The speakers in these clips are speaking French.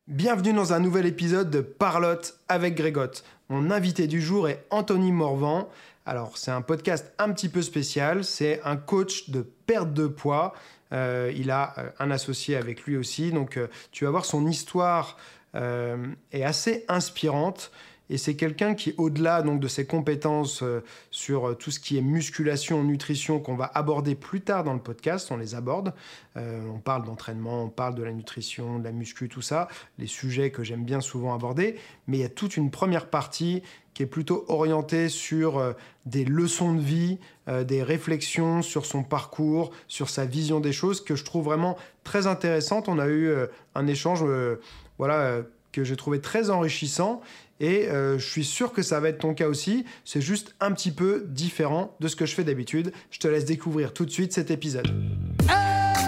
Bienvenue dans un nouvel épisode de Parlotte avec Grégotte. Mon invité du jour est Anthony Morvan. Alors, c'est un podcast un petit peu spécial. C'est un coach de perte de poids. Il a un associé avec lui aussi. Donc, tu vas voir, son histoire est assez inspirante. Et c'est quelqu'un qui, au-delà donc, de ses compétences sur tout ce qui est musculation, nutrition, qu'on va aborder plus tard dans le podcast, on les aborde. On parle d'entraînement, on parle de la nutrition, de la muscu, tout ça, les sujets que j'aime bien souvent aborder. Mais il y a toute une première partie qui est plutôt orientée sur des leçons de vie, des réflexions sur son parcours, sur sa vision des choses, que je trouve vraiment très intéressante. On a eu un échange que j'ai trouvé très enrichissant. Et je suis sûr que ça va être ton cas aussi. C'est juste un petit peu différent de ce que je fais d'habitude. Je te laisse découvrir tout de suite cet épisode. And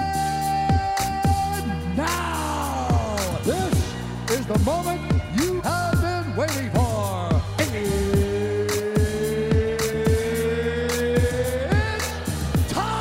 now, this is the moment you have been waiting for. It's time!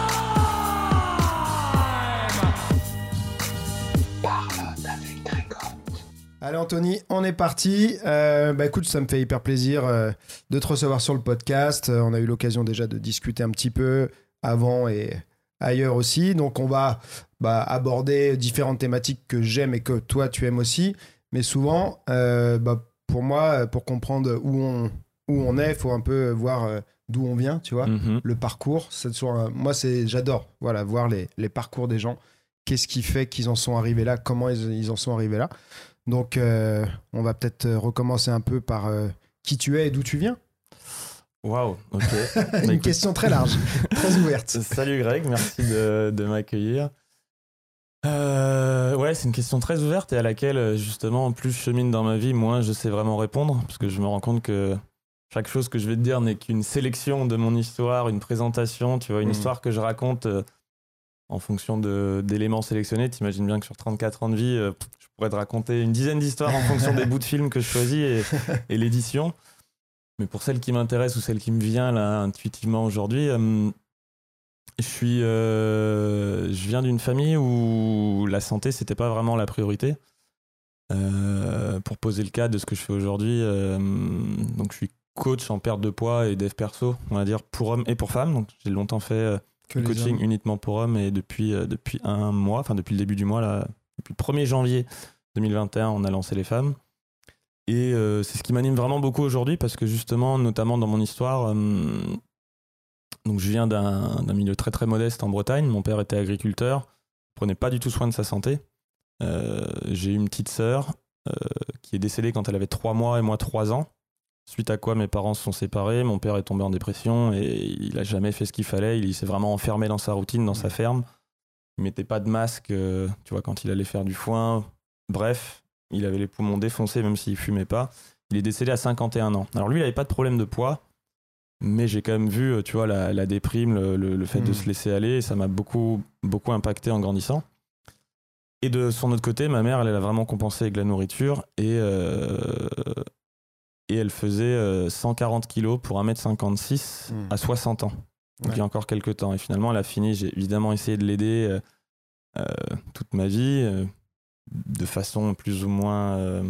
Parlotte avec Grégotte. Allez Anthony, on est parti. Écoute, ça me fait hyper plaisir de te recevoir sur le podcast. On a eu l'occasion déjà de discuter un petit peu avant et ailleurs aussi. Donc on va aborder différentes thématiques que j'aime et que toi tu aimes aussi. Mais souvent, pour moi, pour comprendre où on est, il faut un peu voir d'où on vient, tu vois. Le parcours, moi j'adore voir les parcours des gens. Qu'est-ce qui fait qu'ils en sont arrivés là, comment ils en sont arrivés là. Donc, on va peut-être recommencer un peu par qui tu es et d'où tu viens. Waouh, ok. Une question très large, très ouverte. Salut Greg, merci de m'accueillir. C'est une question très ouverte et à laquelle, justement, plus je chemine dans ma vie, moins je sais vraiment répondre. Parce que je me rends compte que chaque chose que je vais te dire n'est qu'une sélection de mon histoire, une présentation, tu vois, une histoire que je raconte en fonction d'éléments sélectionnés. T'imagines bien que sur 34 ans de vie, je pourrais te raconter une dizaine d'histoires en fonction des bouts de films que je choisis et l'édition. Mais pour celle qui m'intéresse ou celle qui me vient là intuitivement aujourd'hui, je viens d'une famille où la santé c'était pas vraiment la priorité. Pour poser le cadre de ce que je fais aujourd'hui, donc je suis coach en perte de poids et dev perso, on va dire pour hommes et pour femmes. Donc j'ai longtemps fait coaching uniquement pour hommes et depuis un mois, enfin depuis le début du mois là. Depuis le 1er janvier 2021, on a lancé les femmes. Et c'est ce qui m'anime vraiment beaucoup aujourd'hui parce que justement, notamment dans mon histoire, donc je viens d'un milieu très très modeste en Bretagne. Mon père était agriculteur, il prenait pas du tout soin de sa santé. J'ai eu une petite sœur qui est décédée quand elle avait 3 mois et moi 3 ans. Suite à quoi mes parents se sont séparés, mon père est tombé en dépression et il a jamais fait ce qu'il fallait. Il s'est vraiment enfermé dans sa routine, dans sa ferme. Il mettait pas de masque, tu vois, quand il allait faire du foin. Bref, il avait les poumons défoncés, même s'il fumait pas. Il est décédé à 51 ans. Alors lui, il avait pas de problème de poids, mais j'ai quand même vu, tu vois, la déprime, le fait de se laisser aller. Et ça m'a beaucoup, beaucoup impacté en grandissant. Et de son autre côté, ma mère, elle a vraiment compensé avec la nourriture et elle faisait 140 kilos pour 1m56 à 60 ans. Donc il y a encore quelques temps. Et finalement, elle a fini. J'ai évidemment essayé de l'aider toute ma vie, de façon plus ou moins...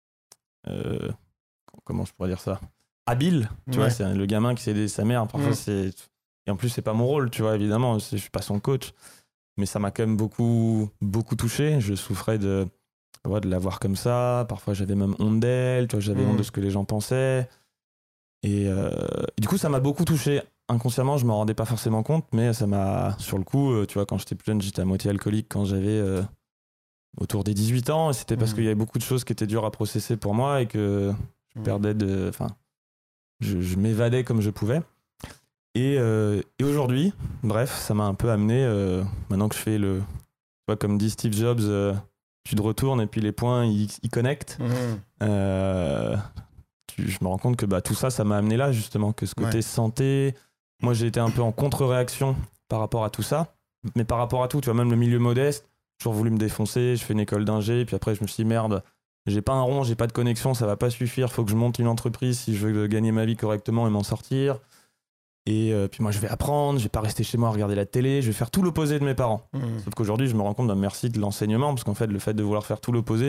comment je pourrais dire ça, habile. Tu vois, c'est le gamin qui sait aider sa mère. Parfois, c'est... Et en plus, c'est pas mon rôle, tu vois, évidemment. Je suis pas son coach. Mais ça m'a quand même beaucoup, beaucoup touché. Je souffrais de la voir comme ça. Parfois, j'avais même honte d'elle. Tu vois, j'avais honte de ce que les gens pensaient. Et du coup, ça m'a beaucoup touché. Inconsciemment, je m'en rendais pas forcément compte, mais ça m'a, sur le coup, tu vois, quand j'étais plus jeune, j'étais à moitié alcoolique quand j'avais autour des 18 ans. Et c'était parce qu'il y avait beaucoup de choses qui étaient dures à processer pour moi et que je perdais je m'évadais comme je pouvais. Et aujourd'hui, bref, ça m'a un peu amené, maintenant que je fais tu vois, comme dit Steve Jobs, tu te retournes et puis les points, ils connectent. Je me rends compte que tout ça, ça m'a amené là, justement, que ce côté santé... Moi, j'ai été un peu en contre-réaction par rapport à tout ça. Mais par rapport à tout, tu vois, même le milieu modeste, j'ai toujours voulu me défoncer. Je fais une école d'ingé, puis après, je me suis dit, merde, j'ai pas un rond, j'ai pas de connexion, ça va pas suffire. Faut que je monte une entreprise si je veux gagner ma vie correctement et m'en sortir. Et puis moi, je vais apprendre, je vais pas rester chez moi à regarder la télé, je vais faire tout l'opposé de mes parents. Sauf qu'aujourd'hui, je me rends compte, merci de l'enseignement, parce qu'en fait, le fait de vouloir faire tout l'opposé,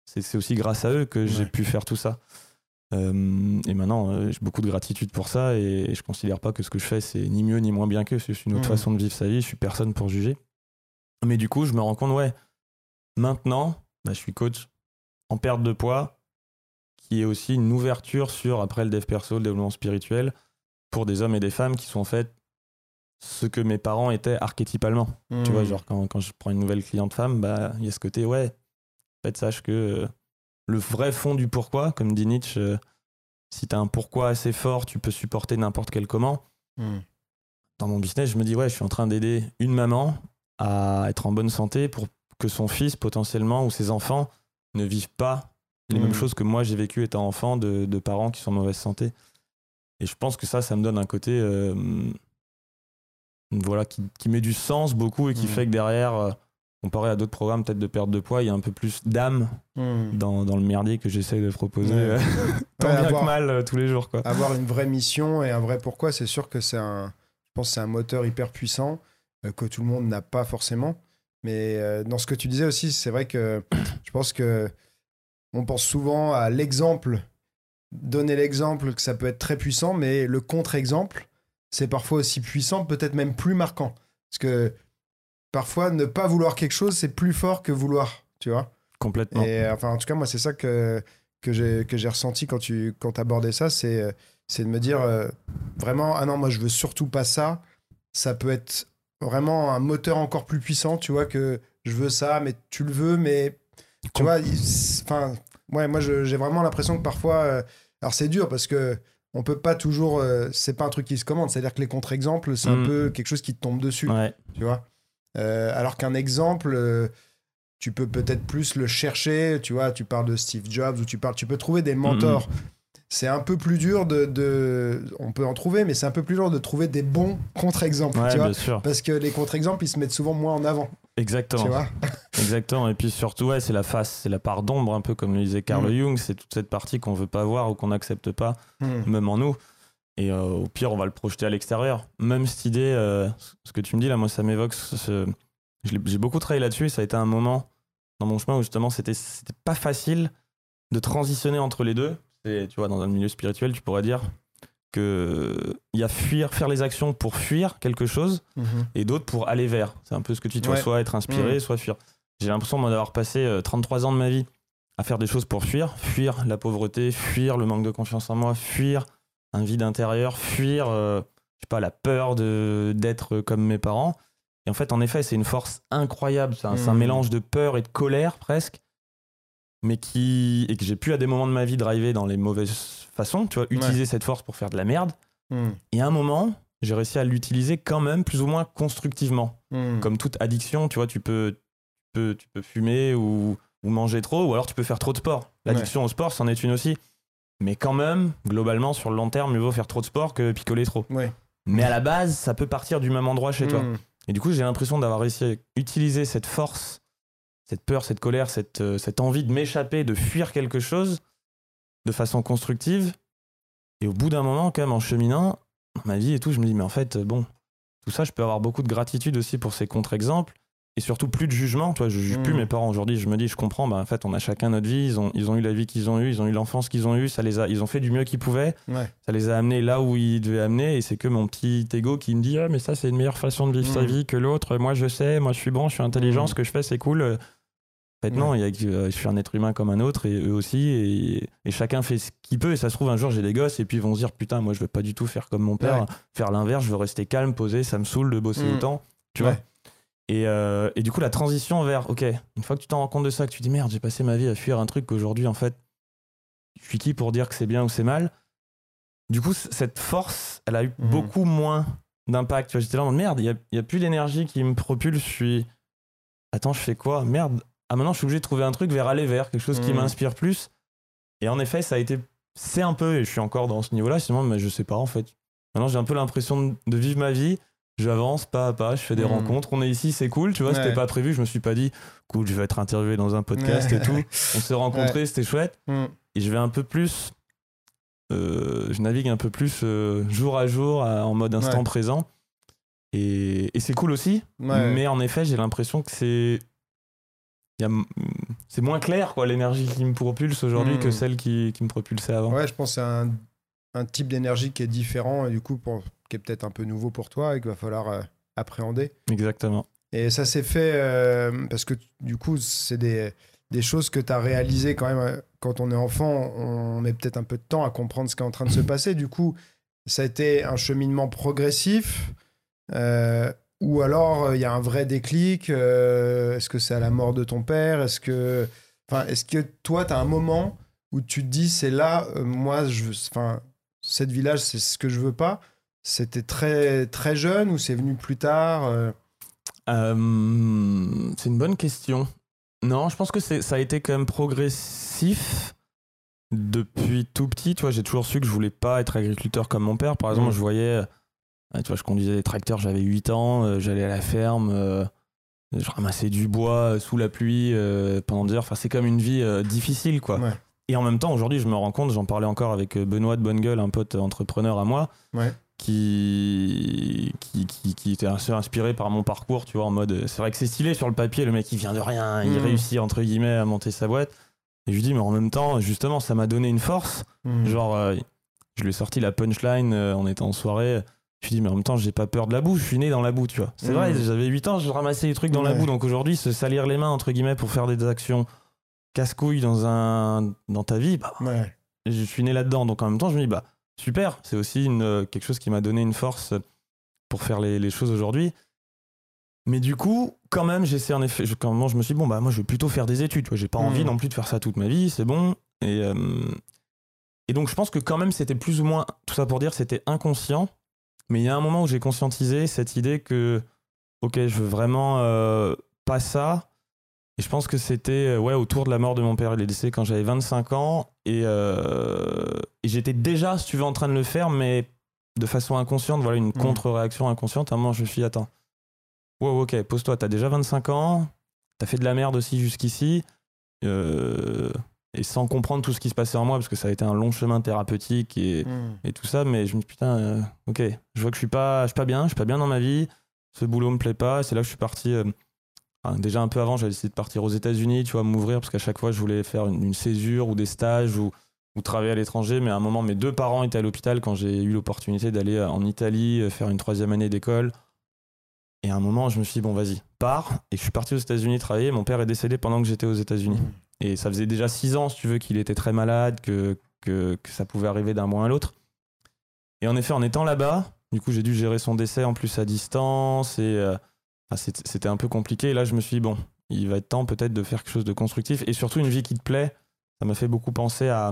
c'est aussi grâce à eux que j'ai pu faire tout ça. Et maintenant, j'ai beaucoup de gratitude pour ça et je considère pas que ce que je fais, c'est ni mieux ni moins bien qu'eux. C'est une autre façon de vivre sa vie. Je suis personne pour juger. Mais du coup, je me rends compte, maintenant, je suis coach en perte de poids, qui est aussi une ouverture sur, après le dev perso, le développement spirituel, pour des hommes et des femmes qui sont en fait ce que mes parents étaient archétypalement. Tu vois, genre quand je prends une nouvelle cliente femme, il y a ce côté, en fait, sache que le vrai fond du pourquoi, comme dit Nietzsche, si t'as un pourquoi assez fort, tu peux supporter n'importe quel comment. Dans mon business, je me dis, je suis en train d'aider une maman à être en bonne santé pour que son fils, potentiellement, ou ses enfants, ne vivent pas les mêmes choses que moi j'ai vécu étant enfant de parents qui sont en mauvaise santé. Et je pense que ça me donne un côté qui met du sens beaucoup et qui fait que derrière, comparé à d'autres programmes peut-être de perte de poids, il y a un peu plus d'âme dans le merdier que j'essaie de proposer tant bien que mal tous les jours, quoi. Avoir une vraie mission et un vrai pourquoi, c'est sûr que je pense que c'est un moteur hyper puissant que tout le monde n'a pas forcément. Mais dans ce que tu disais aussi, c'est vrai que je pense que on pense souvent à l'exemple, donner l'exemple, que ça peut être très puissant, mais le contre-exemple, c'est parfois aussi puissant, peut-être même plus marquant. Parce que parfois, ne pas vouloir quelque chose, c'est plus fort que vouloir, tu vois. Complètement. Et en tout cas, moi, c'est ça que j'ai ressenti quand t'abordais ça, c'est de me dire vraiment, ah non, moi, je veux surtout pas ça. Ça peut être vraiment un moteur encore plus puissant, tu vois, que je veux ça, mais tu le veux, mais tu vois, moi, j'ai vraiment l'impression que parfois, alors c'est dur parce que on peut pas toujours, c'est pas un truc qui se commande, c'est-à-dire que les contre-exemples, c'est un peu quelque chose qui te tombe dessus, tu vois. Alors qu'un exemple, tu peux peut-être plus le chercher, tu vois, tu parles de Steve Jobs ou tu peux trouver des mentors. C'est un peu plus dur on peut en trouver, mais c'est un peu plus dur de trouver des bons contre-exemples, tu vois, parce que les contre-exemples, ils se mettent souvent moins en avant. Exactement. Tu vois. Exactement. Et puis surtout, c'est la face, c'est la part d'ombre, un peu comme le disait Carl Jung, c'est toute cette partie qu'on veut pas voir ou qu'on n'accepte pas, même en nous. Et au pire, on va le projeter à l'extérieur. Même cette idée, ce que tu me dis là, moi, ça m'évoque. J'ai beaucoup travaillé là-dessus et ça a été un moment dans mon chemin où justement, c'était pas facile de transitionner entre les deux. Tu vois, dans un milieu spirituel, tu pourrais dire qu'il y a faire les actions pour fuir quelque chose et d'autres pour aller vers. C'est un peu ce que tu dis, soit être inspiré, soit fuir. J'ai l'impression d'avoir passé 33 ans de ma vie à faire des choses pour fuir la pauvreté, fuir le manque de confiance en moi, fuir un vide intérieur, fuir je sais pas, la peur d'être comme mes parents. Et en fait, en effet, c'est une force incroyable. C'est un mélange de peur et de colère presque, mais et que j'ai pu à des moments de ma vie driver dans les mauvaises façons, tu vois, utiliser cette force pour faire de la merde. Et à un moment, j'ai réussi à l'utiliser quand même plus ou moins constructivement. Comme toute addiction, tu vois, tu peux fumer ou manger trop, ou alors tu peux faire trop de sport. L'addiction au sport, c'en est une aussi. Mais quand même, globalement, sur le long terme, mieux vaut faire trop de sport que picoler trop. Mais à la base, ça peut partir du même endroit chez toi. Et du coup, j'ai l'impression d'avoir réussi à utiliser cette force, cette peur, cette colère, cette envie de m'échapper, de fuir quelque chose de façon constructive. Et au bout d'un moment, quand même, en cheminant dans ma vie et tout, je me dis, mais en fait, tout ça, je peux avoir beaucoup de gratitude aussi pour ces contre-exemples. Et surtout, plus de jugement. Tu vois, je juge plus mes parents aujourd'hui. Je me dis, je comprends, en fait, on a chacun notre vie. Ils ont eu la vie qu'ils ont eue, ils ont eu l'enfance qu'ils ont eue. Ils ont fait du mieux qu'ils pouvaient. Ça les a amenés là où ils devaient amener. Et c'est que mon petit ego qui me dit, mais ça, c'est une meilleure façon de vivre sa vie que l'autre. Moi, je sais, moi, je suis bon, je suis intelligent, ce que je fais, c'est cool. En fait, non, je suis un être humain comme un autre, et eux aussi, et chacun fait ce qu'il peut. Et ça se trouve, un jour, j'ai des gosses, et puis ils vont se dire, putain, moi, je veux pas du tout faire comme mon père, faire l'inverse, je veux rester calme, posé, ça me saoule de bosser autant, tu vois. Et du coup, la transition vers, ok, une fois que tu t'en rends compte de ça, que tu dis, merde, j'ai passé ma vie à fuir un truc qu'aujourd'hui, en fait, je suis qui pour dire que c'est bien ou c'est mal. Du coup, cette force, elle a eu beaucoup moins d'impact. Tu vois, j'étais là en mode, merde, il y a plus d'énergie qui me propulse, attends, je fais quoi? Merde. Ah, maintenant, je suis obligé de trouver un truc vers aller vers, quelque chose qui m'inspire plus. Et en effet, c'est un peu, et je suis encore dans ce niveau-là, sinon, mais je sais pas, en fait. Maintenant, j'ai un peu l'impression de vivre ma vie. J'avance pas à pas, je fais des rencontres. On est ici, c'est cool, tu vois, c'était pas prévu. Je me suis pas dit, cool, je vais être interviewé dans un podcast et tout. On s'est rencontrés, c'était chouette. Et je vais un peu plus, je navigue un peu plus jour à jour, en mode instant présent. Et c'est cool aussi. Mais en effet, j'ai l'impression que c'est moins clair, quoi, l'énergie qui me propulse aujourd'hui que celle qui me propulsait avant. Ouais, je pense que c'est un type d'énergie qui est différent et du coup, qui est peut-être un peu nouveau pour toi et qu'il va falloir appréhender. Exactement. Et ça s'est fait parce que du coup, c'est des choses que tu as réalisées quand même. Quand on est enfant, on met peut-être un peu de temps à comprendre ce qui est en train de se passer. Du coup, ça a été un cheminement progressif ou alors il y a un vrai déclic. Est-ce que c'est à la mort de ton père? Est-ce que toi, tu as un moment où tu te dis, c'est là, cette village, c'est ce que je veux pas? C'était très, très jeune ou c'est venu plus tard C'est une bonne question. Non, je pense que ça a été quand même progressif depuis tout petit. Tu vois, j'ai toujours su que je voulais pas être agriculteur comme mon père. Par exemple, je voyais, tu vois, je conduisais des tracteurs, j'avais 8 ans, j'allais à la ferme, je ramassais du bois sous la pluie pendant des heures. Enfin, c'est comme une vie difficile, quoi. Ouais. Et en même temps, aujourd'hui, je me rends compte, j'en parlais encore avec Benoît de Bonnegueule, un pote entrepreneur à moi, qui était assez inspiré par mon parcours, tu vois, en mode, c'est vrai que c'est stylé sur le papier, le mec il vient de rien, il réussit entre guillemets à monter sa boîte. Et je lui dis, mais en même temps, justement, ça m'a donné une force. Genre, je lui ai sorti la punchline, on était en soirée. Je lui dis, mais en même temps, j'ai pas peur de la boue, je suis né dans la boue, tu vois. C'est vrai, j'avais 8 ans, je ramassais des trucs dans la boue, donc aujourd'hui, se salir les mains, entre guillemets, pour faire des actions casse-couilles dans ta vie, je suis né là-dedans. Donc en même temps, je me dis, super, c'est aussi quelque chose qui m'a donné une force pour faire les choses aujourd'hui. Mais du coup, quand même, j'essaie en effet, quand même, je me suis dit, moi, je vais plutôt faire des études. Tu vois, j'ai pas envie non plus de faire ça toute ma vie, c'est bon. Et donc, je pense que quand même, c'était plus ou moins, tout ça pour dire, c'était inconscient. Mais il y a un moment où j'ai conscientisé cette idée que, ok, je veux vraiment pas ça. Et je pense que c'était autour de la mort de mon père. Il est décédé quand j'avais 25 ans. Et j'étais déjà, si tu veux, en train de le faire, mais de façon inconsciente. Voilà, une contre-réaction inconsciente. À un moment, je me suis dit, attends. Wow, ok, pose-toi. T'as déjà 25 ans. T'as fait de la merde aussi jusqu'ici. Et sans comprendre tout ce qui se passait en moi, parce que ça a été un long chemin thérapeutique et tout ça. Mais je me dis, putain, ok, je vois que je suis pas bien dans ma vie. Ce boulot me plaît pas. C'est là que je suis parti... déjà un peu avant, j'avais décidé de partir aux États-Unis, tu vois, m'ouvrir, parce qu'à chaque fois je voulais faire une césure ou des stages ou travailler à l'étranger. Mais à un moment, mes 2 parents étaient à l'hôpital quand j'ai eu l'opportunité d'aller en Italie faire une 3e année d'école. Et à un moment, je me suis dit, bon, vas-y, pars. Et je suis parti aux États-Unis travailler. Mon père est décédé pendant que j'étais aux États-Unis. Et ça faisait déjà 6 ans, si tu veux, qu'il était très malade, que ça pouvait arriver d'un mois à l'autre. Et en effet, en étant là-bas, du coup, j'ai dû gérer son décès en plus à distance et... c'était un peu compliqué. Et là, je me suis dit, bon, il va être temps peut-être de faire quelque chose de constructif. Et surtout, une vie qui te plaît. Ça m'a fait beaucoup penser à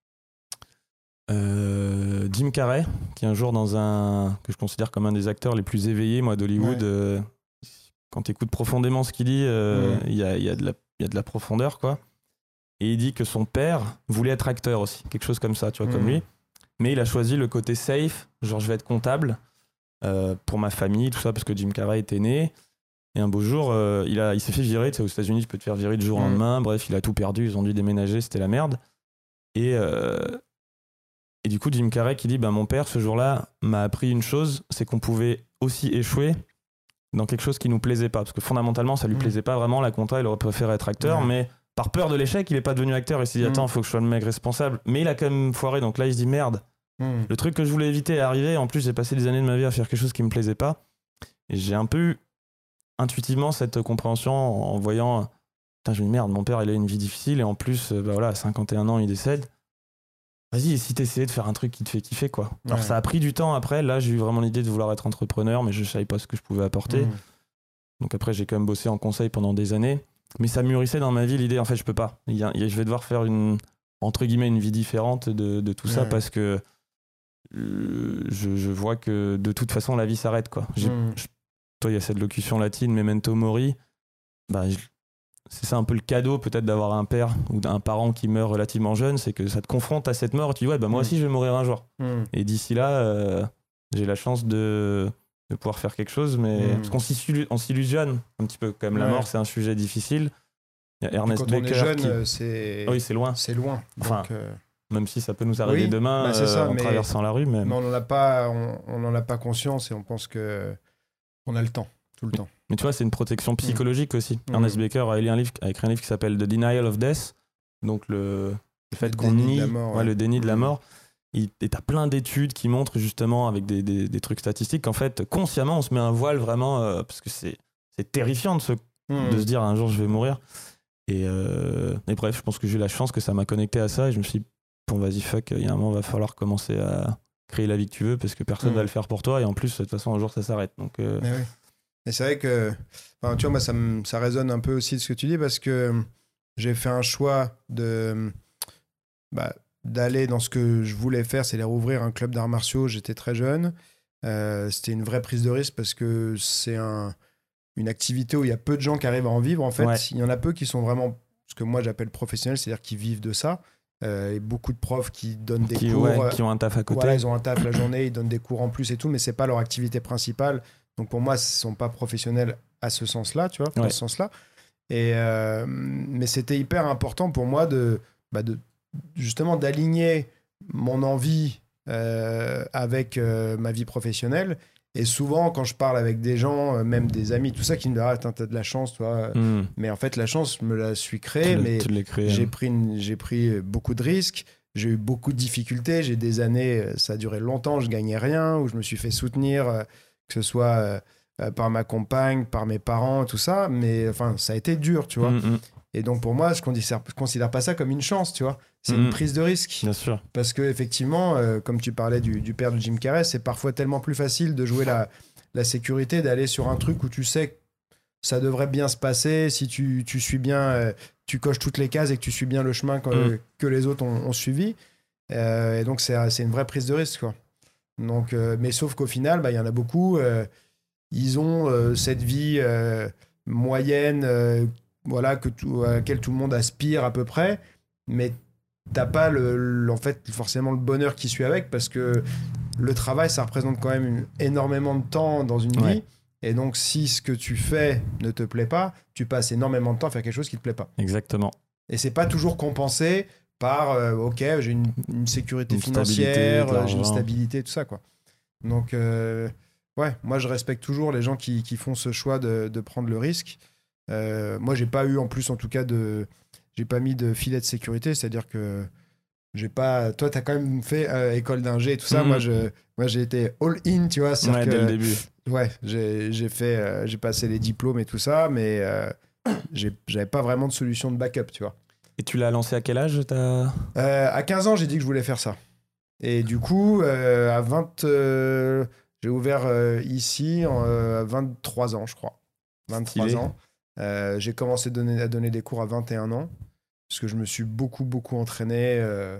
Jim Carrey, qui un jour, que je considère comme un des acteurs les plus éveillés, moi, d'Hollywood, quand tu écoutes profondément ce qu'il dit, il y a de la profondeur, quoi. Et il dit que son père voulait être acteur aussi, quelque chose comme ça, tu vois, comme lui. Mais il a choisi le côté safe, genre je vais être comptable. Pour ma famille, tout ça, parce que Jim Carrey était né. Et un beau jour, il s'est fait virer. Tu sais, aux États-Unis, tu peux te faire virer du jour au lendemain. Bref, il a tout perdu. Ils ont dû déménager. C'était la merde. Et du coup, Jim Carrey qui dit mon père, ce jour-là, m'a appris une chose, c'est qu'on pouvait aussi échouer dans quelque chose qui nous plaisait pas. Parce que fondamentalement, ça lui plaisait pas vraiment. La compta, il aurait préféré être acteur. Mais par peur de l'échec, il est pas devenu acteur. Il s'est dit, attends, faut que je sois le mec responsable. Mais il a quand même foiré. Donc là, il se dit, merde. Le truc que je voulais éviter est arrivé. En plus, j'ai passé des années de ma vie à faire quelque chose qui me plaisait pas. Et j'ai un peu eu intuitivement cette compréhension en voyant, putain, je me dis merde, mon père, il a une vie difficile et en plus, à 51 ans, il décède. Vas-y, et si t'essayais de faire un truc qui te fait kiffer, quoi. Alors, ça a pris du temps après. Là, j'ai eu vraiment l'idée de vouloir être entrepreneur, mais je savais pas ce que je pouvais apporter. Donc après, j'ai quand même bossé en conseil pendant des années. Mais ça mûrissait dans ma vie l'idée, en fait, je peux pas. Je vais devoir faire entre guillemets, une vie différente de tout ça parce que je vois que de toute façon la vie s'arrête, quoi. Toi, il y a cette locution latine memento mori, c'est ça un peu le cadeau peut-être d'avoir un père ou un parent qui meurt relativement jeune, c'est que ça te confronte à cette mort et tu dis moi aussi je vais mourir un jour et d'ici là j'ai la chance de pouvoir faire quelque chose, mais parce qu'on s'illusionne un petit peu quand même. La mort, c'est un sujet difficile. Il y a Ernest quand Becker on est jeune, c'est loin, enfin, donc, même si ça peut nous arriver demain en traversant la rue. Mais on n'en a pas conscience et on pense qu'on a le temps. Tout le temps. Mais tu vois, c'est une protection psychologique aussi. Ernest Becker a écrit un livre qui s'appelle The Denial of Death. Donc le fait qu'on nie le déni de la mort. Et t'as plein d'études qui montrent justement avec des trucs statistiques qu'en fait, consciemment, on se met un voile vraiment parce que c'est terrifiant de se dire un jour je vais mourir. Et bref, je pense que j'ai eu la chance que ça m'a connecté à ça et je me suis dit, bon, vas-y, fuck, il y a un moment, il va falloir commencer à créer la vie que tu veux parce que personne va le faire pour toi et en plus, de toute façon, un jour, ça s'arrête. Donc, Mais oui. Et c'est vrai que, tu vois, moi, ça résonne un peu aussi de ce que tu dis parce que j'ai fait un choix d'aller dans ce que je voulais faire, c'est rouvrir un club d'arts martiaux. J'étais très jeune. C'était une vraie prise de risque parce que c'est une activité où il y a peu de gens qui arrivent à en vivre. En fait, il y en a peu qui sont vraiment ce que moi j'appelle professionnels, c'est-à-dire qui vivent de ça. Et beaucoup de profs qui donnent des cours. Qui ont un taf à côté. Voilà, ils ont un taf la journée, ils donnent des cours en plus et tout, mais c'est pas leur activité principale. Donc pour moi, ils sont pas professionnels à ce sens-là, tu vois, dans ce sens-là. Et mais c'était hyper important pour moi de justement d'aligner mon envie avec ma vie professionnelle. Et souvent, quand je parle avec des gens, même des amis, tout ça, qui me disent « Ah, t'as de la chance, toi. » Mais en fait, la chance, je me la suis créée. J'ai pris beaucoup de risques. J'ai eu beaucoup de difficultés. J'ai des années, ça a duré longtemps, je gagnais rien, où je me suis fait soutenir, que ce soit par ma compagne, par mes parents, tout ça. Mais enfin, ça a été dur, tu vois. Et donc, pour moi, je considère pas ça comme une chance, tu vois. C'est une prise de risque. Bien sûr. Parce que effectivement, comme tu parlais du père de Jim Carrey, c'est parfois tellement plus facile de jouer la sécurité, d'aller sur un truc où tu sais que ça devrait bien se passer, si tu suis bien, tu coches toutes les cases et que tu suis bien le chemin que les autres ont suivi. Et donc, c'est une vraie prise de risque, quoi. Donc, mais sauf qu'au final, il y en a beaucoup, ils ont cette vie moyenne voilà, à laquelle tout le monde aspire à peu près, mais t'as pas en fait forcément le bonheur qui suit avec, parce que le travail, ça représente quand même énormément de temps dans une vie, et donc si ce que tu fais ne te plaît pas, tu passes énormément de temps à faire quelque chose qui te plaît pas. Exactement. Et c'est pas toujours compensé par ok, j'ai une sécurité financière, j'ai une stabilité, tout ça, quoi. Donc ouais, moi je respecte toujours les gens qui font ce choix de prendre le risque. Moi, j'ai pas eu, en plus, en tout cas, j'ai pas mis de filet de sécurité, c'est-à-dire que j'ai pas. Toi, t'as quand même fait école d'ingé et tout ça. Moi, j'ai été all-in, tu vois. Ouais, dès le début. Ouais, j'ai passé les diplômes et tout ça, mais j'avais pas vraiment de solution de backup, tu vois. Et tu l'as lancé à quel âge à 15 ans, j'ai dit que je voulais faire ça. Et du coup, à 20. J'ai ouvert ici à 23 ans, je crois. 23 Stylé. ans. J'ai commencé à donner des cours à 21 ans, parce que je me suis beaucoup entraîné.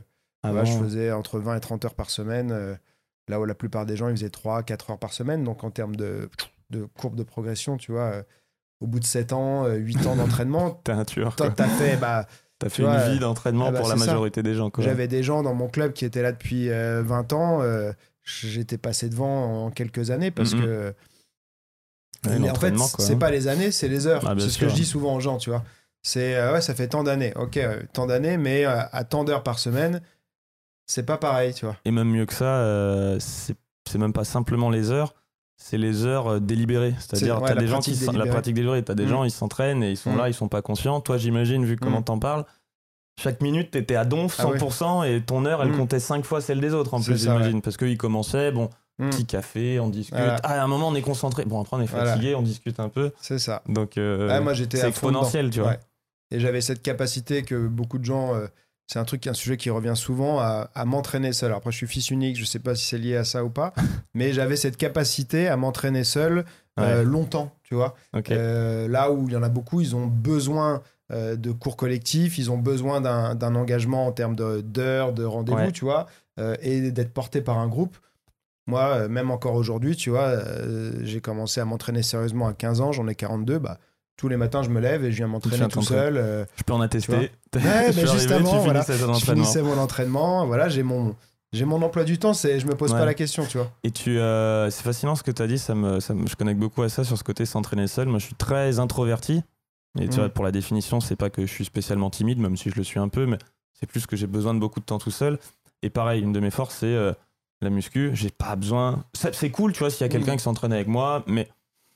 Je faisais entre 20 et 30 heures par semaine, là où la plupart des gens, ils faisaient 3-4 heures par semaine. Donc, en termes de courbe de progression, tu vois, au bout de 7 ans, 8 ans d'entraînement, t'es un tueur. Toi, t'as fait... T'as fait une vie d'entraînement pour la majorité des gens, quoi. J'avais des gens dans mon club qui étaient là depuis 20 ans. J'étais passé devant en quelques années, parce que... Mais en fait, c'est pas les années, c'est les heures. C'est ce que je dis souvent aux gens, tu vois. C'est ça fait tant d'années. Ok, tant d'années, mais à tant d'heures par semaine, c'est pas pareil, tu vois. Et même mieux que ça, c'est même pas simplement les heures, c'est les heures délibérées. C'est-à-dire, t'as des gens qui la pratique délibérée. T'as des gens, ils s'entraînent et ils sont là, ils sont pas conscients. Toi, j'imagine, vu comment t'en parles, chaque minute, t'étais à donf, 100%, et ton heure, elle comptait 5 fois celle des autres, en plus, j'imagine. Parce qu'ils commençaient, petit café, on discute. Voilà. À un moment, on est concentré. Bon, après, on est fatigué, on discute un peu. C'est ça. Donc, moi, j'étais c'est exponentiel, tu vois. Et j'avais cette capacité que beaucoup de gens... c'est un sujet qui revient souvent, à m'entraîner seul. Alors, après, je suis fils unique, je sais pas si c'est lié à ça ou pas, mais j'avais cette capacité à m'entraîner seul longtemps, tu vois. Okay. Là où il y en a beaucoup, ils ont besoin de cours collectifs, ils ont besoin d'un engagement en termes d'heures, de rendez-vous, tu vois, et d'être porté par un groupe. Moi, même encore aujourd'hui, tu vois, j'ai commencé à m'entraîner sérieusement à 15 ans, j'en ai 42, tous les matins, je me lève et je viens m'entraîner tout seul. Je peux en attester. Justement, voilà, je finissais mon entraînement. Voilà, j'ai mon emploi du temps, je me pose pas la question, tu vois. Et c'est fascinant ce que tu as dit, je connecte beaucoup à ça, sur ce côté s'entraîner seul. Moi, je suis très introverti. Et tu vois, pour la définition, c'est pas que je suis spécialement timide, même si je le suis un peu, mais c'est plus que j'ai besoin de beaucoup de temps tout seul. Et pareil, une de mes forces, c'est la muscu. J'ai pas besoin. C'est cool, tu vois, s'il y a quelqu'un qui s'entraîne avec moi, mais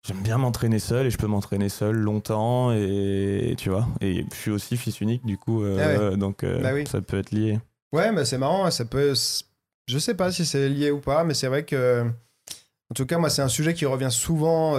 j'aime bien m'entraîner seul et je peux m'entraîner seul longtemps et tu vois. Et je suis aussi fils unique du coup, donc Bah oui. ça peut être lié. Ouais, mais c'est marrant, ça peut. Je sais pas si c'est lié ou pas, mais c'est vrai que. En tout cas, moi, c'est un sujet qui revient souvent,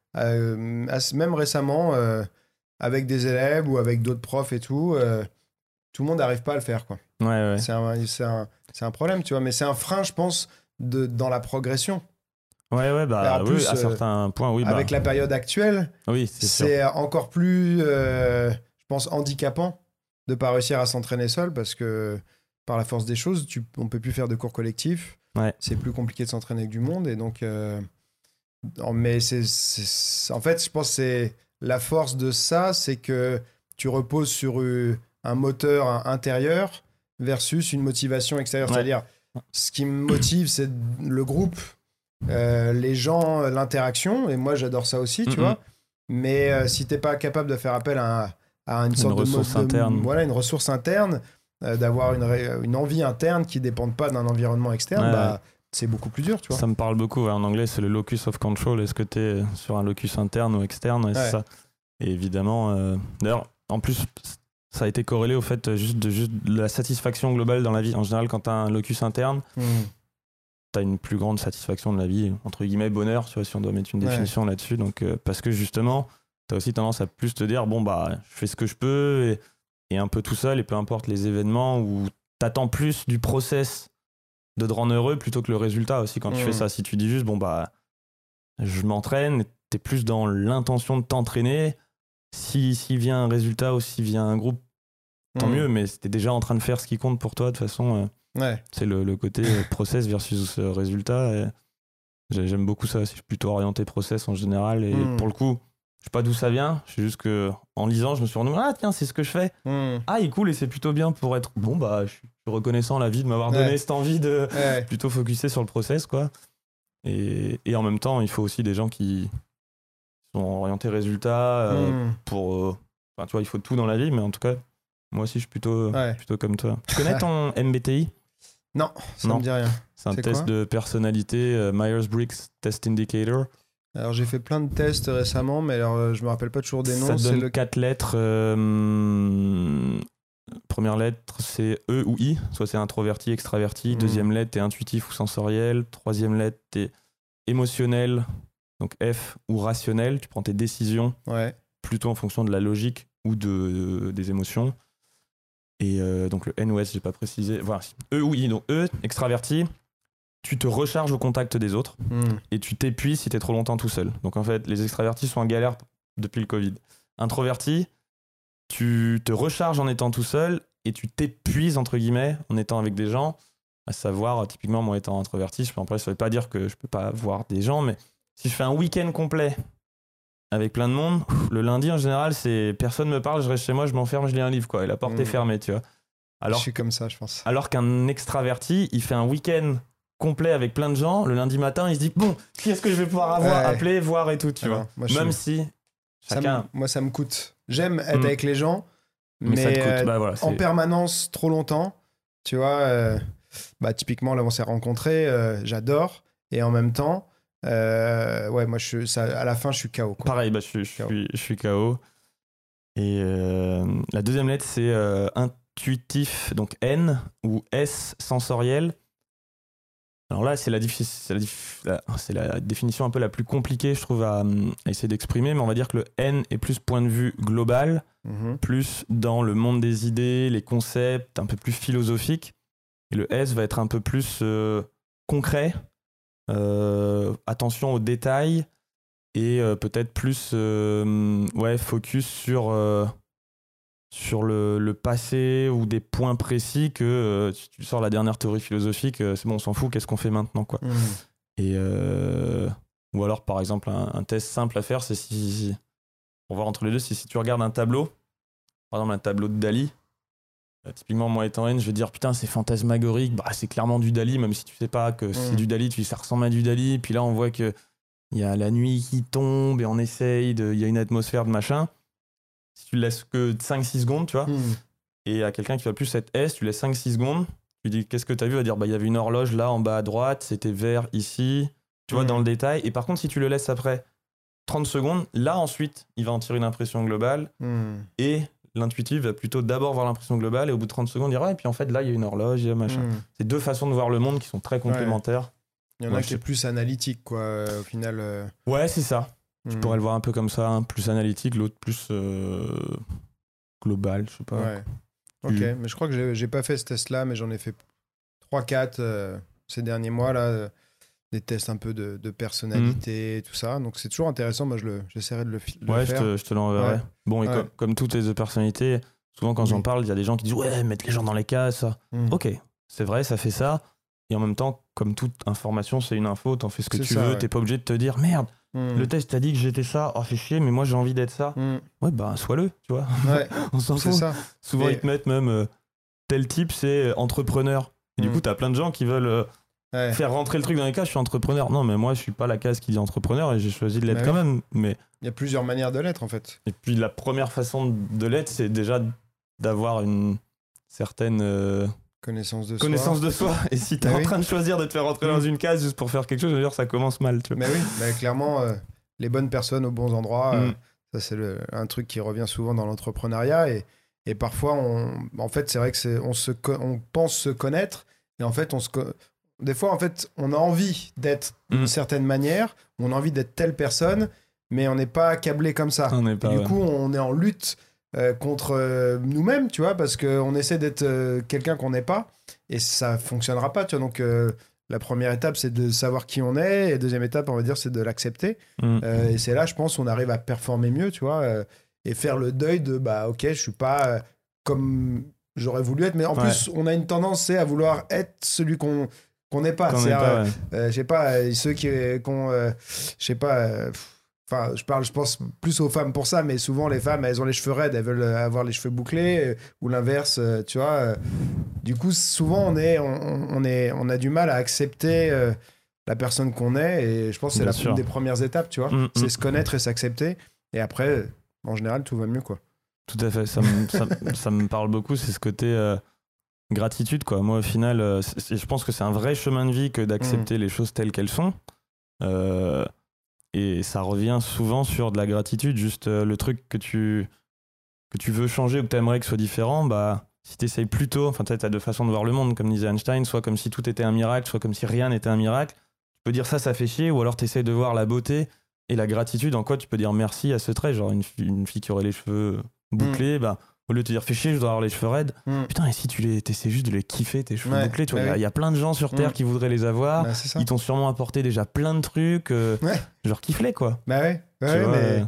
même récemment, avec des élèves ou avec d'autres profs et tout. Tout le monde n'arrive pas à le faire, quoi. Ouais. C'est un problème, tu vois, mais c'est un frein, je pense, dans la progression. Ouais, bah En oui, plus, à certains points, oui. Avec la période actuelle, oui, c'est sûr. c'est encore plus, je pense, handicapant de pas réussir à s'entraîner seul parce que par la force des choses, on peut plus faire de cours collectifs. Ouais. C'est plus compliqué de s'entraîner avec du monde et donc. Mais en fait, je pense que c'est la force de ça, c'est que tu reposes sur un moteur intérieur versus une motivation extérieure. Ouais. C'est-à-dire, ce qui me motive, c'est le groupe, les gens, l'interaction. Et moi, j'adore ça aussi, tu vois. Mais si t'es pas capable de faire appel à une sorte de ressource interne. Voilà, une ressource interne, d'avoir une envie interne qui ne dépende pas d'un environnement externe, Ouais. c'est beaucoup plus dur, tu vois. Ça me parle beaucoup. En anglais, c'est le locus of control. Est-ce que tu es sur un locus interne ou externe? Ouais, c'est ça. Et évidemment, d'ailleurs, en plus, ça a été corrélé au fait juste de la satisfaction globale dans la vie. En général, quand tu as un locus interne, tu as une plus grande satisfaction de la vie, entre guillemets, bonheur, tu vois, si on doit mettre une définition là-dessus. Donc, parce que justement, tu as aussi tendance à plus te dire, bon, bah, je fais ce que je peux et un peu tout seul, et peu importe les événements où tu attends plus du process de te rendre heureux plutôt que le résultat aussi quand tu fais ça. Si tu dis juste, bon, bah, je m'entraîne, t'es plus dans l'intention de t'entraîner. S'il vient un résultat ou s'il vient un groupe, tant mieux, mais t'es déjà en train de faire ce qui compte pour toi. De toute façon, c'est le côté process versus résultat. Et j'aime beaucoup ça. Je suis plutôt orienté process en général. Et pour le coup, je sais pas d'où ça vient. Je sais juste que en lisant, je me suis rendu compte, ah tiens, c'est ce que je fais. Ah, il est cool et c'est plutôt bien pour être bon. Bah, je suis reconnaissant à la vie de m'avoir donné cette envie de plutôt focuser sur le process, quoi. Et en même temps, il faut aussi des gens qui sont orientés résultats pour. Enfin, tu vois, il faut tout dans la vie, mais en tout cas, moi aussi, je suis plutôt comme toi. Tu connais ton MBTI? Non, ça me dit rien. C'est un test de personnalité, Myers-Briggs Test Indicator. Alors, j'ai fait plein de tests récemment, mais alors, je me rappelle pas toujours des noms. Ça donne 4 lettres. Première lettre, c'est E ou I. Soit c'est introverti, extraverti. Deuxième lettre, t'es intuitif ou sensoriel. Troisième lettre, t'es émotionnel, donc F, ou rationnel. Tu prends tes décisions plutôt en fonction de la logique ou des émotions. Et donc le N ou S, j'ai pas précisé. Voilà. E ou I. Donc E, extraverti. Tu te recharges au contact des autres et tu t'épuises si t'es trop longtemps tout seul. Donc en fait, les extravertis sont en galère depuis le Covid. Introverti, tu te recharges en étant tout seul et tu t'épuises, entre guillemets, en étant avec des gens. À savoir, typiquement, moi étant introverti, ça veut pas dire que je peux pas voir des gens, mais si je fais un week-end complet avec plein de monde, le lundi en général, c'est personne me parle, je reste chez moi, je m'enferme, je lis un livre, quoi, et la porte est fermée, tu vois. Alors, je suis comme ça, je pense. Alors qu'un extraverti, il fait un week-end complet avec plein de gens, le lundi matin, il se dit bon, qui est-ce que je vais pouvoir appeler, voir et tout, tu vois. Moi, même si chacun... Moi, ça me coûte. J'aime être avec les gens, mais ça te coûte. Bah, voilà, en permanence, trop longtemps, tu vois. Typiquement, là, on s'est rencontrés, j'adore, et en même temps, moi, à la fin, je suis KO, quoi. Pareil, je suis KO. Et la deuxième lettre, c'est intuitif, donc N, ou S, sensoriel. Alors là, c'est la définition un peu la plus compliquée, je trouve, à essayer d'exprimer, mais on va dire que le N est plus point de vue global, plus dans le monde des idées, les concepts, un peu plus philosophique. Et le S va être un peu plus concret, attention aux détails, et peut-être plus focus sur le passé ou des points précis que si tu sors la dernière théorie philosophique, c'est bon, on s'en fout, qu'est-ce qu'on fait maintenant, quoi. Et ou alors par exemple un test simple à faire, c'est si on va voir entre les deux, si tu regardes un tableau, par exemple un tableau de Dali, typiquement moi étant N, je vais dire putain c'est fantasmagorique, c'est clairement du Dali, même si tu sais pas que c'est du Dali, tu dis ça ressemble à du Dali, puis là on voit que il y a la nuit qui tombe et on essaye il y a une atmosphère de machin. Si tu laisses que 5-6 secondes, tu vois, et à quelqu'un qui va plus être S, tu laisses 5-6 secondes, tu dis qu'est-ce que t'as vu, il va dire il y avait une horloge là en bas à droite, c'était vert ici, tu vois, dans le détail. Et par contre, si tu le laisses après 30 secondes. Là, ensuite, il va en tirer une impression globale. Et l'intuitif va plutôt d'abord voir l'impression globale et au bout de 30 secondes, dire et puis en fait, là, il y a une horloge, il y a machin. C'est deux façons de voir le monde qui sont très complémentaires. Il y en a qui est plus analytique, quoi, au final. Ouais, c'est ça. Tu pourrais le voir un peu comme ça, plus analytique, l'autre plus global, je sais pas. Ouais. Ok, mais je crois que j'ai pas fait ce test-là, mais j'en ai fait 3-4 ces derniers mois, là, des tests un peu de personnalité, tout ça. Donc c'est toujours intéressant, moi j'essaierai de le faire. Je te l'enverrai. Ouais. Bon, et comme toutes les personnalités, souvent quand j'en parle, il y a des gens qui disent ouais, mettre les gens dans les cases, ça. Ok, c'est vrai, ça fait ça. Et en même temps, comme toute information, c'est une info, t'en fais ce que tu veux, t'es pas obligé de te dire merde, le test t'a dit que j'étais ça, oh fait chier, mais moi j'ai envie d'être ça. Ouais, bah sois-le, tu vois. Ouais. On s'en fout. Ça. Souvent ils te mettent même tel type, c'est entrepreneur. Et du coup, t'as plein de gens qui veulent faire rentrer le truc dans les cases, je suis entrepreneur. Non, mais moi je suis pas la case qui dit entrepreneur et j'ai choisi de l'être quand même. Mais il y a plusieurs manières de l'être en fait. Et puis la première façon de l'être, c'est déjà d'avoir une certaine connaissance de soi. Et si t'es en train de choisir de te faire rentrer dans une case juste pour faire quelque chose, je veux dire, ça commence mal. Tu vois. Mais oui, clairement, les bonnes personnes aux bons endroits, ça c'est un truc qui revient souvent dans l'entrepreneuriat. Et parfois, en fait, c'est vrai que on pense se connaître. Et en fait, des fois, en fait, on a envie d'être d'une certaine manière, on a envie d'être telle personne, mais on n'est pas câblé comme ça. Du coup, on est en lutte contre nous-mêmes, tu vois, parce qu'on essaie d'être quelqu'un qu'on n'est pas, et ça fonctionnera pas, tu vois. Donc, la première étape, c'est de savoir qui on est, et la deuxième étape, on va dire, c'est de l'accepter. Et c'est là, je pense, on arrive à performer mieux, tu vois, et faire le deuil de, bah, ok, je suis pas comme j'aurais voulu être, mais en plus, on a une tendance, c'est à vouloir être celui qu'on n'est pas. Je sais pas, ceux qui ont, je sais pas... Enfin, je pense plus aux femmes pour ça, mais souvent les femmes, elles ont les cheveux raides, elles veulent avoir les cheveux bouclés, ou l'inverse, tu vois. Du coup, souvent, on a du mal à accepter la personne qu'on est, et je pense que c'est une des premières étapes, tu vois. C'est se connaître et s'accepter, et après, en général, tout va mieux, quoi. Tout à fait, ça me parle beaucoup, c'est ce côté gratitude, quoi. Moi, au final, je pense que c'est un vrai chemin de vie que d'accepter les choses telles qu'elles sont. Et ça revient souvent sur de la gratitude, juste le truc que tu veux changer ou que tu aimerais que ce soit différent, bah, si tu essayes plutôt, enfin, tu as deux façons de voir le monde, comme disait Einstein, soit comme si tout était un miracle, soit comme si rien n'était un miracle. Tu peux dire ça fait chier, ou alors tu essayes de voir la beauté et la gratitude en quoi tu peux dire merci à ce trait, genre une fille qui aurait les cheveux bouclés, bah, au lieu de te dire fais chier, je dois avoir les cheveux raides, putain, et si tu essaies juste de les kiffer, tes cheveux bouclés, tu vois, il y a plein de gens sur Terre qui voudraient les avoir, ils t'ont sûrement apporté déjà plein de trucs, genre kiffe-les, quoi. Bah ouais, vois, mais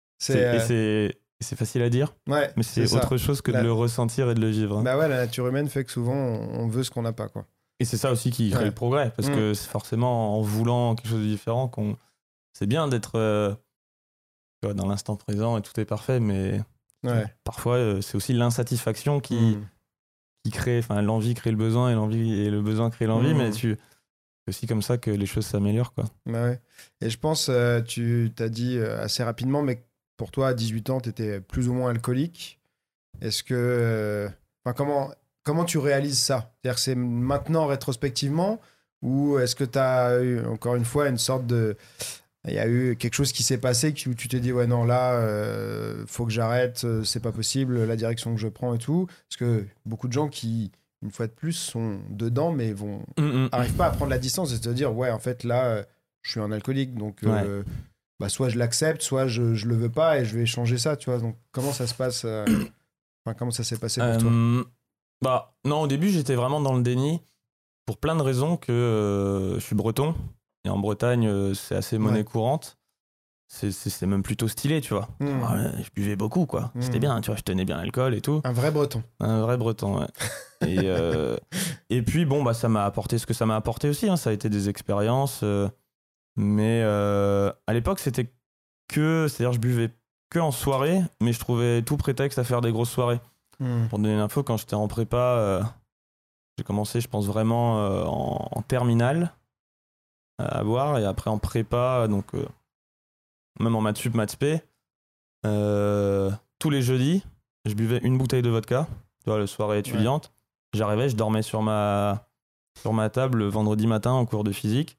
c'est facile à dire, mais c'est autre chose que de le ressentir et de le vivre. Bah ouais, la nature humaine fait que souvent on veut ce qu'on n'a pas, quoi. Et c'est ça aussi qui crée le progrès, parce que c'est forcément en voulant quelque chose de différent c'est bien d'être dans l'instant présent et tout est parfait, mais parfois c'est aussi l'insatisfaction qui crée, enfin l'envie crée le besoin et le besoin crée l'envie, mais c'est aussi comme ça que les choses s'améliorent, quoi. Bah ouais. Et je pense, tu t'as dit assez rapidement, mais pour toi à 18 ans t'étais plus ou moins alcoolique. Est-ce que comment tu réalises ça? C'est-à-dire que c'est maintenant rétrospectivement, ou est-ce que t'as eu encore une fois une sorte de... Il y a eu quelque chose qui s'est passé où tu t'es dit ouais non là faut que j'arrête, c'est pas possible la direction que je prends et tout, parce que beaucoup de gens qui une fois de plus sont dedans mais arrivent pas à prendre la distance et se dire ouais en fait là je suis un alcoolique donc bah, soit je l'accepte soit je le veux pas et je vais changer ça, tu vois. Donc comment ça se passe comment ça s'est passé pour toi? Bah non, au début j'étais vraiment dans le déni pour plein de raisons, que je suis breton. Et en Bretagne, c'est assez monnaie courante. C'est même plutôt stylé, tu vois. Je buvais beaucoup, quoi. C'était bien, tu vois, je tenais bien l'alcool et tout. Un vrai breton. Un vrai breton, ouais. Et puis, bon, bah, ça m'a apporté ce que ça m'a apporté aussi. Hein. Ça a été des expériences. Mais à l'époque, c'était c'est-à-dire, je buvais que en soirée, mais je trouvais tout prétexte à faire des grosses soirées. Pour donner l'info, quand j'étais en prépa, j'ai commencé, je pense, vraiment en terminale à boire, et après en prépa, donc même en maths sup, maths spé, tous les jeudis je buvais une bouteille de vodka, tu vois, la soirée étudiante. J'arrivais, je dormais sur ma table le vendredi matin en cours de physique,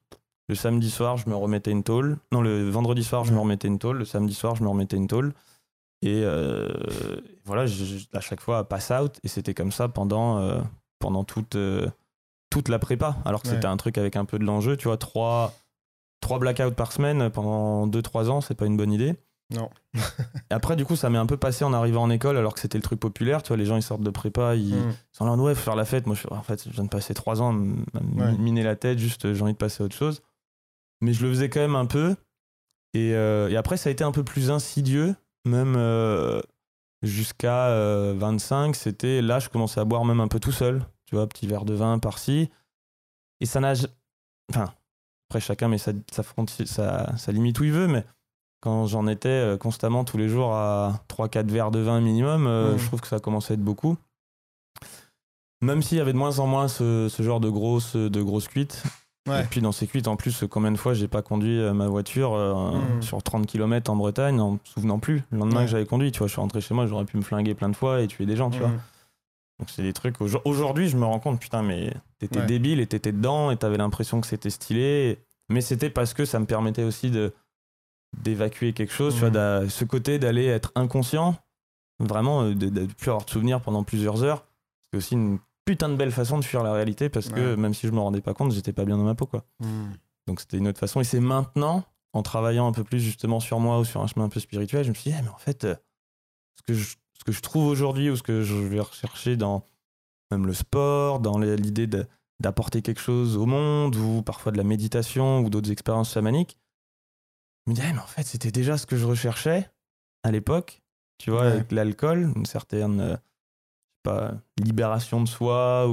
Le samedi soir, je me remettais une tôle. Non, le vendredi soir, je me remettais une tôle. Le samedi soir, je me remettais une tôle. Et voilà, à chaque fois, pass out. Et c'était comme ça pendant toute la prépa. Alors que c'était un truc avec un peu de l'enjeu. Tu vois, 3 blackouts par semaine pendant 2-3 ans, c'est pas une bonne idée. Non. Et après, du coup, ça m'est un peu passé en arrivant en école, alors que c'était le truc populaire. Tu vois, les gens, ils sortent de prépa, ils sont là, ouais, faut faire la fête. Moi, en fait, je viens de passer 3 ans à miner la tête, juste j'ai envie de passer à autre chose. Mais je le faisais quand même un peu. Et après, ça a été un peu plus insidieux, même jusqu'à 25. C'était là, je commençais à boire même un peu tout seul. Tu vois, petit verre de vin par-ci. Et ça n'a. Enfin, après, chacun met sa limite où il veut, mais quand j'en étais constamment tous les jours à 3-4 verres de vin minimum, je trouve que ça commençait à être beaucoup. Même s'il y avait de moins en moins ce genre de grosses cuites. Ouais. Et puis dans ces cuites, en plus, combien de fois j'ai pas conduit ma voiture sur 30 km en Bretagne en me souvenant plus. Le lendemain que j'avais conduit, tu vois, je suis rentré chez moi, j'aurais pu me flinguer plein de fois et tuer des gens, tu vois. Donc c'est des trucs. Aujourd'hui, je me rends compte, putain, mais t'étais débile et t'étais dedans et t'avais l'impression que c'était stylé. Mais c'était parce que ça me permettait aussi d'évacuer quelque chose, tu vois, ce côté d'aller être inconscient, vraiment, de plus avoir de souvenirs pendant plusieurs heures. C'est aussi une putain de belle façon de fuir la réalité parce que même si je me rendais pas compte, j'étais pas bien dans ma peau, quoi. Donc c'était une autre façon. Et c'est maintenant, en travaillant un peu plus justement sur moi ou sur un chemin un peu spirituel, je me suis dit, mais en fait, ce que je trouve aujourd'hui ou ce que je vais rechercher dans même le sport, dans l'idée d'apporter quelque chose au monde ou parfois de la méditation ou d'autres expériences chamaniques, je me disais, mais en fait, c'était déjà ce que je recherchais à l'époque, tu vois, avec l'alcool, une certaine libération de soi,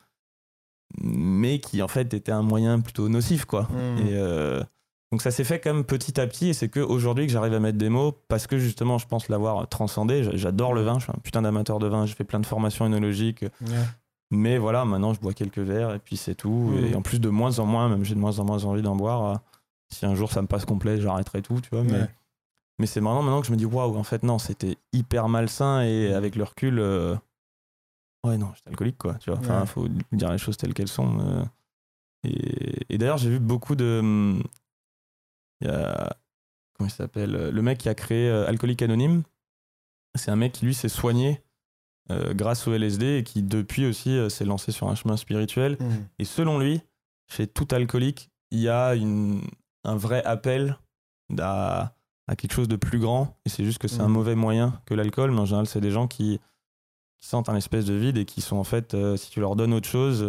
mais qui en fait était un moyen plutôt nocif, quoi. Et donc ça s'est fait quand même petit à petit, et c'est qu'aujourd'hui que j'arrive à mettre des mots, parce que justement, je pense l'avoir transcendé. J'adore le vin, je suis un putain d'amateur de vin, je fais plein de formations œnologiques. Mais voilà, maintenant, je bois quelques verres, et puis c'est tout. Et en plus, de moins en moins, même j'ai de moins en moins envie d'en boire. Si un jour ça me passe complet, j'arrêterai tout, tu vois. Mais c'est maintenant que je me dis, waouh, en fait, non, c'était hyper malsain, et avec le recul, ouais, non, j'étais alcoolique, quoi, tu vois. Enfin, faut dire les choses telles qu'elles sont. Et d'ailleurs, j'ai vu beaucoup de. Il y a. Comment il s'appelle ? Le mec qui a créé Alcoolique Anonyme. C'est un mec qui, lui, s'est soigné grâce au LSD et qui, depuis aussi, s'est lancé sur un chemin spirituel. Et selon lui, chez tout alcoolique, il y a un vrai appel à quelque chose de plus grand. Et c'est juste que c'est un mauvais moyen que l'alcool. Mais en général, c'est des gens qui sentent un espèce de vide et qui sont en fait, si tu leur donnes autre chose,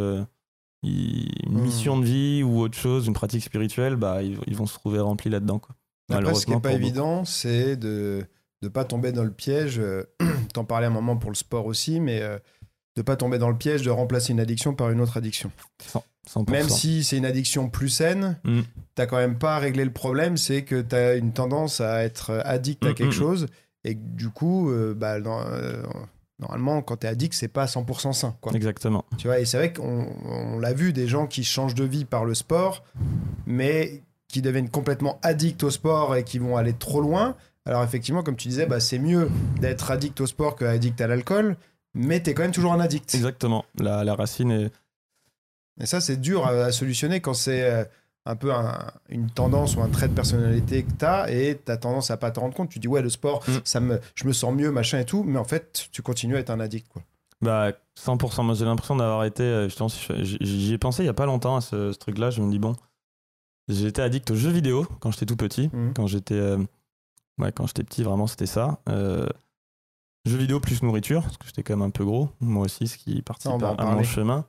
une mission de vie ou autre chose, une pratique spirituelle, bah, ils vont se trouver remplis là-dedans, quoi. Après, ce qui n'est pas évident, c'est de ne pas tomber dans le piège, t'en parlais un moment pour le sport aussi, mais de ne pas tomber dans le piège de remplacer une addiction par une autre addiction. 100%. Même si c'est une addiction plus saine, t'as quand même pas réglé le problème, c'est que t'as une tendance à être addict à quelque chose, et que, du coup, normalement, quand t'es addict, c'est pas 100% sain, quoi. Exactement. Tu vois, et c'est vrai qu'on l'a vu, des gens qui changent de vie par le sport, mais qui deviennent complètement addicts au sport et qui vont aller trop loin. Alors effectivement, comme tu disais, bah, c'est mieux d'être addict au sport que addict à l'alcool, mais t'es quand même toujours un addict. Exactement. La racine est... Et ça, c'est dur à solutionner quand c'est un peu une tendance ou un trait de personnalité que t'as et t'as tendance à pas te rendre compte. Tu dis, ouais, le sport, je me sens mieux, machin et tout, mais en fait, tu continues à être un addict, quoi. Bah, 100%. Moi, j'ai l'impression d'avoir été... J'y ai pensé il y a pas longtemps à ce truc-là. Je me dis, bon, j'étais addict aux jeux vidéo quand j'étais tout petit. Quand j'étais petit, vraiment, c'était ça. Jeux vidéo plus nourriture, parce que j'étais quand même un peu gros. Moi aussi, ce qui participe à mon chemin.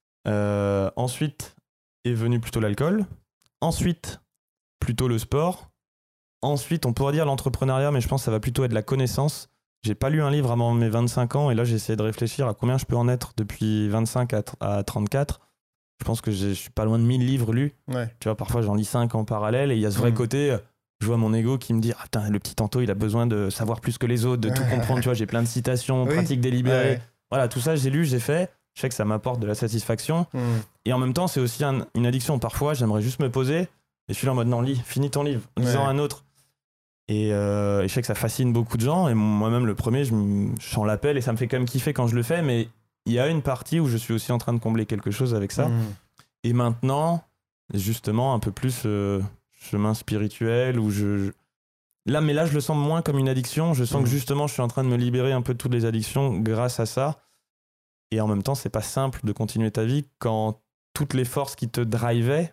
Ensuite est venu plutôt l'alcool. Ensuite, plutôt le sport. Ensuite, on pourrait dire l'entrepreneuriat, mais je pense que ça va plutôt être la connaissance. J'ai pas lu un livre avant mes 25 ans, et là, j'ai essayé de réfléchir à combien je peux en être depuis 25 à 34. Je pense que je suis pas loin de 1000 livres lus. Ouais. Tu vois, parfois, j'en lis 5 en parallèle, et il y a ce vrai côté... Je vois mon ego qui me dit « Ah putain, le petit Anto, il a besoin de savoir plus que les autres, de tout comprendre. » Tu vois, j'ai plein de citations, pratiques délibérées. Ouais. Voilà, tout ça, j'ai lu, j'ai fait. Je sais que ça m'apporte de la satisfaction. Et en même temps, c'est aussi une addiction. Parfois, j'aimerais juste me poser et je suis là en mode « Non, lis, finis ton livre, lisant un autre. » Et je sais que ça fascine beaucoup de gens. Et moi-même, le premier, je sens l'appel et ça me fait quand même kiffer quand je le fais. Mais il y a une partie où je suis aussi en train de combler quelque chose avec ça. Et maintenant... justement un peu plus chemin spirituel où Là, je le sens moins comme une addiction. Je sens que justement, je suis en train de me libérer un peu de toutes les addictions grâce à ça. Et en même temps, c'est pas simple de continuer ta vie quand toutes les forces qui te drivaient,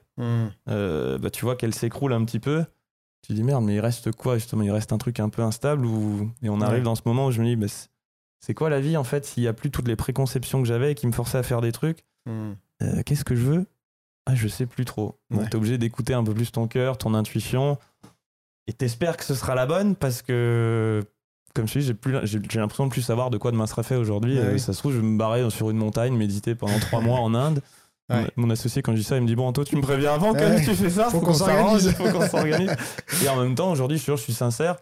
tu vois qu'elles s'écroulent un petit peu. Tu te dis merde, mais il reste quoi justement? Il reste un truc un peu instable et on arrive dans ce moment où je me dis c'est quoi la vie en fait s'il y a plus toutes les préconceptions que j'avais et qui me forçaient à faire des trucs? Qu'est-ce que je veux? Je sais plus trop. Donc t'es obligé d'écouter un peu plus ton cœur, ton intuition. Et t'espères que ce sera la bonne parce que, comme je te dis, j'ai l'impression de plus savoir de quoi demain sera fait aujourd'hui. Ça se trouve, je vais me barrer sur une montagne, méditer pendant 3 mois en Inde. Mon associé, quand je dis ça, il me dit Anto, tu me préviens avant quand tu fais ça, faut qu'on s'organise. Et en même temps, aujourd'hui, je suis sincère.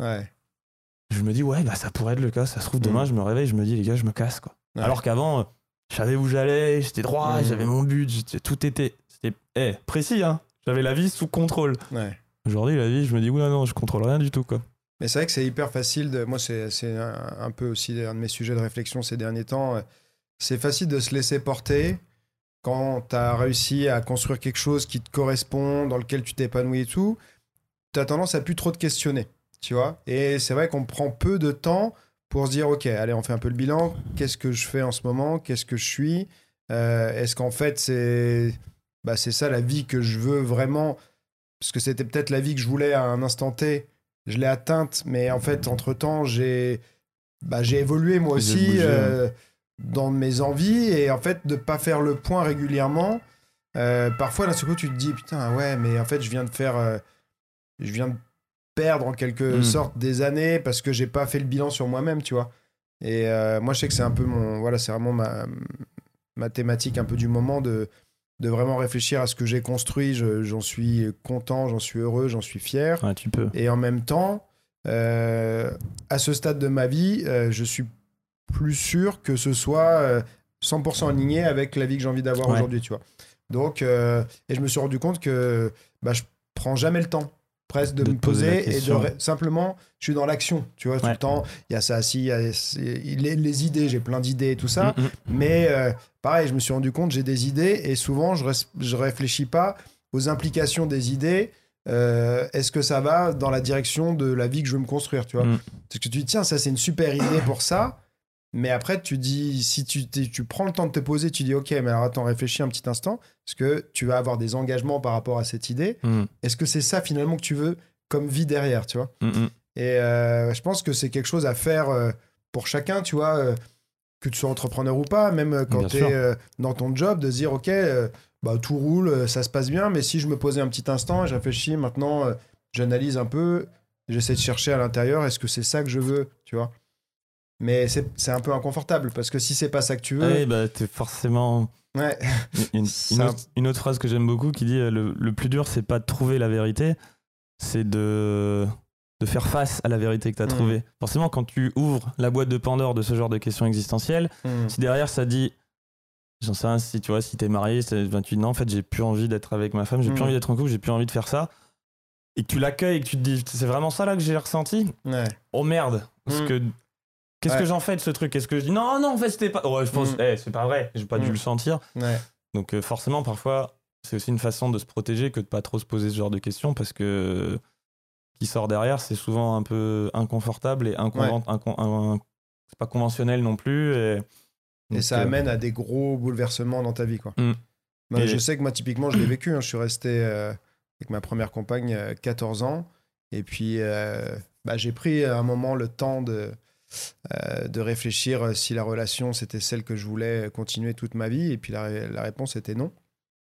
Je me dis, ça pourrait être le cas. Ça se trouve, demain, je me réveille, je me dis, les gars, je me casse. Quoi. Alors qu'avant, je savais où j'allais, j'étais droit, j'avais mon but, c'était précis. Hein. J'avais la vie sous contrôle. Aujourd'hui, la vie, je me dis, non, je contrôle rien du tout, quoi. Mais c'est vrai que c'est hyper facile. Moi, c'est un peu aussi un de mes sujets de réflexion ces derniers temps. C'est facile de se laisser porter quand tu as réussi à construire quelque chose qui te correspond, dans lequel tu t'épanouis et tout. Tu as tendance à plus trop te questionner, tu vois. Et c'est vrai qu'on prend peu de temps pour se dire, OK, allez, on fait un peu le bilan. Qu'est-ce que je fais en ce moment? Qu'est-ce que je suis? Est-ce qu'en fait, c'est ça la vie que je veux vraiment? Parce que c'était peut-être la vie que je voulais à un instant T, je l'ai atteinte, mais en fait, entre-temps, j'ai évolué moi aussi dans mes envies, et en fait, de ne pas faire le point régulièrement, parfois, d'un seul coup, tu te dis, putain, mais en fait, je viens de perdre en quelque sorte des années parce que j'ai pas fait le bilan sur moi-même, tu vois. Et moi, je sais que c'est un peu c'est vraiment ma thématique un peu du moment de vraiment réfléchir à ce que j'ai construit. J'en suis content, j'en suis heureux, j'en suis fier. Tu peux. Et en même temps, à ce stade de ma vie, je suis plus sûr que ce soit 100% aligné avec la vie que j'ai envie d'avoir aujourd'hui, tu vois. Donc, et je me suis rendu compte que je prends jamais le temps presque de me poser et simplement je suis dans l'action, tu vois, tout le temps. Il y a ça, il y a les idées, j'ai plein d'idées et tout ça, mais pareil, je me suis rendu compte, j'ai des idées et souvent je réfléchis pas aux implications des idées. Est-ce que ça va dans la direction de la vie que je veux me construire, tu vois? Parce que tu dis tiens, ça c'est une super idée pour ça, mais après tu dis, si tu prends le temps de te poser, tu dis ok, mais alors attends, réfléchis un petit instant, parce que tu vas avoir des engagements par rapport à cette idée. Est-ce que c'est ça finalement que tu veux comme vie derrière, tu vois? Et je pense que c'est quelque chose à faire pour chacun, tu vois, que tu sois entrepreneur ou pas, même quand tu es dans ton job, de se dire ok, tout roule, ça se passe bien, mais si je me posais un petit instant, je réfléchis maintenant, j'analyse un peu, j'essaie de chercher à l'intérieur, est-ce que c'est ça que je veux, tu vois? Mais c'est un peu inconfortable, parce que si c'est pas ça que tu veux... t'es forcément... Ouais. Une autre phrase que j'aime beaucoup qui dit le plus dur, c'est pas de trouver la vérité, c'est de faire face à la vérité que tu as trouvée. Forcément, quand tu ouvres la boîte de Pandore de ce genre de questions existentielles, si derrière ça dit, j'en sais rien, si tu vois, si t'es marié, c'est 28 ans, en fait, j'ai plus envie d'être avec ma femme, j'ai plus envie d'être en couple, j'ai plus envie de faire ça, et que tu l'accueilles et que tu te dis, c'est vraiment ça là que j'ai ressenti? Oh merde, parce que qu'est-ce que j'en fais de ce truc? Est-ce que je dis non, en fait, c'était pas. Je pense, c'est pas vrai, j'ai pas dû le sentir. Donc, forcément, parfois, c'est aussi une façon de se protéger que de pas trop se poser ce genre de questions parce que qui sort derrière, c'est souvent un peu inconfortable et c'est pas conventionnel non plus. Et ça amène à des gros bouleversements dans ta vie, quoi. Je sais que moi, typiquement, je l'ai vécu. Je suis resté avec ma première compagne 14 ans. Et puis, j'ai pris à un moment le temps de réfléchir si la relation c'était celle que je voulais continuer toute ma vie, et puis la réponse était non,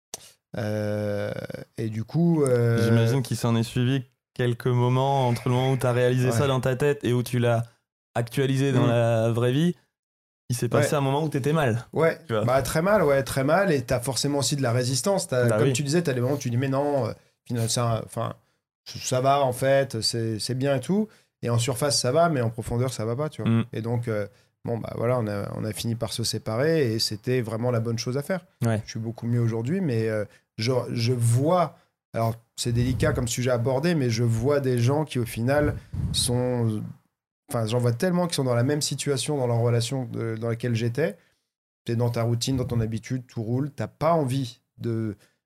et du coup j'imagine qu'il s'en est suivi quelques moments entre le moment où tu as réalisé ça dans ta tête et où tu l'as actualisé dans la vraie vie. Il s'est passé un moment où t'étais mal. Très mal, et t'as forcément aussi de la résistance. Comme tu disais, t'as des moments où tu dis mais non, ça va en fait, c'est bien et tout. Et en surface, ça va, mais en profondeur, ça va pas, tu vois. Et donc, on a fini par se séparer, et c'était vraiment la bonne chose à faire. Je suis beaucoup mieux aujourd'hui, mais je vois... Alors, c'est délicat comme sujet à aborder, mais je vois des gens qui, au final, sont... Enfin, j'en vois tellement qui sont dans la même situation dans leur relation dans laquelle j'étais. T'es dans ta routine, dans ton habitude, tout roule. T'as pas envie de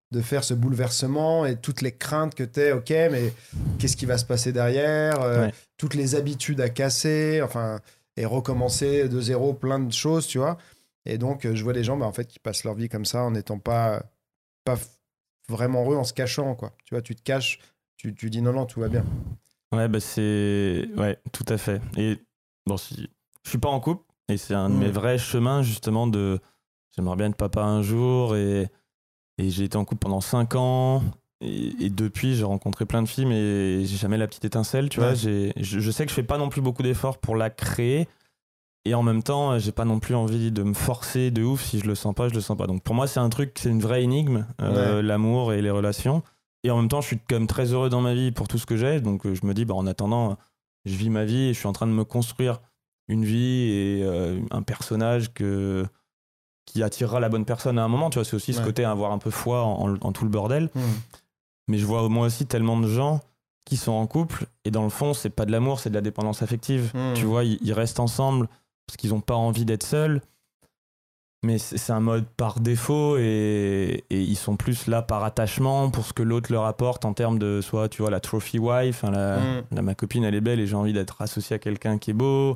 de faire ce bouleversement et toutes les craintes que t'es, ok, mais qu'est-ce qui va se passer derrière, toutes les habitudes à casser, enfin, et recommencer de zéro plein de choses, tu vois. Et donc, je vois des gens, en fait, qui passent leur vie comme ça en n'étant pas vraiment heureux, en se cachant, quoi. Tu vois, tu te caches, tu dis non, tout va bien. Ouais, ouais, tout à fait. Et bon, je suis pas en couple, et c'est un de mes vrais chemins, justement, j'aimerais bien être papa un jour, et j'ai été en couple pendant 5 ans, et depuis, j'ai rencontré plein de filles, mais j'ai jamais la petite étincelle, tu vois. Je sais que je fais pas non plus beaucoup d'efforts pour la créer, et en même temps, j'ai pas non plus envie de me forcer de ouf. Si je le sens pas, je le sens pas. Donc pour moi, c'est une vraie énigme, l'amour et les relations. Et en même temps, je suis quand même très heureux dans ma vie pour tout ce que j'ai. Donc je me dis, en attendant, je vis ma vie et je suis en train de me construire une vie et un personnage qui attirera la bonne personne à un moment. Tu vois, c'est aussi ce côté avoir un peu foi en tout le bordel. Mais je vois moi aussi tellement de gens qui sont en couple et dans le fond, c'est pas de l'amour, c'est de la dépendance affective. Tu vois, ils restent ensemble parce qu'ils ont pas envie d'être seuls. Mais c'est un mode par défaut et ils sont plus là par attachement pour ce que l'autre leur apporte en termes de soit, tu vois, la trophy wife, ma copine elle est belle et j'ai envie d'être associé à quelqu'un qui est beau.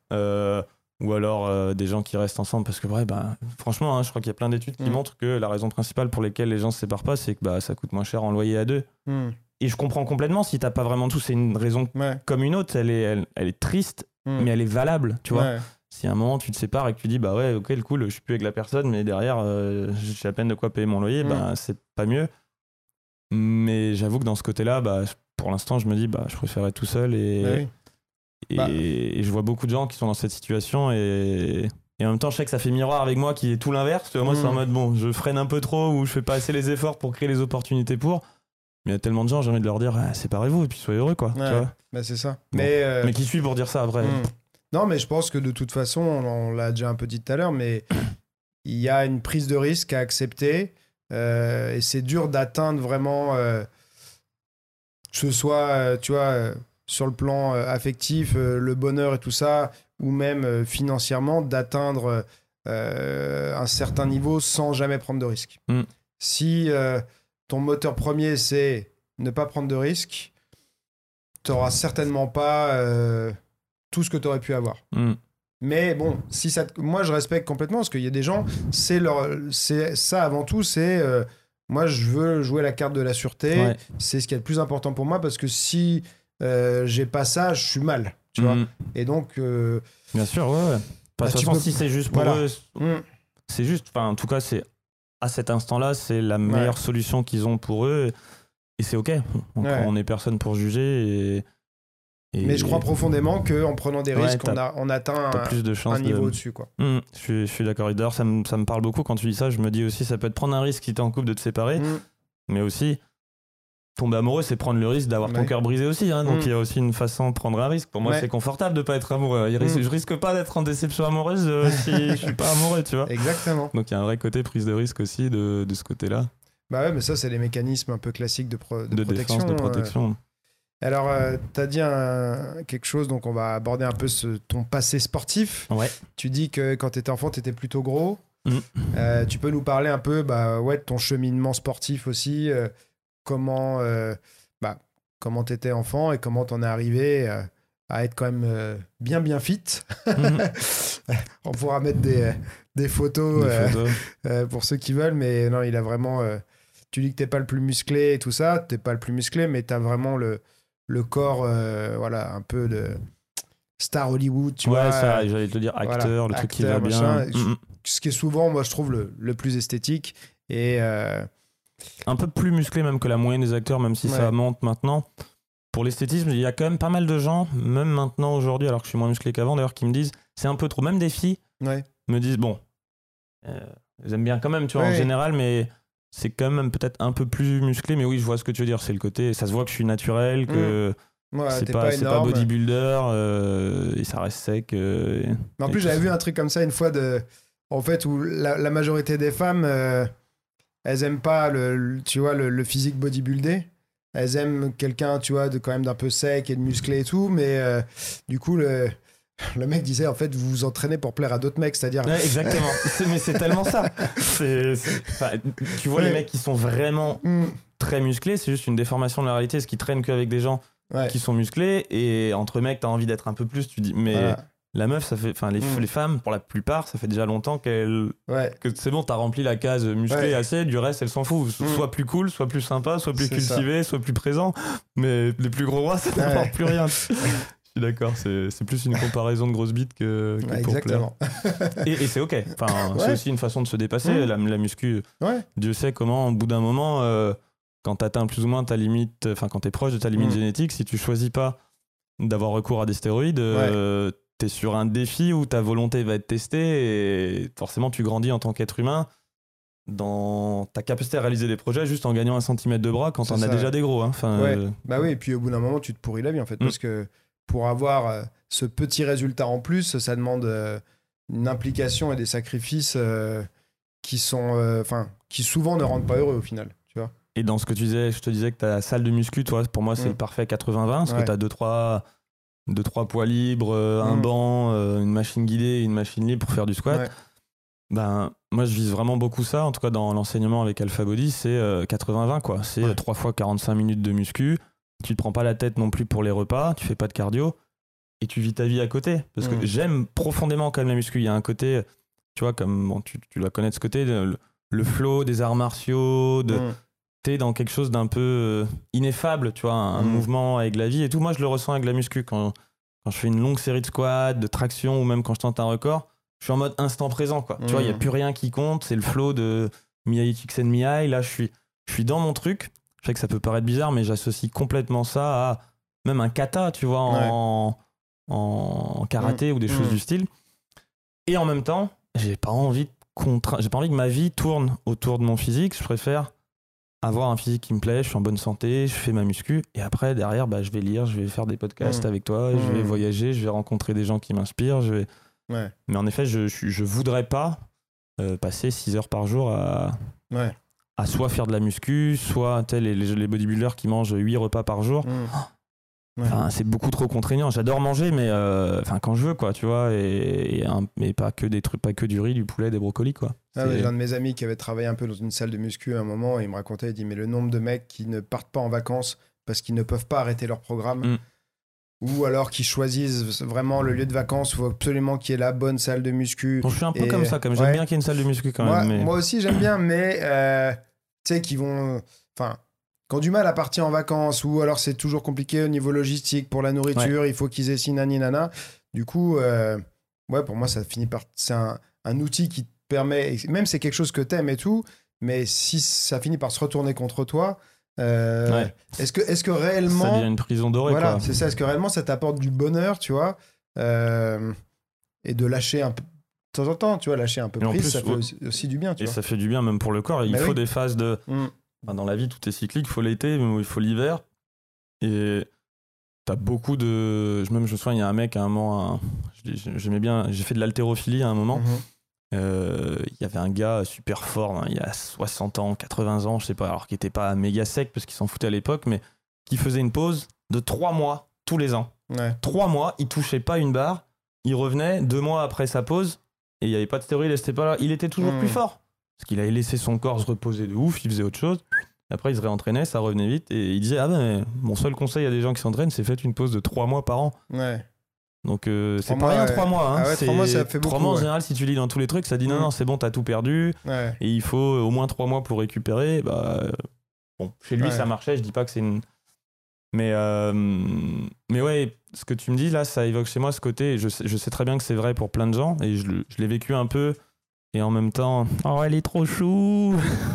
Ou alors des gens qui restent ensemble parce que franchement, je crois qu'il y a plein d'études qui montrent que la raison principale pour laquelle les gens se séparent pas, c'est que ça coûte moins cher en loyer à deux. Et je comprends complètement, si t'as pas vraiment tout, c'est une raison comme une autre, elle est triste, mais elle est valable, tu vois. Si à un moment tu te sépares et que tu dis ok, cool, je suis plus avec la personne, mais derrière j'ai à peine de quoi payer mon loyer, c'est pas mieux. Mais j'avoue que dans ce côté-là, pour l'instant je me dis je préférerais tout seul et je vois beaucoup de gens qui sont dans cette situation et en même temps je sais que ça fait miroir avec moi qui est tout l'inverse. Moi c'est en mode je freine un peu trop ou je fais pas assez les efforts pour créer les opportunités pour. Mais il y a tellement de gens, j'ai envie de leur dire séparez-vous et puis soyez heureux quoi. Tu vois, c'est ça. Bon. Mais qui suis pour dire ça après. Non, mais je pense que de toute façon, on l'a déjà un peu dit tout à l'heure, mais il y a une prise de risque à accepter et c'est dur d'atteindre vraiment que ce soit, tu vois, sur le plan affectif, le bonheur et tout ça, ou même financièrement, d'atteindre un certain niveau sans jamais prendre de risque. Si ton moteur premier, c'est ne pas prendre de risque, tu n'auras certainement pas tout ce que tu aurais pu avoir. Mais bon, moi je respecte complètement parce qu'il y a des gens, c'est ça avant tout, c'est moi je veux jouer la carte de la sûreté, c'est ce qui est le plus important pour moi parce que si j'ai pas ça, je suis mal, tu vois. Et donc bien sûr, de toute façon, si c'est juste pour eux, c'est juste, en tout cas, c'est à cet instant-là, c'est la meilleure solution qu'ils ont pour eux et c'est ok. On est personne pour juger mais je crois profondément qu'en prenant des risques, on atteint plus de chances un niveau au-dessus, quoi. Je suis d'accord. Et d'ailleurs, ça me parle beaucoup quand tu dis ça. Je me dis aussi, ça peut être prendre un risque si t'es en couple de te séparer, mais aussi tomber amoureux, c'est prendre le risque d'avoir ton cœur brisé aussi. Donc il y a aussi une façon de prendre un risque. Pour moi, c'est confortable de pas être amoureux. Je risque pas d'être en déception amoureuse si je suis pas amoureux, tu vois. Exactement. Donc il y a un vrai côté prise de risque aussi de ce côté-là. Mais ça, c'est les mécanismes un peu classiques de protection. Défense, de protection. Alors, tu as dit quelque chose, donc on va aborder un peu ton passé sportif. Tu dis que quand tu étais enfant, tu étais plutôt gros. Tu peux nous parler un peu de ton cheminement sportif aussi, comment tu étais enfant et comment tu en es arrivé à être quand même bien fit. On pourra mettre des photos, pour ceux qui veulent, mais non, il a vraiment... tu dis que tu n'es pas le plus musclé et tout ça, tu n'es pas le plus musclé, mais tu as vraiment le corps, un peu de star Hollywood, tu vois. Ça, j'allais te dire acteur, le truc qui va bien. Ce qui est souvent, moi, je trouve le plus esthétique. Et un peu plus musclé même que la moyenne des acteurs, même si ça monte maintenant. Pour l'esthétisme, il y a quand même pas mal de gens, même maintenant, aujourd'hui, alors que je suis moins musclé qu'avant, d'ailleurs, qui me disent, c'est un peu trop. Même des filles me disent, elles aiment bien quand même, tu vois, en général, mais... c'est quand même peut-être un peu plus musclé, mais oui, je vois ce que tu veux dire. C'est le côté, ça se voit que je suis naturel, que c'est pas bodybuilder et ça reste sec. Mais en plus, j'avais vu un truc comme ça une fois en fait, où la majorité des femmes, elles aiment pas tu vois, le physique bodybuildé. Elles aiment quelqu'un, tu vois, quand même d'un peu sec et de musclé et tout, mais du coup, Le mec disait, en fait, vous vous entraînez pour plaire à d'autres mecs, c'est-à-dire... Ouais, exactement. Mais c'est tellement ça. Enfin, tu vois, les mecs qui sont vraiment très musclés, c'est juste une déformation de la réalité, parce qu'ils traînent qu'avec des gens qui sont musclés, et entre mecs, t'as envie d'être un peu plus, tu dis, mais... Voilà. La meuf, ça fait, enfin les femmes, pour la plupart, ça fait déjà longtemps que c'est bon, t'as rempli la case musclée assez, du reste, elles s'en foutent. Soit plus cool, soit plus sympa, soit plus cultivé, soit plus présent. Mais les plus gros rois, ça n'apporte plus rien. Je suis d'accord, c'est plus une comparaison de grosse bite que pour exactement. plaire. Et c'est ok. Enfin, c'est aussi une façon de se dépasser. La muscu, Dieu sait comment, au bout d'un moment, quand t'atteins plus ou moins ta limite, enfin quand t'es proche de ta limite génétique, si tu choisis pas d'avoir recours à des stéroïdes, t'es sur un défi où ta volonté va être testée et forcément tu grandis en tant qu'être humain dans ta capacité à réaliser des projets juste en gagnant 1 centimètre de bras quand t'en as déjà des gros. Hein. Enfin, Bah oui, et puis au bout d'un moment tu te pourris la vie en fait, parce que pour avoir ce petit résultat en plus, ça demande une implication et des sacrifices qui sont, qui souvent ne rendent pas heureux au final, tu vois. Et dans ce que tu disais, je te disais que ta salle de muscu, toi, pour moi c'est le parfait 80-20, parce que t'as 2-3 poids libres, un banc, une machine guidée, une machine libre pour faire du squat. Ben, moi, je vise vraiment beaucoup ça, en tout cas dans l'enseignement avec Alpha Body, c'est 80-20, quoi. C'est 3 fois 45 minutes de muscu, tu te prends pas la tête non plus pour les repas, tu fais pas de cardio, et tu vis ta vie à côté. Parce que j'aime profondément quand même la muscu. Il y a un côté, tu vois, comme bon, tu dois connaître ce côté, le flow des arts martiaux, t'es dans quelque chose d'un peu ineffable, tu vois, un mouvement avec la vie et tout. Moi, je le ressens avec la muscu. Quand je fais une longue série de squats, de traction, ou même quand je tente un record, je suis en mode instant présent, quoi. Tu vois, il n'y a plus rien qui compte. C'est le flow de Miyagi Csikszentmihalyi. Là, je suis dans mon truc. Je sais que ça peut paraître bizarre, mais j'associe complètement ça à même un kata, tu vois, en karaté ou des choses du style. Et en même temps, j'ai pas envie que ma vie tourne autour de mon physique. Je préfère avoir un physique qui me plaît, je suis en bonne santé, je fais ma muscu, et après derrière je vais lire, je vais faire des podcasts avec toi, je vais voyager, je vais rencontrer des gens qui m'inspirent, mais en effet je voudrais pas passer 6 heures par jour à soit faire de la muscu, soit les bodybuilders qui mangent 8 repas par jour. Enfin, c'est beaucoup trop contraignant. J'adore manger, mais quand je veux, quoi, tu vois, mais pas que des trucs, pas que du riz, du poulet, des brocolis, quoi. J'ai un de mes amis qui avait travaillé un peu dans une salle de muscu à un moment, et il me racontait, il dit, mais le nombre de mecs qui ne partent pas en vacances parce qu'ils ne peuvent pas arrêter leur programme, ou alors qui choisissent vraiment le lieu de vacances, il faut absolument qu'il y ait la bonne salle de muscu. Bon, je suis un peu comme ça, comme j'aime bien qu'il y ait une salle de muscu quand même. Mais... Moi aussi, j'aime bien, mais tu sais, qui vont... Qui ont du mal à partir en vacances, ou alors c'est toujours compliqué au niveau logistique pour la nourriture, il faut qu'ils aient ci, nani, nana. Du coup, pour moi, ça finit par... C'est un outil qui te permet... Même c'est quelque chose que t'aimes et tout, mais si ça finit par se retourner contre toi, est-ce que réellement... Ça devient une prison dorée, voilà, quoi. c'est ça. Est-ce que réellement ça t'apporte du bonheur, tu vois, et de lâcher un peu... De temps en temps, tu vois, lâcher un peu prise, ça fait aussi du bien, tu vois. Et ça fait du bien même pour le corps. Il faut des phases de... Dans la vie, tout est cyclique. Il faut l'été, il faut l'hiver. Et t'as beaucoup de... Même je me souviens, il y a un mec à un moment... J'aimais bien... J'ai fait de l'haltérophilie à un moment. Il y avait un gars super fort, hein, il y a 60 ans, 80 ans, je sais pas, alors qu'il était pas méga sec parce qu'il s'en foutait à l'époque, mais qui faisait une pause de 3 mois tous les ans. 3 mois, il touchait pas une barre. Il revenait 2 mois après sa pause et il n'y avait pas de stéroïdes, il était toujours plus fort. Parce qu'il avait laissé son corps se reposer de ouf, il faisait autre chose. Après, il se réentraînait, ça revenait vite. Et il disait, mon seul conseil à des gens qui s'entraînent, c'est faites une pause de 3 mois par an. Donc, c'est pas rien 3 mois. Hein. 3 mois, ça fait beaucoup. 3 mois, en général, si tu lis dans tous les trucs, ça dit non, c'est bon, t'as tout perdu. Et il faut au moins 3 mois pour récupérer. Bon, chez lui, ça marchait. Je dis pas que c'est une... Mais ouais, ce que tu me dis, là, ça évoque chez moi ce côté. Je sais très bien que c'est vrai pour plein de gens. Et je l'ai vécu un peu... Et en même temps, oh, elle est trop chou.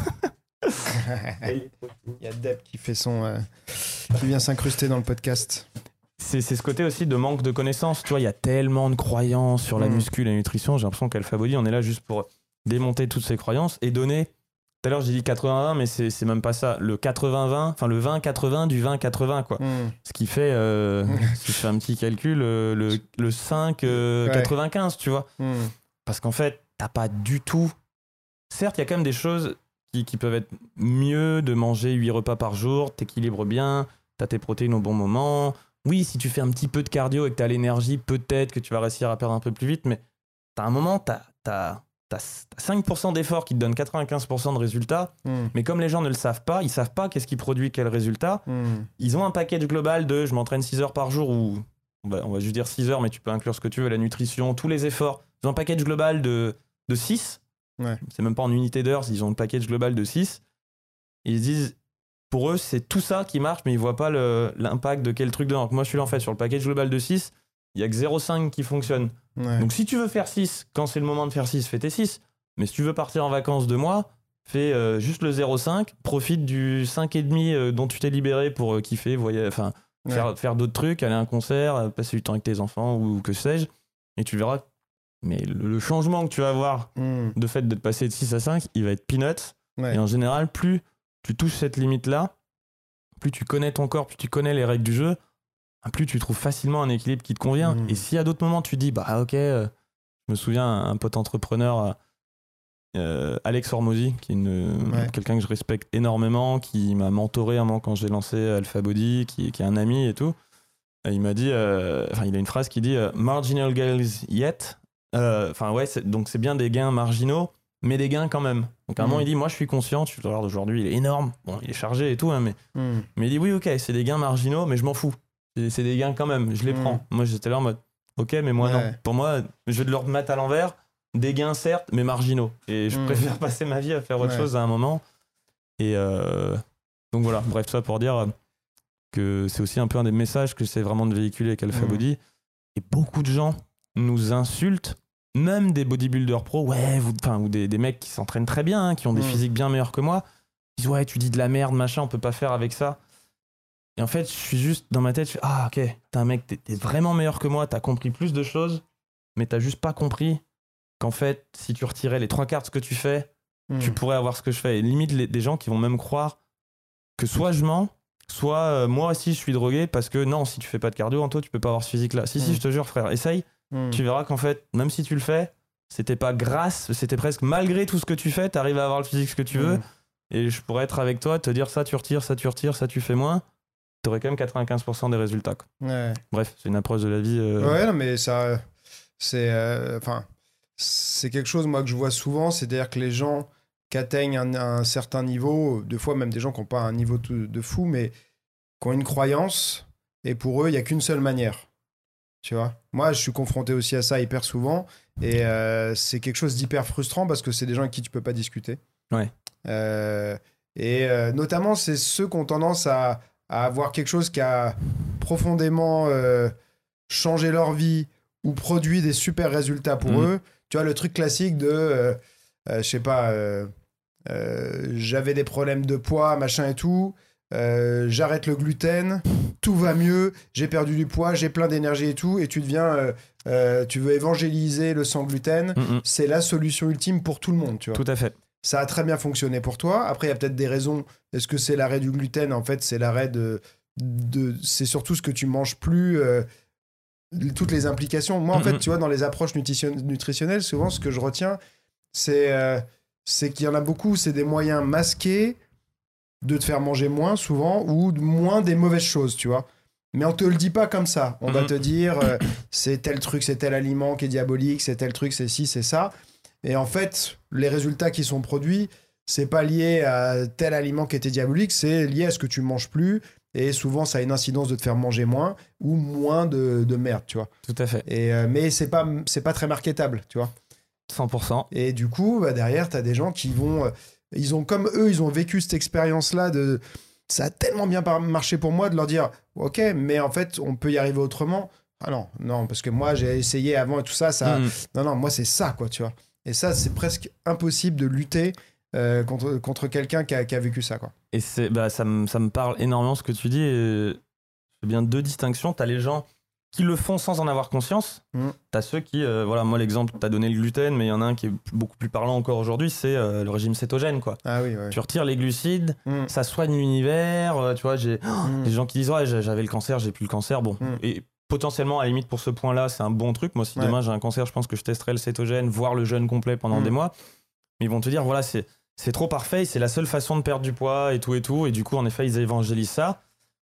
Il y a Deb qui fait qui vient s'incruster dans le podcast. C'est ce côté aussi de manque de connaissances. Tu vois, il y a tellement de croyances sur la muscu, la nutrition. J'ai l'impression qu'Alpha Body, on est là juste pour démonter toutes ces croyances et donner... Tout à l'heure, j'ai dit 80-20, mais c'est même pas ça. Le 80-20, enfin le 20-80 du 20-80, quoi. Ce qui fait, si je fais un petit calcul, le 5-95, tu vois. Parce qu'en fait, t'as pas du tout... Certes, il y a quand même des choses qui peuvent être mieux, de manger 8 repas par jour, t'équilibres bien, t'as tes protéines au bon moment, oui, si tu fais un petit peu de cardio et que tu as l'énergie, peut-être que tu vas réussir à perdre un peu plus vite, mais tu as un moment, tu as 5% d'efforts qui te donnent 95% de résultats, mais comme les gens ne le savent pas, ils savent pas qu'est-ce qui produit quel résultat. Ils ont un package global de je m'entraîne 6 heures par jour, ou on va juste dire 6 heures, mais tu peux inclure ce que tu veux, la nutrition, tous les efforts. Ils ont un package global de 6. Ouais. C'est même pas en unité d'heures, ils ont un package global de 6. Et ils se disent, pour eux, c'est tout ça qui marche, mais ils voient pas l'impact de quel truc dedans. Donc moi, je suis là, en fait, sur le package global de 6, il y a que 0,5 qui fonctionne. Ouais. Donc si tu veux faire 6, quand c'est le moment de faire 6, fais tes 6. Mais si tu veux partir en vacances 2 mois, fais juste le 0,5, profite du 5,5 dont tu t'es libéré pour kiffer, faire d'autres trucs, aller à un concert, passer du temps avec tes enfants ou que sais-je, et tu verras. Mais le changement que tu vas avoir de fait d'être passé de 6 à 5, il va être peanuts. Ouais. Et en général, plus tu touches cette limite-là, plus tu connais ton corps, plus tu connais les règles du jeu, plus tu trouves facilement un équilibre qui te convient. Et si à d'autres moments tu dis, bah ok, je me souviens un pote entrepreneur, Alex Hormozy, qui est quelqu'un que je respecte énormément, qui m'a mentoré un moment quand j'ai lancé Alpha Body, qui est un ami et tout. Il m'a dit, il a une phrase qui dit marginal gains yet. Donc c'est bien des gains marginaux, mais des gains quand même. Donc à un moment il dit, moi je suis conscient, tu regardes aujourd'hui, il est énorme, bon il est chargé et tout, hein, mais il dit oui ok, c'est des gains marginaux, mais je m'en fous. C'est des gains quand même, je les prends. Moi j'étais là en mode, ok, mais moi non. Pour moi, je vais le remettre à l'envers. Des gains certes, mais marginaux. Et je préfère passer ma vie à faire autre chose à un moment. Et donc voilà, bref, tout ça pour dire que c'est aussi un peu un des messages que c'est vraiment de véhiculer avec Alpha Body. Et beaucoup de gens nous insultent, même des bodybuilders pro, ou des mecs qui s'entraînent très bien, hein, qui ont des physiques bien meilleurs que moi. Ils disent ouais, tu dis de la merde, machin, on peut pas faire avec ça. Et en fait, je suis juste dans ma tête, je fais ah ok, t'es un mec, t'es vraiment meilleur que moi, t'as compris plus de choses, mais t'as juste pas compris qu'en fait, si tu retirais les 3/4 de ce que tu fais, tu pourrais avoir ce que je fais. Et limite, des gens qui vont même croire que soit je mens, soit moi aussi je suis drogué parce que non, si tu fais pas de cardio, Anto, tu peux pas avoir ce physique-là. Si, je te jure, frère, essaye. Tu verras qu'en fait, même si tu le fais, c'était pas grâce, c'était presque malgré tout ce que tu fais, t'arrives à avoir le physique que tu veux. Et je pourrais être avec toi, te dire ça, tu retires, ça, tu fais moins. T'aurais quand même 95% des résultats. Bref, c'est une approche de la vie. Ouais, non, mais ça, c'est quelque chose, moi, que je vois souvent, c'est-à-dire que les gens qui atteignent un certain niveau, des fois même des gens qui n'ont pas un niveau de fou, mais qui ont une croyance, et pour eux, il n'y a qu'une seule manière. Tu vois ? Moi, je suis confronté aussi à ça hyper souvent, et c'est quelque chose d'hyper frustrant parce que c'est des gens avec qui tu ne peux pas discuter. Ouais. Notamment, c'est ceux qui ont tendance à avoir quelque chose qui a profondément changé leur vie ou produit des super résultats pour eux. Tu vois, le truc classique de, je sais pas, j'avais des problèmes de poids, machin et tout, j'arrête le gluten, tout va mieux, j'ai perdu du poids, j'ai plein d'énergie et tout, et tu deviens, tu veux évangéliser le sans gluten, c'est la solution ultime pour tout le monde, tu vois. Tout à fait. Ça a très bien fonctionné pour toi. Après, il y a peut-être des raisons. Est-ce que c'est l'arrêt du gluten ? En fait, c'est l'arrêt c'est surtout ce que tu manges plus, toutes les implications. Moi, en fait, tu vois, dans les approches nutritionnelles, souvent, ce que je retiens, c'est qu'il y en a beaucoup, c'est des moyens masqués de te faire manger moins, souvent, ou moins des mauvaises choses, tu vois. Mais on te le dit pas comme ça. On va te dire, c'est tel truc, c'est tel aliment qui est diabolique, c'est tel truc, c'est ci, c'est ça. Et en fait, les résultats qui sont produits, c'est pas lié à tel aliment qui était diabolique, c'est lié à ce que tu manges plus. Et souvent, ça a une incidence de te faire manger moins ou moins de merde, tu vois. Tout à fait. Mais c'est pas très marketable, tu vois. 100%. Et du coup, derrière, t'as des gens qui vont... ils ont vécu cette expérience-là de... Ça a tellement bien marché pour moi de leur dire « Ok, mais en fait, on peut y arriver autrement. » Ah non, parce que moi, j'ai essayé avant et tout ça. Non, moi, c'est ça, quoi, tu vois. Et ça, c'est presque impossible de lutter contre quelqu'un qui a vécu ça, quoi. Et ça me parle énormément ce que tu dis. C'est bien deux distinctions. T'as les gens qui le font sans en avoir conscience. T'as ceux qui, moi l'exemple, t'as donné le gluten, mais il y en a un qui est beaucoup plus parlant encore aujourd'hui, c'est le régime cétogène, quoi. Ah oui, ouais. Tu retires les glucides, ça soigne l'univers. Tu vois, j'ai des gens qui disent ouais, j'avais le cancer, j'ai plus le cancer. Bon, et potentiellement, à la limite, pour ce point-là, c'est un bon truc. Moi, si demain j'ai un cancer, je pense que je testerai le cétogène, voire le jeûne complet pendant des mois. Mais ils vont te dire, voilà, c'est trop parfait, c'est la seule façon de perdre du poids et tout. Et du coup, en effet, ils évangélisent ça.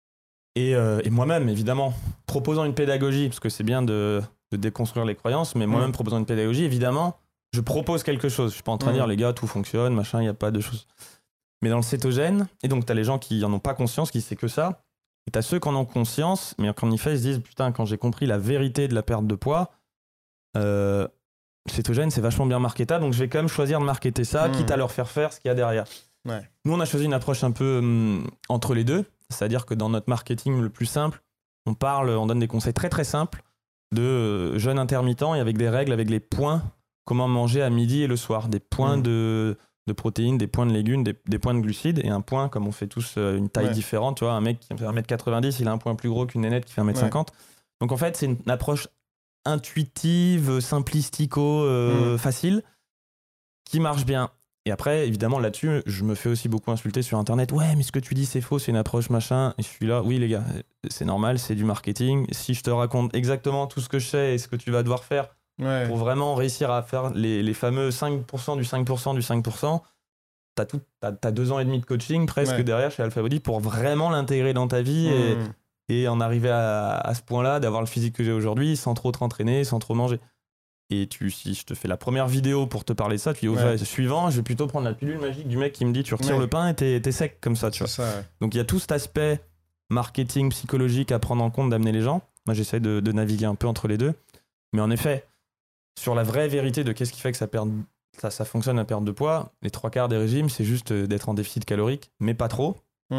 Et moi-même, évidemment, proposant une pédagogie, parce que c'est bien de déconstruire les croyances, mais moi-même proposant une pédagogie, évidemment, je propose quelque chose. Je suis pas en train de dire, les gars, tout fonctionne, machin, il n'y a pas de choses. Mais dans le cétogène, et donc tu as les gens qui en ont pas conscience, qui c'est que ça, et tu as ceux qui en ont conscience, mais quand on y fait, ils se disent, putain, quand j'ai compris la vérité de la perte de poids, le cétogène, c'est vachement bien marketable, donc je vais quand même choisir de marketer ça, quitte à leur faire faire ce qu'il y a derrière. Ouais. Nous, on a choisi une approche un peu entre les deux, c'est-à-dire que dans notre marketing le plus simple, on donne des conseils très très simples de jeûne intermittent et avec des règles, avec les points, comment manger à midi et le soir, des points de protéines, des points de légumes, des points de glucides, et un point, comme on fait tous une taille différente, tu vois, un mec qui fait 1m90, il a un point plus gros qu'une nénette qui fait 1m50. Donc en fait, c'est une approche intuitive, simplistico, facile, qui marche bien. Et après, évidemment, là-dessus, je me fais aussi beaucoup insulter sur Internet. Ouais, mais ce que tu dis, c'est faux, c'est une approche machin. Et je suis là, oui, les gars, c'est normal, c'est du marketing. Si je te raconte exactement tout ce que je sais et ce que tu vas devoir faire pour vraiment réussir à faire les fameux 5% du 5% du 5%, t'as 2 ans et demi de coaching presque derrière chez Alpha Body pour vraiment l'intégrer dans ta vie et en arriver à ce point-là, d'avoir le physique que j'ai aujourd'hui sans trop t'entraîner, sans trop manger. Et si je te fais la première vidéo pour te parler de ça, tu dis suivant, je vais plutôt prendre la pilule magique du mec qui me dit tu retires le pain et t'es sec comme ça, tu vois. Ça, Donc il y a tout cet aspect marketing, psychologique à prendre en compte, d'amener les gens. Moi j'essaie de naviguer un peu entre les deux. Mais en effet, sur la vraie vérité de qu'est-ce qui fait que ça fonctionne la perte de poids, les 3/4 des régimes, c'est juste d'être en déficit calorique, mais pas trop.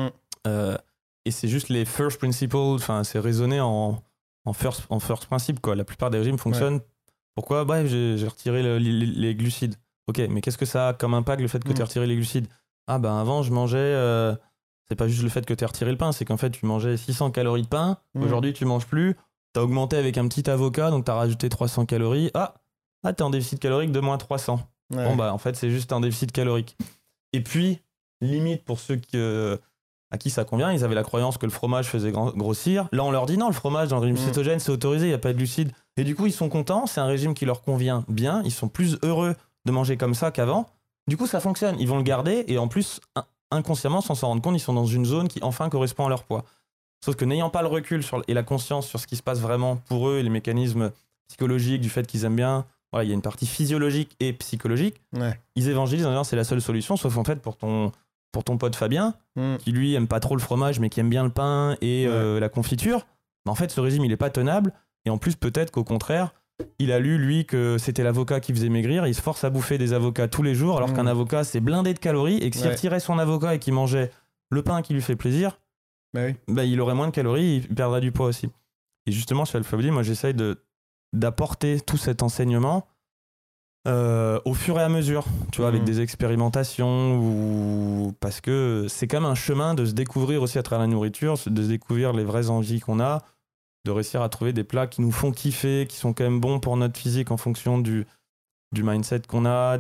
Et c'est juste les first principles, enfin c'est raisonner en first principle, quoi. La plupart des régimes fonctionnent. Pourquoi ? Bref, j'ai retiré les glucides. Ok, mais qu'est-ce que ça a comme impact le fait que tu aies retiré les glucides ? Ah ben avant je mangeais, c'est pas juste le fait que tu aies retiré le pain, c'est qu'en fait tu mangeais 600 calories de pain, aujourd'hui tu manges plus, t'as augmenté avec un petit avocat, donc t'as rajouté 300 calories, t'es en déficit calorique de moins 300. Bon bah en fait c'est juste un déficit calorique. Et puis, limite pour ceux à qui ça convient, ils avaient la croyance que le fromage faisait grossir. Là, on leur dit non, le fromage dans le régime cétogène, c'est autorisé, il n'y a pas de glucides. Et du coup, ils sont contents, c'est un régime qui leur convient bien, ils sont plus heureux de manger comme ça qu'avant. Du coup, ça fonctionne, ils vont le garder et en plus, inconsciemment, sans s'en rendre compte, ils sont dans une zone qui enfin correspond à leur poids. Sauf que n'ayant pas le recul et la conscience sur ce qui se passe vraiment pour eux, et les mécanismes psychologiques, du fait qu'ils aiment bien, voilà, il y a une partie physiologique et psychologique, ils évangélisent en disant c'est la seule solution, sauf en fait pour ton pote Fabien, qui lui aime pas trop le fromage mais qui aime bien le pain et la confiture, en fait ce régime il est pas tenable, et en plus peut-être qu'au contraire il a lu lui que c'était l'avocat qui faisait maigrir, il se force à bouffer des avocats tous les jours alors qu'un avocat c'est blindé de calories, et que s'il retirait son avocat et qu'il mangeait le pain qui lui fait plaisir, il aurait moins de calories, il perdrait du poids aussi. Et justement chez Alpha Body, moi j'essaye d'apporter tout cet enseignement au fur et à mesure, tu vois, avec des expérimentations, parce que c'est quand même un chemin de se découvrir aussi à travers la nourriture, de se découvrir les vraies envies qu'on a, de réussir à trouver des plats qui nous font kiffer, qui sont quand même bons pour notre physique en fonction du mindset qu'on a,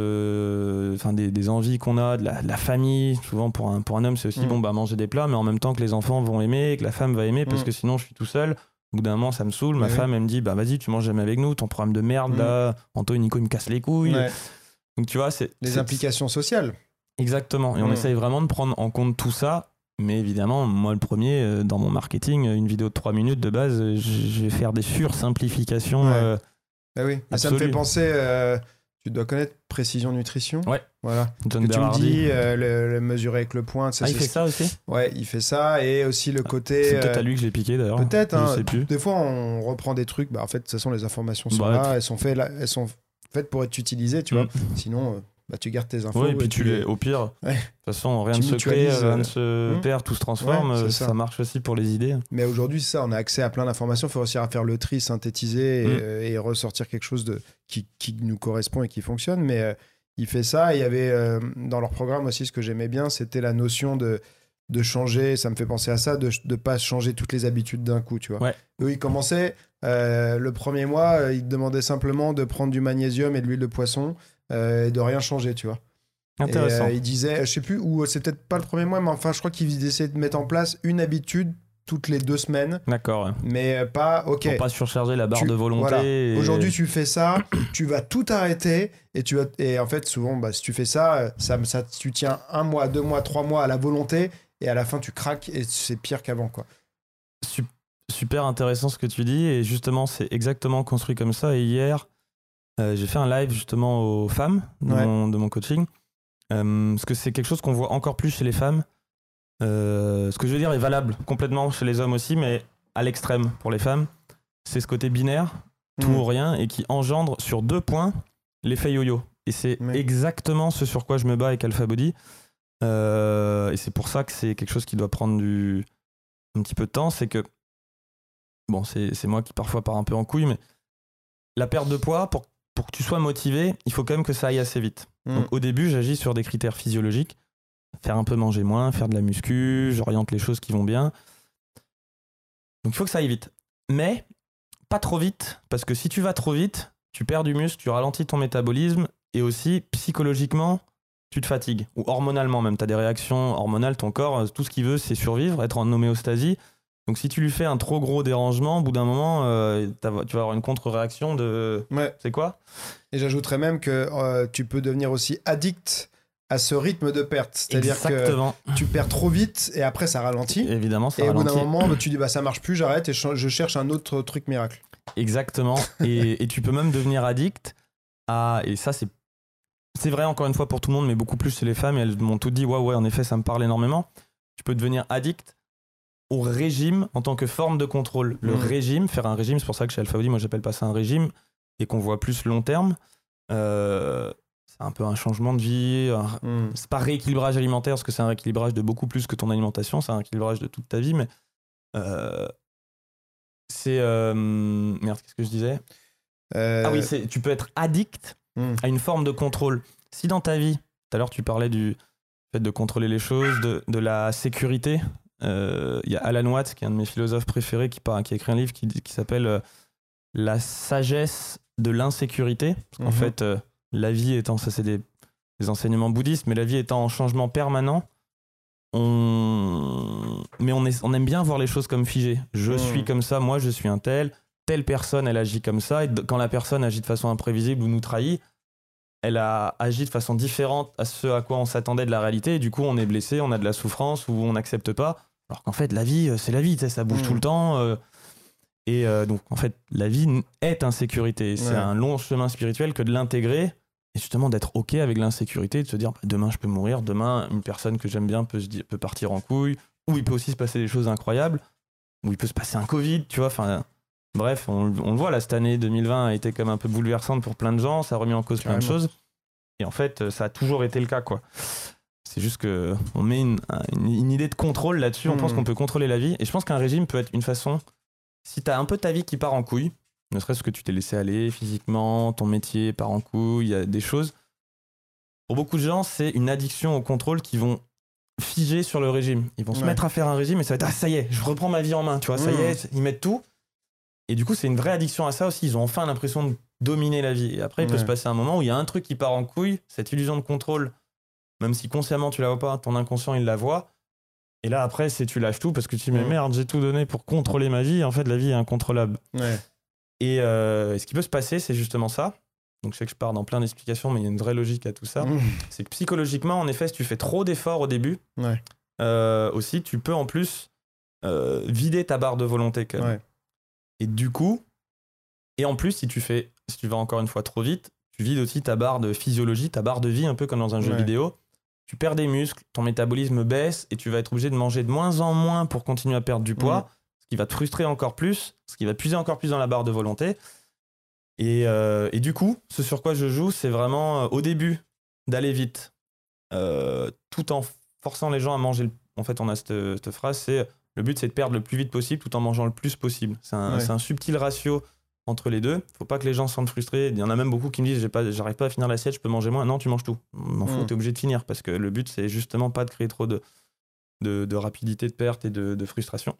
des envies qu'on a, de la famille. Souvent pour un homme c'est aussi manger des plats, mais en même temps que les enfants vont aimer, que la femme va aimer, parce que sinon je suis tout seul. Au bout d'un moment, ça me saoule. Ma femme, elle me dit, bah vas-y, tu manges jamais avec nous, ton programme de merde, là, Anto et Nico, ils me cassent les couilles. Donc tu vois, les implications sociales. Exactement. Et on essaye vraiment de prendre en compte tout ça. Mais évidemment, moi, le premier, dans mon marketing, une vidéo de 3 minutes de base, je vais faire des sursimplifications. Ça me fait penser, tu dois connaître Précision Nutrition. Voilà. John que Berardi. Tu me dis, le mesurer avec le point. Il fait ça aussi ? Ouais, il fait ça. Et aussi le côté... C'est peut-être à lui que je l'ai piqué d'ailleurs. Peut-être. Je sais plus. Des fois, on reprend des trucs. En fait, de toute façon, les informations sont là. Elles sont faites pour être utilisées, tu vois. Sinon... tu gardes tes infos. Et puis au pire, de toute façon, rien ne se crée, rien ne se perd, tout se transforme. Ça marche aussi pour les idées. Mais aujourd'hui, c'est ça, on a accès à plein d'informations. Il faut réussir à faire le tri, synthétiser et ressortir quelque chose qui nous correspond et qui fonctionne. Mais il fait ça. Il y avait dans leur programme aussi, ce que j'aimais bien, c'était la notion de changer. Ça me fait penser à ça, de ne pas changer toutes les habitudes d'un coup. Tu vois. Eux, ils commençaient le premier mois, ils demandaient simplement de prendre du magnésium et de l'huile de poisson. Et de rien changer, tu vois. Intéressant. Et il disait, je sais plus, ou c'est peut-être pas le premier mois, mais enfin, je crois qu'ils essaient de mettre en place une habitude toutes les 2 semaines. D'accord. Mais pas, pour pas surcharger la barre de volonté. Voilà. Aujourd'hui, tu fais ça, tu vas tout arrêter, et en fait, souvent, si tu fais ça, tu tiens 1 mois, 2 mois, 3 mois à la volonté, et à la fin, tu craques, et c'est pire qu'avant, quoi. Super intéressant ce que tu dis, et justement c'est exactement construit comme ça. Et hier j'ai fait un live justement aux femmes de mon coaching, parce que c'est quelque chose qu'on voit encore plus chez les femmes. Ce que je veux dire est valable complètement chez les hommes aussi, mais à l'extrême pour les femmes, c'est ce côté binaire, tout ou rien, et qui engendre sur 2 points l'effet yo-yo. Et c'est exactement ce sur quoi je me bats avec Alpha Body, et c'est pour ça que c'est quelque chose qui doit prendre un petit peu de temps. C'est que bon, c'est moi qui parfois pars un peu en couille, mais la perte de poids, pour que tu sois motivé, il faut quand même que ça aille assez vite. Donc au début, j'agis sur des critères physiologiques, faire un peu manger moins, faire de la muscu, j'oriente les choses qui vont bien. Donc il faut que ça aille vite. Mais pas trop vite, parce que si tu vas trop vite, tu perds du muscle, tu ralentis ton métabolisme, et aussi psychologiquement, tu te fatigues. Ou hormonalement même, tu as des réactions hormonales, ton corps, tout ce qu'il veut, c'est survivre, être en homéostasie. Donc si tu lui fais un trop gros dérangement, au bout d'un moment, tu vas avoir une contre-réaction de... C'est quoi ? Et j'ajouterais même que tu peux devenir aussi addict à ce rythme de perte. C'est-à-dire que tu perds trop vite et après ça ralentit. Évidemment, ça ralentit. Et au bout d'un moment, tu dis ça marche plus, j'arrête et je cherche un autre truc miracle. Exactement. et tu peux même devenir addict à... Et ça, c'est vrai encore une fois pour tout le monde, mais beaucoup plus chez les femmes. Et elles m'ont tout dit, ouais, en effet, ça me parle énormément. Tu peux devenir addict au régime en tant que forme de contrôle. Le régime, faire un régime, c'est pour ça que chez Alpha Body, moi j'appelle pas ça un régime, et qu'on voit plus long terme. C'est un peu un changement de vie. C'est pas rééquilibrage alimentaire, parce que c'est un rééquilibrage de beaucoup plus que ton alimentation, c'est un rééquilibrage de toute ta vie, mais c'est... Merde, qu'est-ce que je disais ? Ah oui, tu peux être addict à une forme de contrôle. Si dans ta vie, tout à l'heure tu parlais du fait de contrôler les choses, de la sécurité, il y a Alan Watts, qui est un de mes philosophes préférés, qui a écrit un livre qui s'appelle La sagesse de l'insécurité. Parce qu'en fait, la vie étant, ça c'est des enseignements bouddhistes, mais la vie étant en changement permanent, on aime bien voir les choses comme figées. Je suis comme ça, moi je suis un telle personne elle agit comme ça, et quand la personne agit de façon imprévisible ou nous trahit, elle a agi de façon différente à ce à quoi on s'attendait de la réalité, et du coup on est blessé, on a de la souffrance ou on n'accepte pas, alors qu'en fait la vie c'est la vie, ça bouge tout le temps, donc en fait la vie est insécurité, c'est un long chemin spirituel que de l'intégrer et justement d'être ok avec l'insécurité, de se dire demain je peux mourir, demain une personne que j'aime bien peut partir en couille, ou il peut aussi se passer des choses incroyables, ou il peut se passer un Covid, tu vois, enfin bref, on le voit là, cette année 2020 a été comme un peu bouleversante pour plein de gens, ça a remis en cause plein de choses. Et en fait, ça a toujours été le cas, quoi. C'est juste qu'on met une idée de contrôle là-dessus, on pense qu'on peut contrôler la vie. Et je pense qu'un régime peut être une façon, si t'as un peu ta vie qui part en couille, ne serait-ce que tu t'es laissé aller physiquement, ton métier part en couille, il y a des choses. Pour beaucoup de gens, c'est une addiction au contrôle qui vont figer sur le régime. Ils vont se mettre à faire un régime et ça va être ça y est, je reprends ma vie en main, tu vois, ça y est, ils mettent tout. Et du coup, c'est une vraie addiction à ça aussi. Ils ont enfin l'impression de dominer la vie. Et après, il peut se passer un moment où il y a un truc qui part en couille, cette illusion de contrôle, même si consciemment tu la vois pas, ton inconscient il la voit. Et là, après, tu lâches tout parce que tu te dis, mais merde, j'ai tout donné pour contrôler ma vie. En fait, la vie est incontrôlable. Et ce qui peut se passer, c'est justement ça. Donc, je sais que je pars dans plein d'explications, mais il y a une vraie logique à tout ça. C'est que psychologiquement, en effet, si tu fais trop d'efforts au début, aussi, tu peux en plus vider ta barre de volonté quand même. Et du coup, et en plus, si tu vas encore une fois trop vite, tu vides aussi ta barre de physiologie, ta barre de vie, un peu comme dans un jeu vidéo. Tu perds des muscles, ton métabolisme baisse et tu vas être obligé de manger de moins en moins pour continuer à perdre du poids, ce qui va te frustrer encore plus, ce qui va puiser encore plus dans la barre de volonté. Et du coup, ce sur quoi je joue, c'est vraiment au début d'aller vite, tout en forçant les gens à manger. En fait, on a cette phrase, c'est... Le but, c'est de perdre le plus vite possible tout en mangeant le plus possible. C'est un subtil ratio entre les deux. Faut pas que les gens se sentent frustrés. Il y en a même beaucoup qui me disent j'arrive pas à finir l'assiette, je peux manger moins. Non, tu manges tout. M'en fous, t'es obligé de finir parce que le but, c'est justement pas de créer trop de rapidité de perte et de frustration.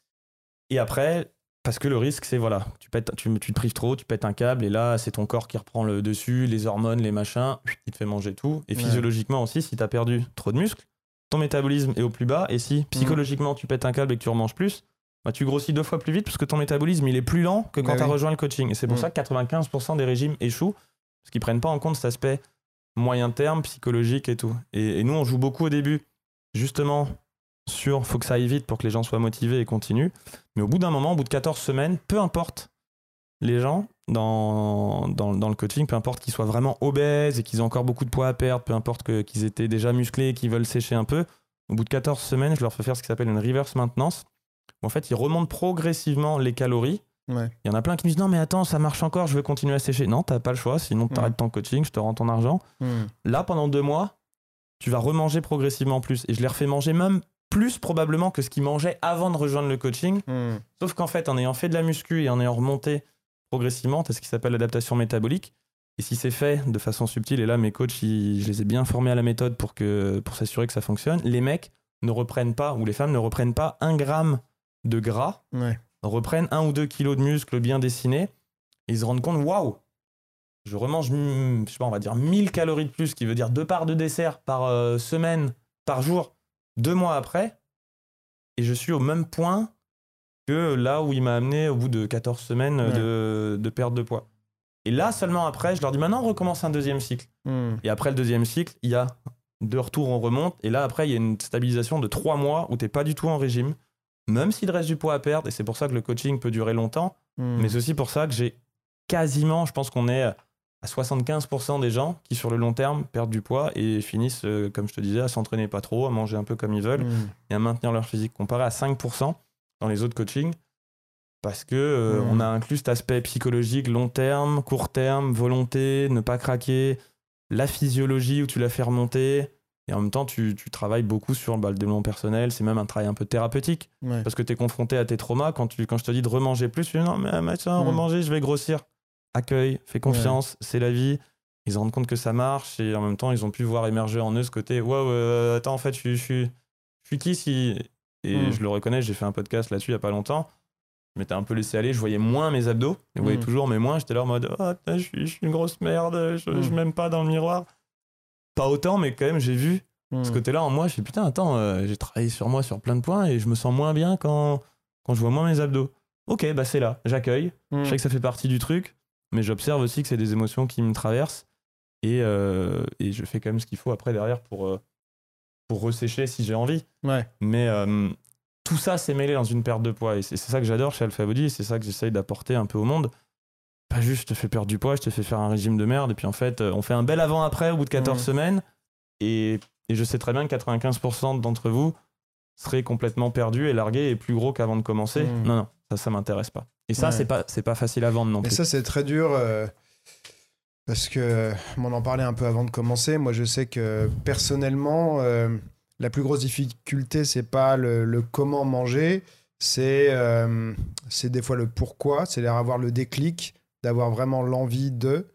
Et après, parce que le risque, c'est voilà, tu te prives trop, tu pètes un câble et là, c'est ton corps qui reprend le dessus, les hormones, les machins, il te fait manger tout. Et physiologiquement aussi, si t'as perdu trop de muscles, ton métabolisme est au plus bas, et si psychologiquement tu pètes un câble et que tu remanges plus, bah, tu grossis 2 fois plus vite parce que ton métabolisme il est plus lent que quand tu as rejoint le coaching. Et c'est pour ça que 95% des régimes échouent, parce qu'ils prennent pas en compte cet aspect moyen terme, psychologique et tout. Et nous, on joue beaucoup au début, justement, faut que ça aille vite pour que les gens soient motivés et continuent. Mais au bout d'un moment, au bout de 14 semaines, peu importe les gens dans le coaching, peu importe qu'ils soient vraiment obèses et qu'ils aient encore beaucoup de poids à perdre, peu importe qu'ils étaient déjà musclés et qu'ils veulent sécher un peu, au bout de 14 semaines, je leur fais faire ce qui s'appelle une reverse maintenance. En fait, ils remontent progressivement les calories. Ouais. Il y en a plein qui me disent non mais attends, ça marche encore, je veux continuer à sécher. Non, t'as pas le choix, sinon t'arrêtes ton coaching, je te rends ton argent. Là, pendant 2 mois, tu vas remanger progressivement plus. Et je les refais manger même plus probablement que ce qu'ils mangeaient avant de rejoindre le coaching. Sauf qu'en fait, en ayant fait de la muscu et en ayant remonté progressivement, t'as ce qui s'appelle l'adaptation métabolique. Et si c'est fait de façon subtile, et là mes coachs, je les ai bien formés à la méthode pour s'assurer que ça fonctionne, les mecs ne reprennent pas, ou les femmes ne reprennent pas 1 gramme de gras, reprennent 1 ou 2 kilos de muscles bien dessinés, et ils se rendent compte, waouh, je remange, je sais pas, on va dire 1000 calories de plus, ce qui veut dire 2 parts de dessert par semaine, par jour, 2 mois après, et je suis au même point que là où il m'a amené au bout de 14 semaines de perte de poids. Et là, seulement après, je leur dis, maintenant, on recommence un 2e cycle. Et après le 2e cycle, il y a 2 retours, on remonte, et là, après, il y a une stabilisation de 3 mois où t'es pas du tout en régime, même s'il reste du poids à perdre, et c'est pour ça que le coaching peut durer longtemps, mais c'est aussi pour ça que j'ai quasiment, je pense qu'on est à 75% des gens qui, sur le long terme, perdent du poids et finissent, comme je te disais, à s'entraîner pas trop, à manger un peu comme ils veulent, et à maintenir leur physique, comparé à 5% dans les autres coachings, parce que on a inclus cet aspect psychologique, long terme, court terme, volonté, ne pas craquer, la physiologie où tu la fais remonter, et en même temps tu travailles beaucoup sur le développement personnel, c'est même un travail un peu thérapeutique, parce que tu es confronté à tes traumas, quand je te dis de remanger plus, tu dis non mais ça, remanger, je vais grossir. Accueille, fais confiance, c'est la vie. Ils se rendent compte que ça marche, et en même temps ils ont pu voir émerger en eux ce côté attends, en fait je suis qui si... Et je le reconnais, j'ai fait un podcast là-dessus il y a pas longtemps. Je m'étais un peu laissé aller, je voyais moins mes abdos, je voyais toujours, mais moins, j'étais là en mode je suis une grosse merde, je m'aime pas dans le miroir. Pas autant, mais quand même j'ai vu ce côté-là en moi. Je suis putain, attends, j'ai travaillé sur moi sur plein de points et je me sens moins bien quand je vois moins mes abdos. Ok, bah c'est là, j'accueille, je sais que ça fait partie du truc, mais j'observe aussi que c'est des émotions qui me traversent, et je fais quand même ce qu'il faut après derrière pour ressécher si j'ai envie. Mais tout ça c'est mêlé dans une perte de poids, et c'est ça que j'adore chez Alpha Body, et c'est ça que j'essaye d'apporter un peu au monde. Pas juste je te fais perdre du poids, je te fais faire un régime de merde, et puis en fait on fait un bel avant-après au bout de 14 semaines, et je sais très bien que 95% d'entre vous seraient complètement perdus et largués et plus gros qu'avant de commencer. Non, ça m'intéresse pas. Et ça c'est pas facile à vendre non plus. Et ça c'est très dur, parce que on en parlait un peu avant de commencer. Moi je sais que personnellement la plus grosse difficulté c'est pas le comment manger, c'est des fois le pourquoi, c'est d'avoir le déclic, d'avoir vraiment l'envie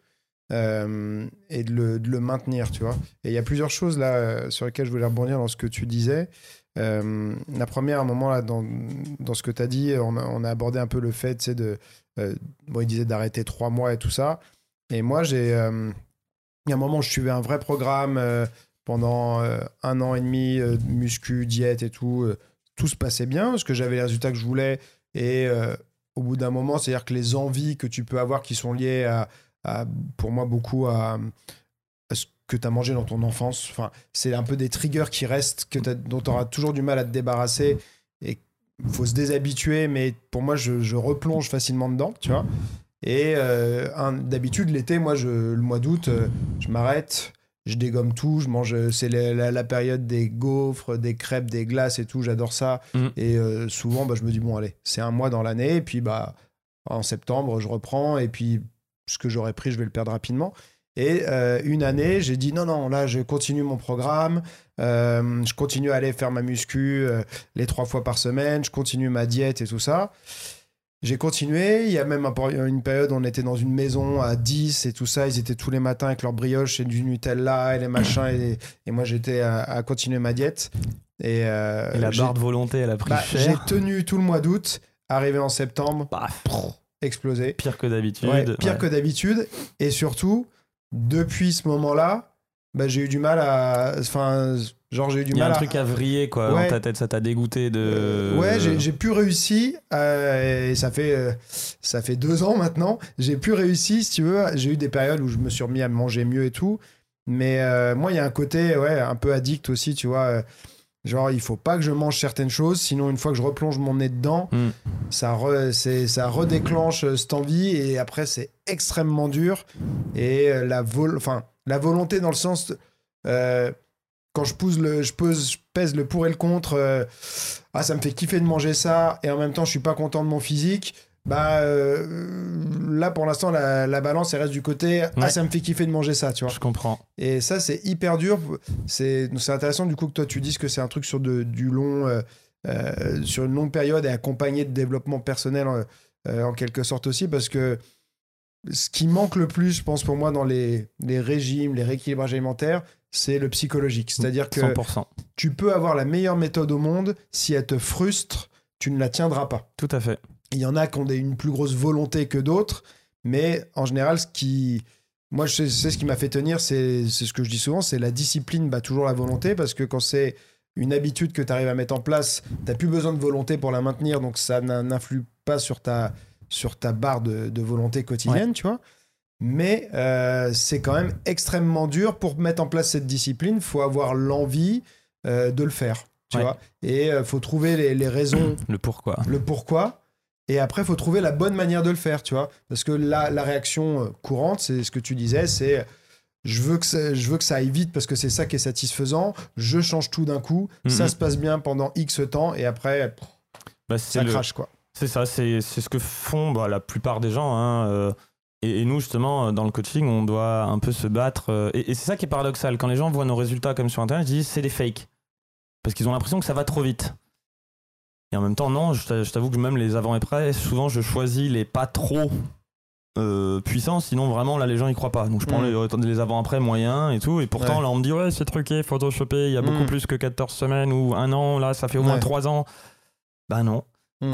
et de le maintenir, tu vois. Et il y a plusieurs choses là sur lesquelles je voulais rebondir dans ce que tu disais. La première, à un moment là, dans ce que tu as dit, on a abordé un peu le fait, tu sais, il disait d'arrêter 3 mois et tout ça. Et moi, il y a un moment où je suivais un vrai programme pendant 1 an et demi, muscu, diète et tout. Tout se passait bien parce que j'avais les résultats que je voulais. Et au bout d'un moment, c'est-à-dire que les envies que tu peux avoir qui sont liées pour moi, beaucoup à ce que tu as mangé dans ton enfance, enfin, c'est un peu des triggers qui restent, dont tu auras toujours du mal à te débarrasser. Et il faut se déshabituer, mais pour moi, je replonge facilement dedans, tu vois. Et d'habitude, l'été, moi, le mois d'août, je m'arrête, je dégomme tout, je mange. C'est la période des gaufres, des crêpes, des glaces et tout, j'adore ça. Et souvent, je me dis, bon, allez, c'est un mois dans l'année, et puis en septembre, je reprends, et puis ce que j'aurais pris, je vais le perdre rapidement. Et une année, j'ai dit, non, là, je continue mon programme, je continue à aller faire ma muscu les 3 fois par semaine, je continue ma diète et tout ça. J'ai continué, il y a même une période où on était dans une maison à 10 et tout ça, ils étaient tous les matins avec leur brioche et du Nutella et les machins, et moi j'étais à continuer ma diète. Et la barre de volonté, elle a pris cher. J'ai tenu tout le mois d'août, arrivé en septembre, explosé. Pire que d'habitude. Pire que d'habitude, et surtout, depuis ce moment-là, j'ai eu du mal à... Enfin, j'ai eu du mal à... Il y a un truc à vriller, quoi, dans ta tête, ça t'a dégoûté de... j'ai plus réussi, et ça fait 2 ans maintenant, j'ai plus réussi, si tu veux. J'ai eu des périodes où je me suis remis à manger mieux et tout, mais moi, il y a un côté un peu addict aussi, tu vois. Genre, il faut pas que je mange certaines choses, sinon une fois que je replonge mon nez dedans, ça redéclenche cette envie et après c'est extrêmement dur. Et la volonté dans le sens, quand je pèse le pour et le contre, ça me fait kiffer de manger ça et en même temps je suis pas content de mon physique. Là pour l'instant la balance elle reste du côté ça me fait kiffer de manger ça, tu vois. Je comprends. Et ça c'est hyper dur. C'est intéressant du coup que toi tu dises que c'est un truc sur du long sur une longue période et accompagné de développement personnel en quelque sorte aussi, parce que ce qui manque le plus, je pense, pour moi dans les régimes, les rééquilibrages alimentaires, c'est le psychologique. C'est-à-dire que 100%. Tu peux avoir la meilleure méthode au monde, si elle te frustre, tu ne la tiendras pas. Tout à fait. Il y en a qui ont une plus grosse volonté que d'autres, mais en général, moi, je sais ce qui m'a fait tenir, c'est ce que je dis souvent, c'est la discipline bat toujours la volonté, parce que quand c'est une habitude que tu arrives à mettre en place, tu n'as plus besoin de volonté pour la maintenir, donc ça n'influe pas sur ta barre de volonté quotidienne, tu vois. Mais c'est quand même extrêmement dur pour mettre en place cette discipline. Il faut avoir l'envie de le faire, tu vois. Et il faut trouver les raisons. Le pourquoi. Et après, il faut trouver la bonne manière de le faire, tu vois. Parce que la réaction courante, c'est ce que tu disais, c'est je veux que ça aille vite parce que c'est ça qui est satisfaisant. Je change tout d'un coup. Ça se passe bien pendant X temps et après, ça crache, quoi. C'est ça, c'est ce que font la plupart des gens. Hein, et nous, justement, dans le coaching, on doit un peu se battre. Et c'est ça qui est paradoxal. Quand les gens voient nos résultats comme sur Internet, ils disent c'est des fakes. Parce qu'ils ont l'impression que ça va trop vite. Et en même temps, non, je t'avoue que même les avant et après, souvent je choisis les pas trop puissants, sinon vraiment là les gens y croient pas. Donc je prends les avant après moyens et tout, et pourtant là on me dit ouais c'est truqué, photoshopé, il y a beaucoup plus que 14 semaines ou un an, là ça fait au moins 3 ans. Bah non.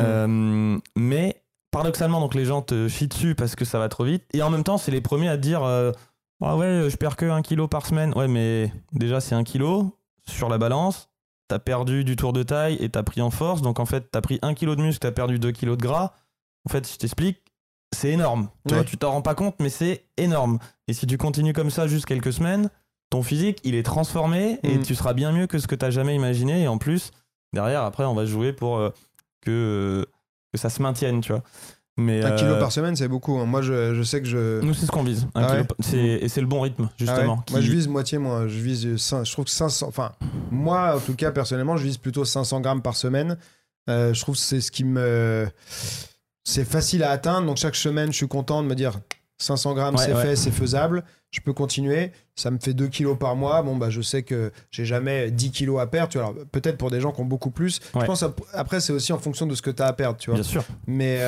Mais paradoxalement, donc les gens te chient dessus parce que ça va trop vite, et en même temps c'est les premiers à te dire ah ouais je perds que 1 kilo par semaine. Ouais mais déjà c'est 1 kilo sur la balance. T'as perdu du tour de taille et t'as pris en force, donc en fait t'as pris 1 kilo de muscle, t'as perdu 2 kilos de gras. En fait je t'explique, c'est énorme. Tu vois, tu t'en rends pas compte, mais c'est énorme. Et si tu continues comme ça juste quelques semaines, ton physique il est transformé et tu seras bien mieux que ce que t'as jamais imaginé. Et en plus derrière après on va jouer pour que ça se maintienne, tu vois. Mais 1 kilo par semaine c'est beaucoup, hein. Moi je sais que nous c'est ce qu'on vise, et c'est le bon rythme justement. Moi je vise moitié, je trouve que 500, enfin moi en tout cas personnellement je vise plutôt 500 grammes par semaine. Je trouve que c'est ce qui c'est facile à atteindre, donc chaque semaine je suis content de me dire 500 grammes fait, c'est faisable, je peux continuer, ça me fait 2 kilos par mois. Je sais que j'ai jamais 10 kilos à perdre, tu vois. Alors, peut-être pour des gens qui ont beaucoup plus, je pense après c'est aussi en fonction de ce que tu as à perdre, tu vois. Bien sûr. Mais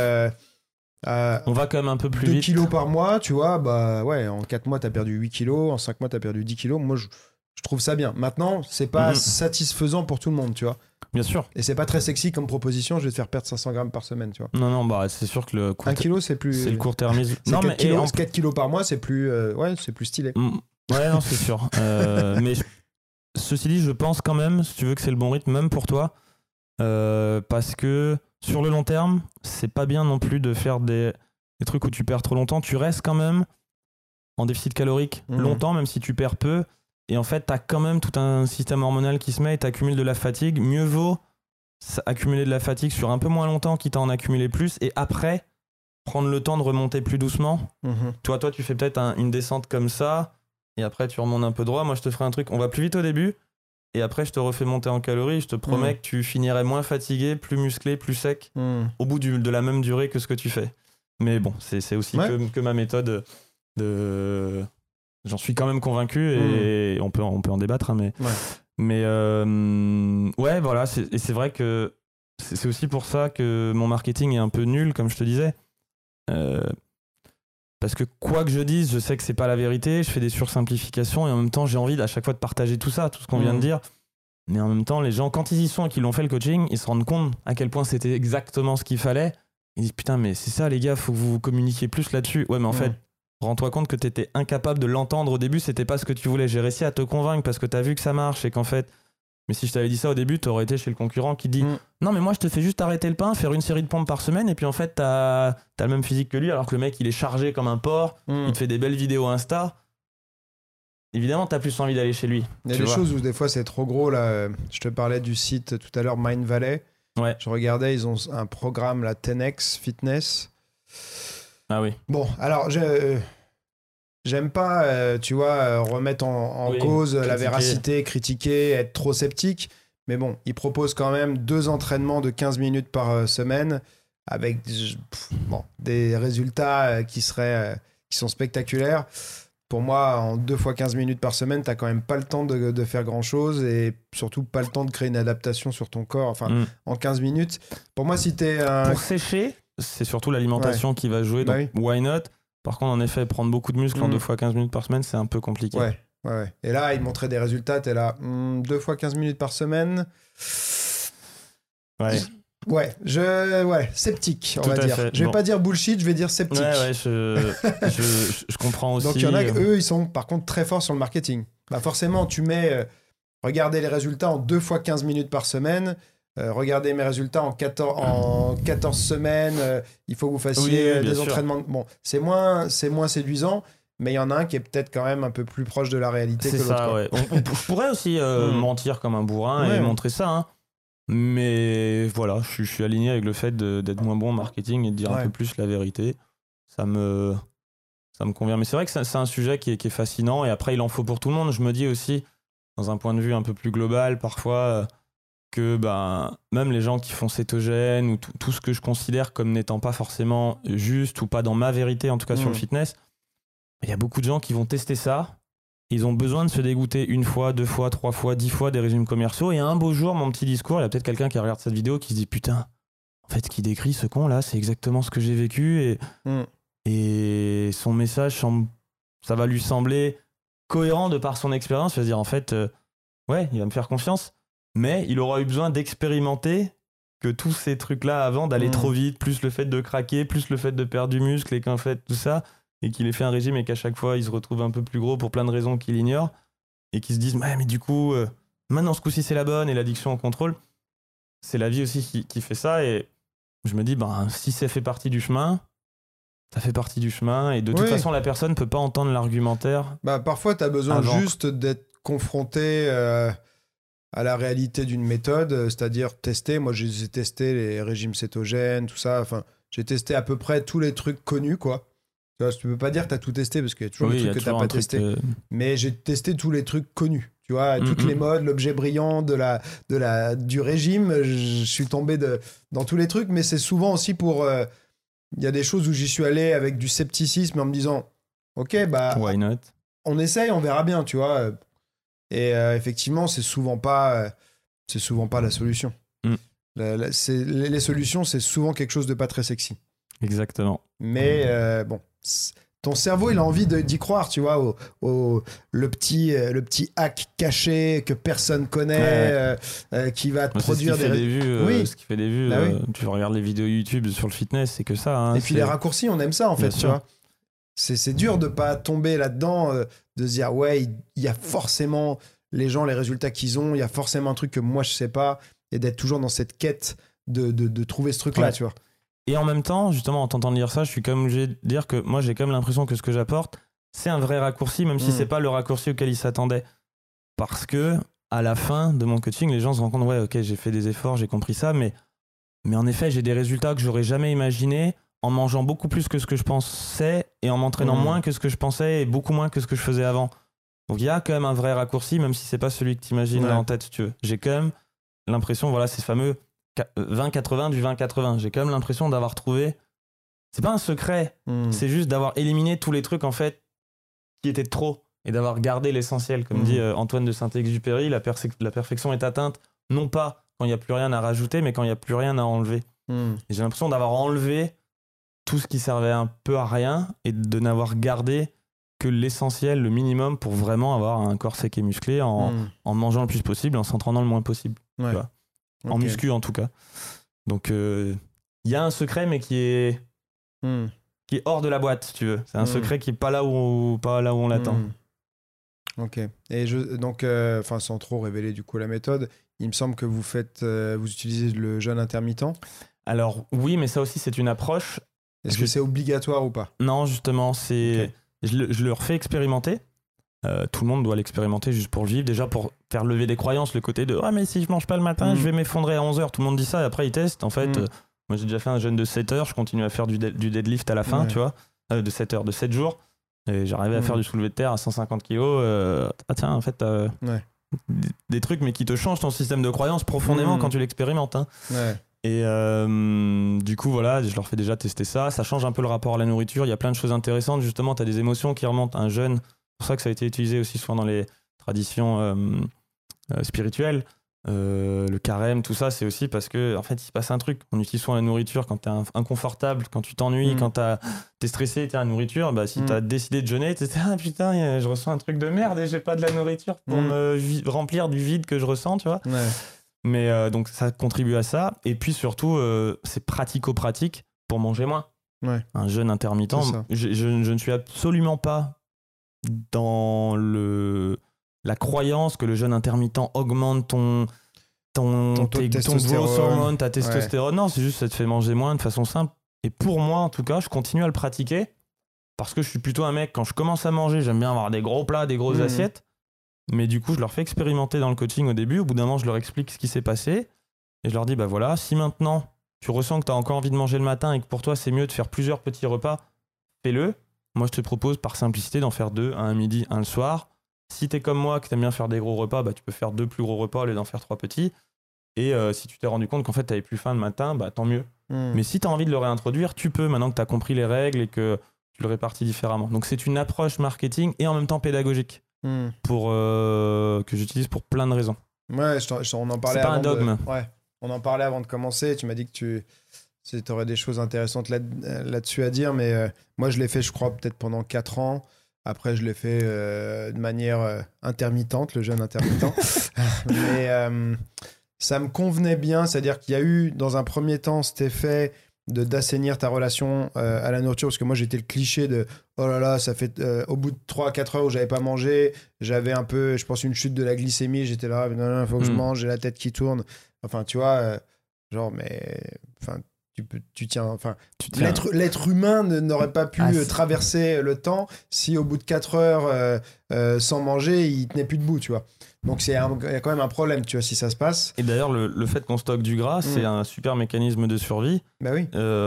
on va quand même un peu plus 2 vite. 2 kilos par mois, tu vois, en 4 mois, t'as perdu 8 kilos, en 5 mois, t'as perdu 10 kilos. Moi, je trouve ça bien. Maintenant, c'est pas satisfaisant pour tout le monde, tu vois. Bien sûr. Et c'est pas très sexy comme proposition, je vais te faire perdre 500 grammes par semaine, tu vois. Non, c'est sûr que le 1 kilo, c'est plus... C'est le court-termisme. Non, 4 kilos par mois, c'est plus... c'est plus stylé. Ouais, non, c'est sûr. Mais ceci dit, je pense quand même, si tu veux, que c'est le bon rythme, même pour toi, parce que... Sur le long terme, c'est pas bien non plus de faire des trucs où tu perds trop longtemps. Tu restes quand même en déficit calorique longtemps, même si tu perds peu. Et en fait, t'as quand même tout un système hormonal qui se met et t'accumules de la fatigue. Mieux vaut accumuler de la fatigue sur un peu moins longtemps, quitte à en accumuler plus. Et après, prendre le temps de remonter plus doucement. Toi, tu fais peut-être une descente comme ça. Et après, tu remontes un peu droit. Moi, je te ferai un truc. On va plus vite au début. Et après, je te refais monter en calories. Je te promets que tu finirais moins fatigué, plus musclé, plus sec, au bout de la même durée que ce que tu fais. Mais bon, c'est aussi que ma méthode. J'en suis quand même convaincu et on peut en débattre. Hein, mais voilà. Et c'est vrai que c'est aussi pour ça que mon marketing est un peu nul, comme je te disais. Parce que quoi que je dise, je sais que c'est pas la vérité, je fais des sursimplifications et en même temps j'ai envie à chaque fois de partager tout ça, tout ce qu'on vient de dire. Mais en même temps, les gens, quand ils y sont et qu'ils l'ont fait le coaching, ils se rendent compte à quel point c'était exactement ce qu'il fallait. Ils disent putain, mais c'est ça les gars, faut que vous communiquiez plus là-dessus. Ouais, mais en fait, rends-toi compte que t'étais incapable de l'entendre au début, c'était pas ce que tu voulais. J'ai réussi à te convaincre parce que t'as vu que ça marche et qu'en fait... Mais si je t'avais dit ça au début, t'aurais été chez le concurrent qui te dit non mais moi je te fais juste arrêter le pain, faire une série de pompes par semaine et puis en fait t'as le même physique que lui alors que le mec il est chargé comme un porc, il te fait des belles vidéos Insta. évidemment, t'as plus envie d'aller chez lui. Il y a tu des vois. choses où des fois c'est trop gros. Là, je te parlais du site tout à l'heure, Mind Valley. Ouais. Je regardais, ils ont un programme, la 10X Fitness. Ah oui. Bon, alors, j'aime pas, tu vois, remettre en Oui, cause la critiquer. véracité, critiquer, être trop sceptique. Mais bon, ils proposent quand même 2 entraînements de 15 minutes par semaine avec des résultats qui sont spectaculaires. Pour moi, en 2 fois 15 minutes par semaine, t'as quand même pas le temps de faire grand-chose et surtout pas le temps de créer une adaptation sur ton corps. Enfin, en 15 minutes. Pour moi, si t'es un... Pour sécher, c'est surtout l'alimentation qui va jouer. Bah Donc, why not? Par contre, en effet, prendre beaucoup de muscles en 2 fois 15 minutes par semaine, c'est un peu compliqué. Ouais. Et là, ils montraient des résultats. T'es là, 2 fois 15 minutes par semaine. Ouais. Sceptique, on Tout va à dire. fait. Je vais Bon. pas dire bullshit, je vais dire sceptique. Ouais, je comprends aussi. Donc il y en a eux, ils sont par contre très forts sur le marketing. Bah forcément, tu mets, regardez les résultats en 2 fois 15 minutes par semaine. Regardez mes résultats en 14 semaines. Il faut que vous fassiez Oui, bien des sûr. entraînements. Bon, c'est moins séduisant, mais il y en a un qui est peut-être quand même un peu plus proche de la réalité C'est que l'autre. ça, quoi. ouais. Je pourrais aussi mentir comme un bourrin Ouais. et montrer ça, hein. Mais voilà, je suis aligné avec le fait d'être moins bon en marketing et de dire un peu plus la vérité. Ça me convient. Mais c'est vrai que c'est un sujet qui est fascinant et après, il en faut pour tout le monde. Je me dis aussi, dans un point de vue un peu plus global, parfois, que même les gens qui font cétogène ou tout ce que je considère comme n'étant pas forcément juste ou pas dans ma vérité, en tout cas sur le fitness, il y a beaucoup de gens qui vont tester ça. Ils ont besoin de se dégoûter 1 fois, 2 fois, 3 fois, 10 fois des régimes commerciaux. Et un beau jour, mon petit discours, il y a peut-être quelqu'un qui regarde cette vidéo qui se dit putain, en fait, ce qu'il décrit, ce con là, c'est exactement ce que j'ai vécu. Et son message, ça va lui sembler cohérent de par son expérience. Il va se dire en fait, il va me faire confiance. Mais il aura eu besoin d'expérimenter que tous ces trucs-là avant, d'aller trop vite, plus le fait de craquer, plus le fait de perdre du muscle et qu'en fait, tout ça. Et qu'il ait fait un régime et qu'à chaque fois il se retrouve un peu plus gros pour plein de raisons qu'il ignore et qu'il se dise mais du coup maintenant ce coup-ci c'est la bonne et l'addiction en contrôle. C'est la vie aussi qui fait ça et je me dis si ça fait partie du chemin, ça fait partie du chemin et de toute façon la personne peut pas entendre l'argumentaire. Parfois t'as besoin juste d'être confronté à la réalité d'une méthode, c'est-à-dire tester. Moi j'ai testé les régimes cétogènes, tout ça, enfin j'ai testé à peu près tous les trucs connus quoi. Tu peux pas dire que tu as tout testé parce qu'il y a toujours des trucs que tu n'as pas testé. Mais j'ai testé tous les trucs connus. Tu vois, toutes les modes, l'objet brillant du régime. Je suis tombé dans tous les trucs, mais c'est souvent aussi pour. Il y a des choses où j'y suis allé avec du scepticisme en me disant ok, why not? On essaye, on verra bien, tu vois. Et effectivement, c'est souvent pas la solution. Les solutions, c'est souvent quelque chose de pas très sexy. Exactement. Mais ton cerveau, il a envie d'y croire, tu vois, le petit hack caché que personne connaît, qui va te produire ce qui fait des vues. Tu regardes les vidéos YouTube sur le fitness, c'est que ça. Hein, et puis les raccourcis, on aime ça en fait, tu vois. C'est dur de pas tomber là-dedans, de se dire il y a forcément les gens, les résultats qu'ils ont, il y a forcément un truc que moi je sais pas, et d'être toujours dans cette quête de trouver ce truc-là, tu vois. Et en même temps, justement, en t'entendant dire ça, je suis comme obligé de dire que moi, j'ai quand même l'impression que ce que j'apporte, c'est un vrai raccourci, même si c'est pas le raccourci auquel ils s'attendaient. Parce que, à la fin de mon coaching, les gens se rendent compte, ok, j'ai fait des efforts, j'ai compris ça, mais en effet, j'ai des résultats que j'aurais jamais imaginés en mangeant beaucoup plus que ce que je pensais et en m'entraînant moins que ce que je pensais et beaucoup moins que ce que je faisais avant. Donc, il y a quand même un vrai raccourci, même si c'est pas celui que tu imagines là en tête, si tu veux. J'ai quand même l'impression, c'est ce fameux 20-80 du 20-80. J'ai quand même l'impression d'avoir trouvé. C'est pas un secret, c'est juste d'avoir éliminé tous les trucs en fait qui étaient trop et d'avoir gardé l'essentiel. Comme dit Antoine de Saint-Exupéry, la perfection est atteinte non pas quand il n'y a plus rien à rajouter, mais quand il n'y a plus rien à enlever. Et j'ai l'impression d'avoir enlevé tout ce qui servait un peu à rien et de n'avoir gardé que l'essentiel, le minimum pour vraiment avoir un corps sec et musclé en mangeant le plus possible, en s'entraînant le moins possible. Tu vois. En muscu en tout cas. Donc il y a un secret mais qui est hors de la boîte si tu veux. C'est un secret qui est pas là où on l'attend. Ok. Et donc sans trop révéler du coup la méthode, il me semble que vous utilisez le jeûne intermittent. Alors oui, mais ça aussi c'est une approche. Est-ce que c'est obligatoire ou pas? Non, justement, c'est je le refais expérimenter Tout le monde doit l'expérimenter juste pour le vivre, déjà pour faire lever des croyances, le côté de mais si je mange pas le matin, je vais m'effondrer à 11h. Tout le monde dit ça et après ils testent. En fait, moi j'ai déjà fait un jeûne de 7 heures, je continue à faire du deadlift à la fin, tu vois, de 7 heures, de 7 jours. Et j'arrivais à faire du soulevé de terre à 150 kilos. Tiens, en fait, des trucs, mais qui te changent ton système de croyance profondément quand tu l'expérimentes. Hein. Ouais. Et du coup, voilà, je leur fais déjà tester ça. Ça change un peu le rapport à la nourriture. Il y a plein de choses intéressantes. Justement, tu as des émotions qui remontent. Un jeûne, c'est pour ça que ça a été utilisé aussi souvent dans les traditions spirituelles. Le carême, tout ça, c'est aussi parce que en fait, il se passe un truc. On utilise souvent la nourriture quand t'es inconfortable, quand tu t'ennuies, quand t'es stressé, t'as la nourriture. Bah, si t'as décidé de jeûner, t'es putain, je ressens un truc de merde et j'ai pas de la nourriture pour me remplir du vide que je ressens, tu vois. Ouais. Mais donc ça contribue à ça. Et puis surtout, c'est pratico-pratique pour manger moins. Ouais. Un jeûne intermittent. Je ne suis absolument pas dans la croyance que le jeûne intermittent augmente ton growth hormone, ta testostérone. Ouais. Non, c'est juste que ça te fait manger moins de façon simple. Et pour moi, en tout cas, je continue à le pratiquer parce que je suis plutôt un mec, quand je commence à manger, j'aime bien avoir des gros plats, des grosses assiettes. Mais du coup, je leur fais expérimenter dans le coaching au début. Au bout d'un moment, je leur explique ce qui s'est passé. Et je leur dis, bah voilà, si maintenant tu ressens que tu as encore envie de manger le matin et que pour toi, c'est mieux de faire plusieurs petits repas, fais-le. Moi, je te propose par simplicité d'en faire 2, un à midi, un le soir. Si t'es comme moi, que t'aimes bien faire des gros repas, bah, tu peux faire 2 plus gros repas au lieu d'en faire 3 petits. Et si tu t'es rendu compte qu'en fait, t'avais plus faim le matin, bah, tant mieux. Mais si t'as envie de le réintroduire, tu peux, maintenant que t'as compris les règles et que tu le répartis différemment. Donc, c'est une approche marketing et en même temps pédagogique. Que j'utilise pour plein de raisons. Ouais, on en parlait. C'est pas un dogme. On en parlait avant de commencer. Tu m'as dit que tu aurais des choses intéressantes là-dessus à dire, mais moi je l'ai fait, je crois, peut-être pendant 4 ans. Après, je l'ai fait de manière intermittente, le jeûne intermittent. Mais ça me convenait bien, c'est-à-dire qu'il y a eu dans un premier temps cet effet d'assainir ta relation à la nourriture, parce que moi j'étais le cliché de oh là là, ça fait au bout de 3-4 heures où j'avais pas mangé, j'avais un peu, je pense, une chute de la glycémie, j'étais là, il faut que je mange, j'ai la tête qui tourne, enfin tu vois, genre, mais enfin tu tiens, l'être humain n'aurait pas pu traverser le temps si au bout de 4 heures sans manger il tenait plus debout, tu vois. Donc il y a quand même un problème, tu vois, si ça se passe. Et d'ailleurs, le fait qu'on stocke du gras, c'est un super mécanisme de survie. Bah oui.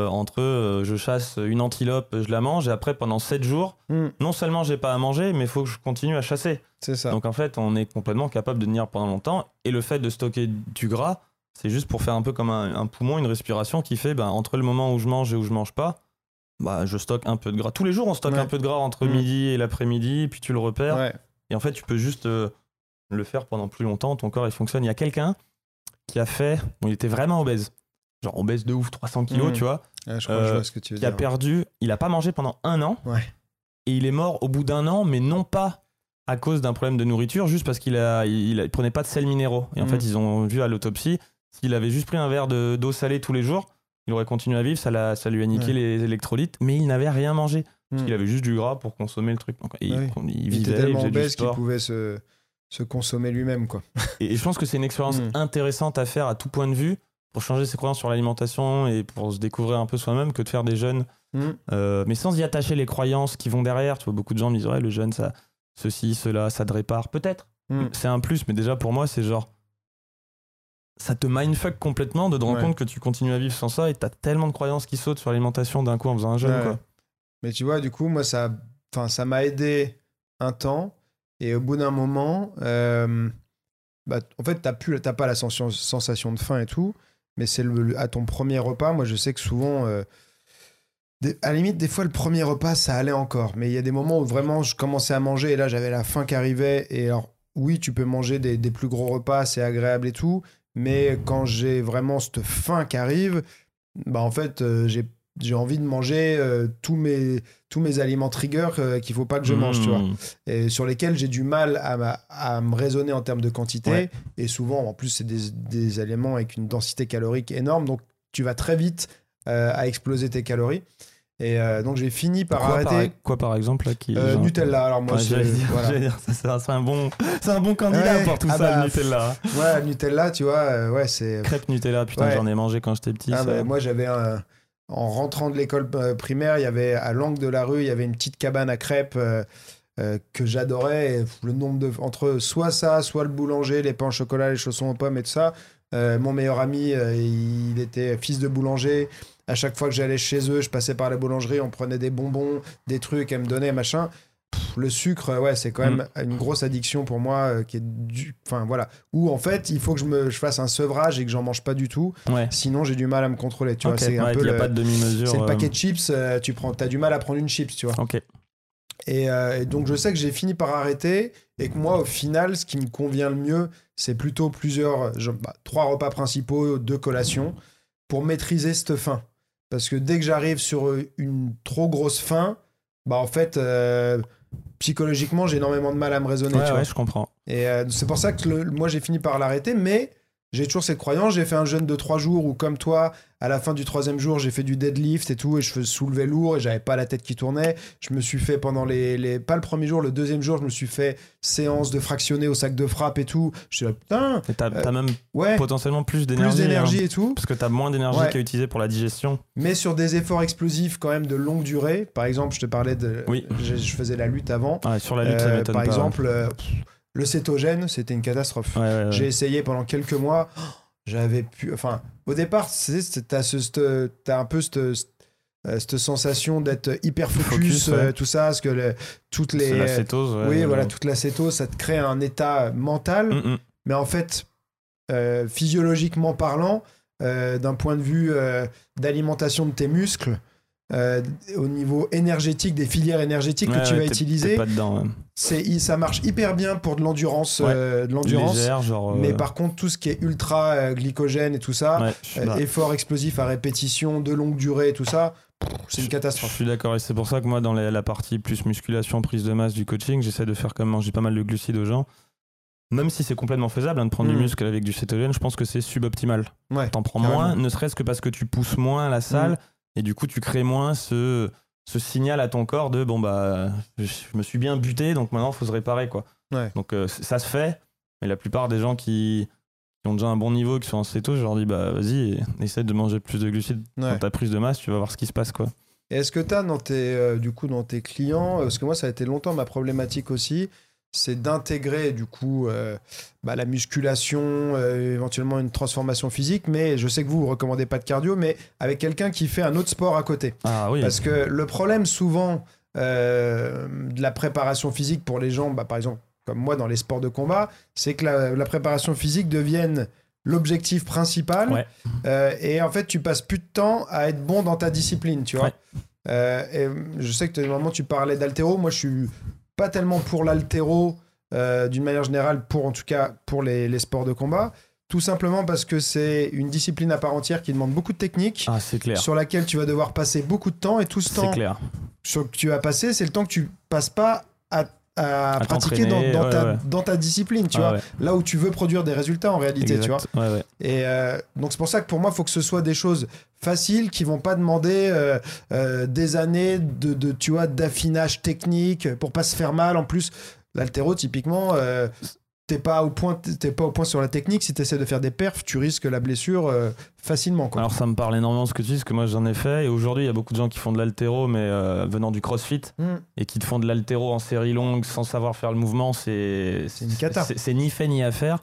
Je chasse une antilope, je la mange, et après, pendant 7 jours, non seulement j'ai pas à manger, mais il faut que je continue à chasser. C'est ça. Donc en fait, on est complètement capable de tenir pendant longtemps. Et le fait de stocker du gras, c'est juste pour faire un peu comme un poumon, une respiration qui fait, entre le moment où je mange et où je mange pas, je stocke un peu de gras. Tous les jours, on stocke un peu de gras entre midi et l'après-midi, puis tu le repères. Ouais. Et en fait, tu peux juste le faire pendant plus longtemps, ton corps il fonctionne. Il y a quelqu'un qui a fait, il était vraiment obèse, genre obèse de ouf, 300 kilos, tu vois, je crois que je vois ce que tu veux dire. Qui a perdu, il a pas mangé pendant 1 an, et il est mort au bout d'1 an, mais non pas à cause d'un problème de nourriture, juste parce qu'il prenait pas de sels minéraux. Et en fait, ils ont vu à l'autopsie, s'il avait juste pris un verre d'eau salée tous les jours, il aurait continué à vivre, ça lui a niqué les électrolytes, mais il n'avait rien mangé, parce qu'il avait juste du gras pour consommer le truc. Donc, il était tellement obèse qu'il pouvait se consommer lui-même, quoi. Et je pense que c'est une expérience intéressante à faire à tout point de vue pour changer ses croyances sur l'alimentation et pour se découvrir un peu soi-même, que de faire des jeûnes, mais sans y attacher les croyances qui vont derrière. Tu vois, beaucoup de gens me disent le jeûne, ça, ceci, cela, ça te répare. Peut-être, c'est un plus, mais déjà pour moi, c'est genre ça te mindfuck complètement de te rendre compte que tu continues à vivre sans ça et t'as tellement de croyances qui sautent sur l'alimentation d'un coup en faisant un jeûne, quoi. Mais tu vois, du coup, moi, ça m'a aidé un temps. Et au bout d'un moment, en fait, t'as pas la sensation de faim et tout, mais c'est à ton premier repas. Moi, je sais que souvent, à la limite, des fois, le premier repas, ça allait encore. Mais il y a des moments où vraiment, je commençais à manger et là, j'avais la faim qui arrivait. Et alors, oui, tu peux manger des plus gros repas, c'est agréable et tout. Mais quand j'ai vraiment cette faim qui arrive, en fait, j'ai envie de manger tous mes aliments trigger qu'il faut pas que je mange, tu vois, et sur lesquels j'ai du mal à me raisonner en termes de quantité, et souvent en plus c'est des aliments avec une densité calorique énorme, donc tu vas très vite à exploser tes calories, et donc j'ai fini par arrêter. Quoi par exemple là, Nutella. Alors moi j'allais dire, c'est un bon candidat pour tout ça, le Nutella. Ouais, Nutella, tu vois, c'est crêpe Nutella, putain, j'en ai mangé quand j'étais petit. Moi j'avais en rentrant de l'école primaire, il y avait à l'angle de la rue, il y avait une petite cabane à crêpes que j'adorais. Et le nombre de entre soit ça, soit le boulanger, les pains au chocolat, les chaussons aux pommes et tout ça. Mon meilleur ami, il était fils de boulanger. À chaque fois que j'allais chez eux, je passais par la boulangerie, on prenait des bonbons, des trucs, elle me donnait machin. Le sucre, ouais, c'est quand même une grosse addiction pour moi, qui est enfin voilà, où en fait il faut que je fasse un sevrage et que j'en mange pas du tout, sinon j'ai du mal à me contrôler, tu vois. C'est un peu y a pas de demi-mesure. C'est le paquet de chips, t'as du mal à prendre une chips, tu vois. Et donc je sais que j'ai fini par arrêter et que moi au final ce qui me convient le mieux c'est plutôt 3 repas principaux, 2 collations pour maîtriser cette faim, parce que dès que j'arrive sur une trop grosse faim, bah en fait psychologiquement j'ai énormément de mal à me raisonner, tu vois. Je comprends. Et c'est pour ça que moi j'ai fini par l'arrêter, mais j'ai toujours cette croyance. J'ai fait un jeûne de 3 jours où, comme toi, à la fin du 3e jour, j'ai fait du deadlift et tout, et je soulevais lourd et j'avais pas la tête qui tournait. Je me suis fait pendant pas le premier jour, le 2e jour, je me suis fait séance de fractionner au sac de frappe et tout. Je suis là, putain. Et t'as même potentiellement plus d'énergie. Plus d'énergie et tout. Parce que t'as moins d'énergie qu'à utiliser pour la digestion. Mais sur des efforts explosifs quand même de longue durée. Par exemple, je te parlais de. Oui. Je faisais la lutte avant. Sur la lutte, ça m'étonne par pas. Par exemple, le cétogène, c'était une catastrophe. J'ai essayé pendant quelques mois. J'avais pu. Enfin, au départ, t'as un peu cette sensation d'être hyper focus, tout ça, parce que toutes les. C'est l'acétose. Voilà, toute l'acétose, ça te crée un état mental. Mais en fait, physiologiquement parlant, d'un point de vue d'alimentation de tes muscles, au niveau énergétique, des filières énergétiques que tu vas utiliser, t'es pas dedans, ça marche hyper bien pour de l'endurance, légère, mais par contre tout ce qui est ultra glycogène et tout ça, effort explosif à répétition de longue durée et tout ça, c'est une catastrophe. Je suis d'accord, et c'est pour ça que moi dans la partie plus musculation, prise de masse du coaching, j'essaie de faire comme manger pas mal de glucides aux gens. Même si c'est complètement faisable de prendre du muscle avec du cétogène, je pense que c'est suboptimal. T'en prends moins, ne serait-ce que parce que tu pousses moins la salle. Et du coup, tu crées moins ce signal à ton corps de je me suis bien buté, donc maintenant il faut se réparer, quoi. Donc ça se fait, mais la plupart des gens qui ont déjà un bon niveau, qui sont en cétose, je leur dis vas-y, essaie de manger plus de glucides dans ta prise de masse, tu vas voir ce qui se passe, quoi. Et est-ce que tu as dans tes clients, parce que moi ça a été longtemps ma problématique aussi, c'est d'intégrer du coup la musculation, éventuellement une transformation physique, mais je sais que vous recommandez pas de cardio, mais avec quelqu'un qui fait un autre sport à côté. Parce que le problème souvent de la préparation physique pour les gens, par exemple comme moi dans les sports de combat, c'est que la préparation physique devienne l'objectif principal, et en fait tu passes plus de temps à être bon dans ta discipline, tu vois. Et je sais que normalement tu parlais d'haltéro, moi je suis pas tellement pour l'haltéro d'une manière générale, en tout cas pour les sports de combat, tout simplement parce que c'est une discipline à part entière qui demande beaucoup de technique, c'est clair. Sur laquelle tu vas devoir passer beaucoup de temps, et tout ce temps que tu vas passer, c'est le temps que tu passes pas à pratiquer dans ta discipline, tu vois, là où tu veux produire des résultats en réalité, tu vois. Et donc c'est pour ça que pour moi il faut que ce soit des choses faciles qui vont pas demander des années tu vois, d'affinage technique pour pas se faire mal. En plus l'haltéro typiquement, t'es pas au point sur la technique. Si tu essaies de faire des perfs, tu risques la blessure facilement, quoi. Alors ça me parle énormément ce que tu dis, parce que moi j'en ai fait, et aujourd'hui il y a beaucoup de gens qui font de l'haltéro mais venant du crossfit, et qui te font de l'haltéro en série longue sans savoir faire le mouvement. C'est une cata. C'est ni fait ni à faire.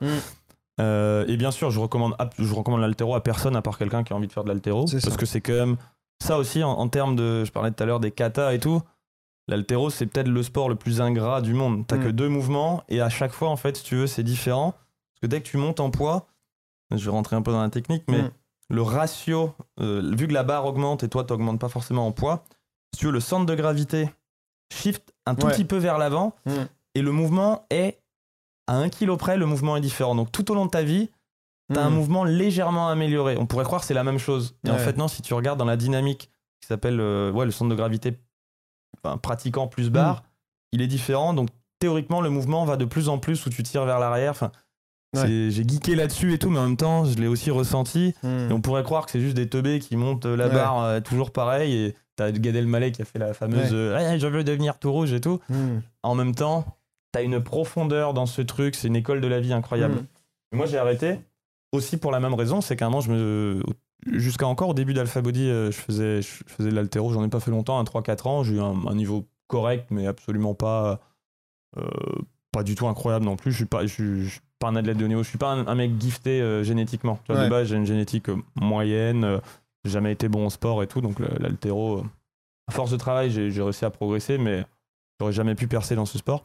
Et bien sûr je recommande l'haltéro à personne à part quelqu'un qui a envie de faire de l'haltéro, parce que c'est quand même ça aussi en termes de, je parlais tout à l'heure des katas et tout. L'haltéro, c'est peut-être le sport le plus ingrat du monde. T'as que 2 mouvements, et à chaque fois, en fait, si tu veux, c'est différent. Parce que dès que tu montes en poids, je vais rentrer un peu dans la technique, mais le ratio, vu que la barre augmente et toi, t'augmentes pas forcément en poids, si tu veux, le centre de gravité shift un tout petit peu vers l'avant, et le mouvement est à 1 kg près, le mouvement est différent. Donc tout au long de ta vie, t'as un mouvement légèrement amélioré. On pourrait croire que c'est la même chose. Et en fait, non, si tu regardes dans la dynamique qui s'appelle le centre de gravité pratiquant plus barre, il est différent, donc théoriquement le mouvement va de plus en plus où tu tires vers l'arrière. J'ai geeké là-dessus et tout, mais en même temps je l'ai aussi ressenti, et on pourrait croire que c'est juste des teubés qui montent la barre toujours pareil, et t'as Gad Elmaleh qui a fait la fameuse je veux devenir tout rouge et tout. En même temps t'as une profondeur dans ce truc, c'est une école de la vie incroyable. Et moi j'ai arrêté aussi pour la même raison, c'est qu'à un moment jusqu'à encore au début d'Alpha Body, je faisais de l'haltéro, j'en ai pas fait longtemps, 3-4 ans, j'ai eu un niveau correct, mais absolument pas Pas du tout incroyable non plus. Je suis pas un athlète de haut niveau. Je suis pas un mec gifté génétiquement. Tu vois, Ouais. de base, j'ai une génétique moyenne. J'ai jamais été bon au sport et tout. Donc l'haltéro, à force de travail, j'ai réussi à progresser, mais j'aurais jamais pu percer dans ce sport.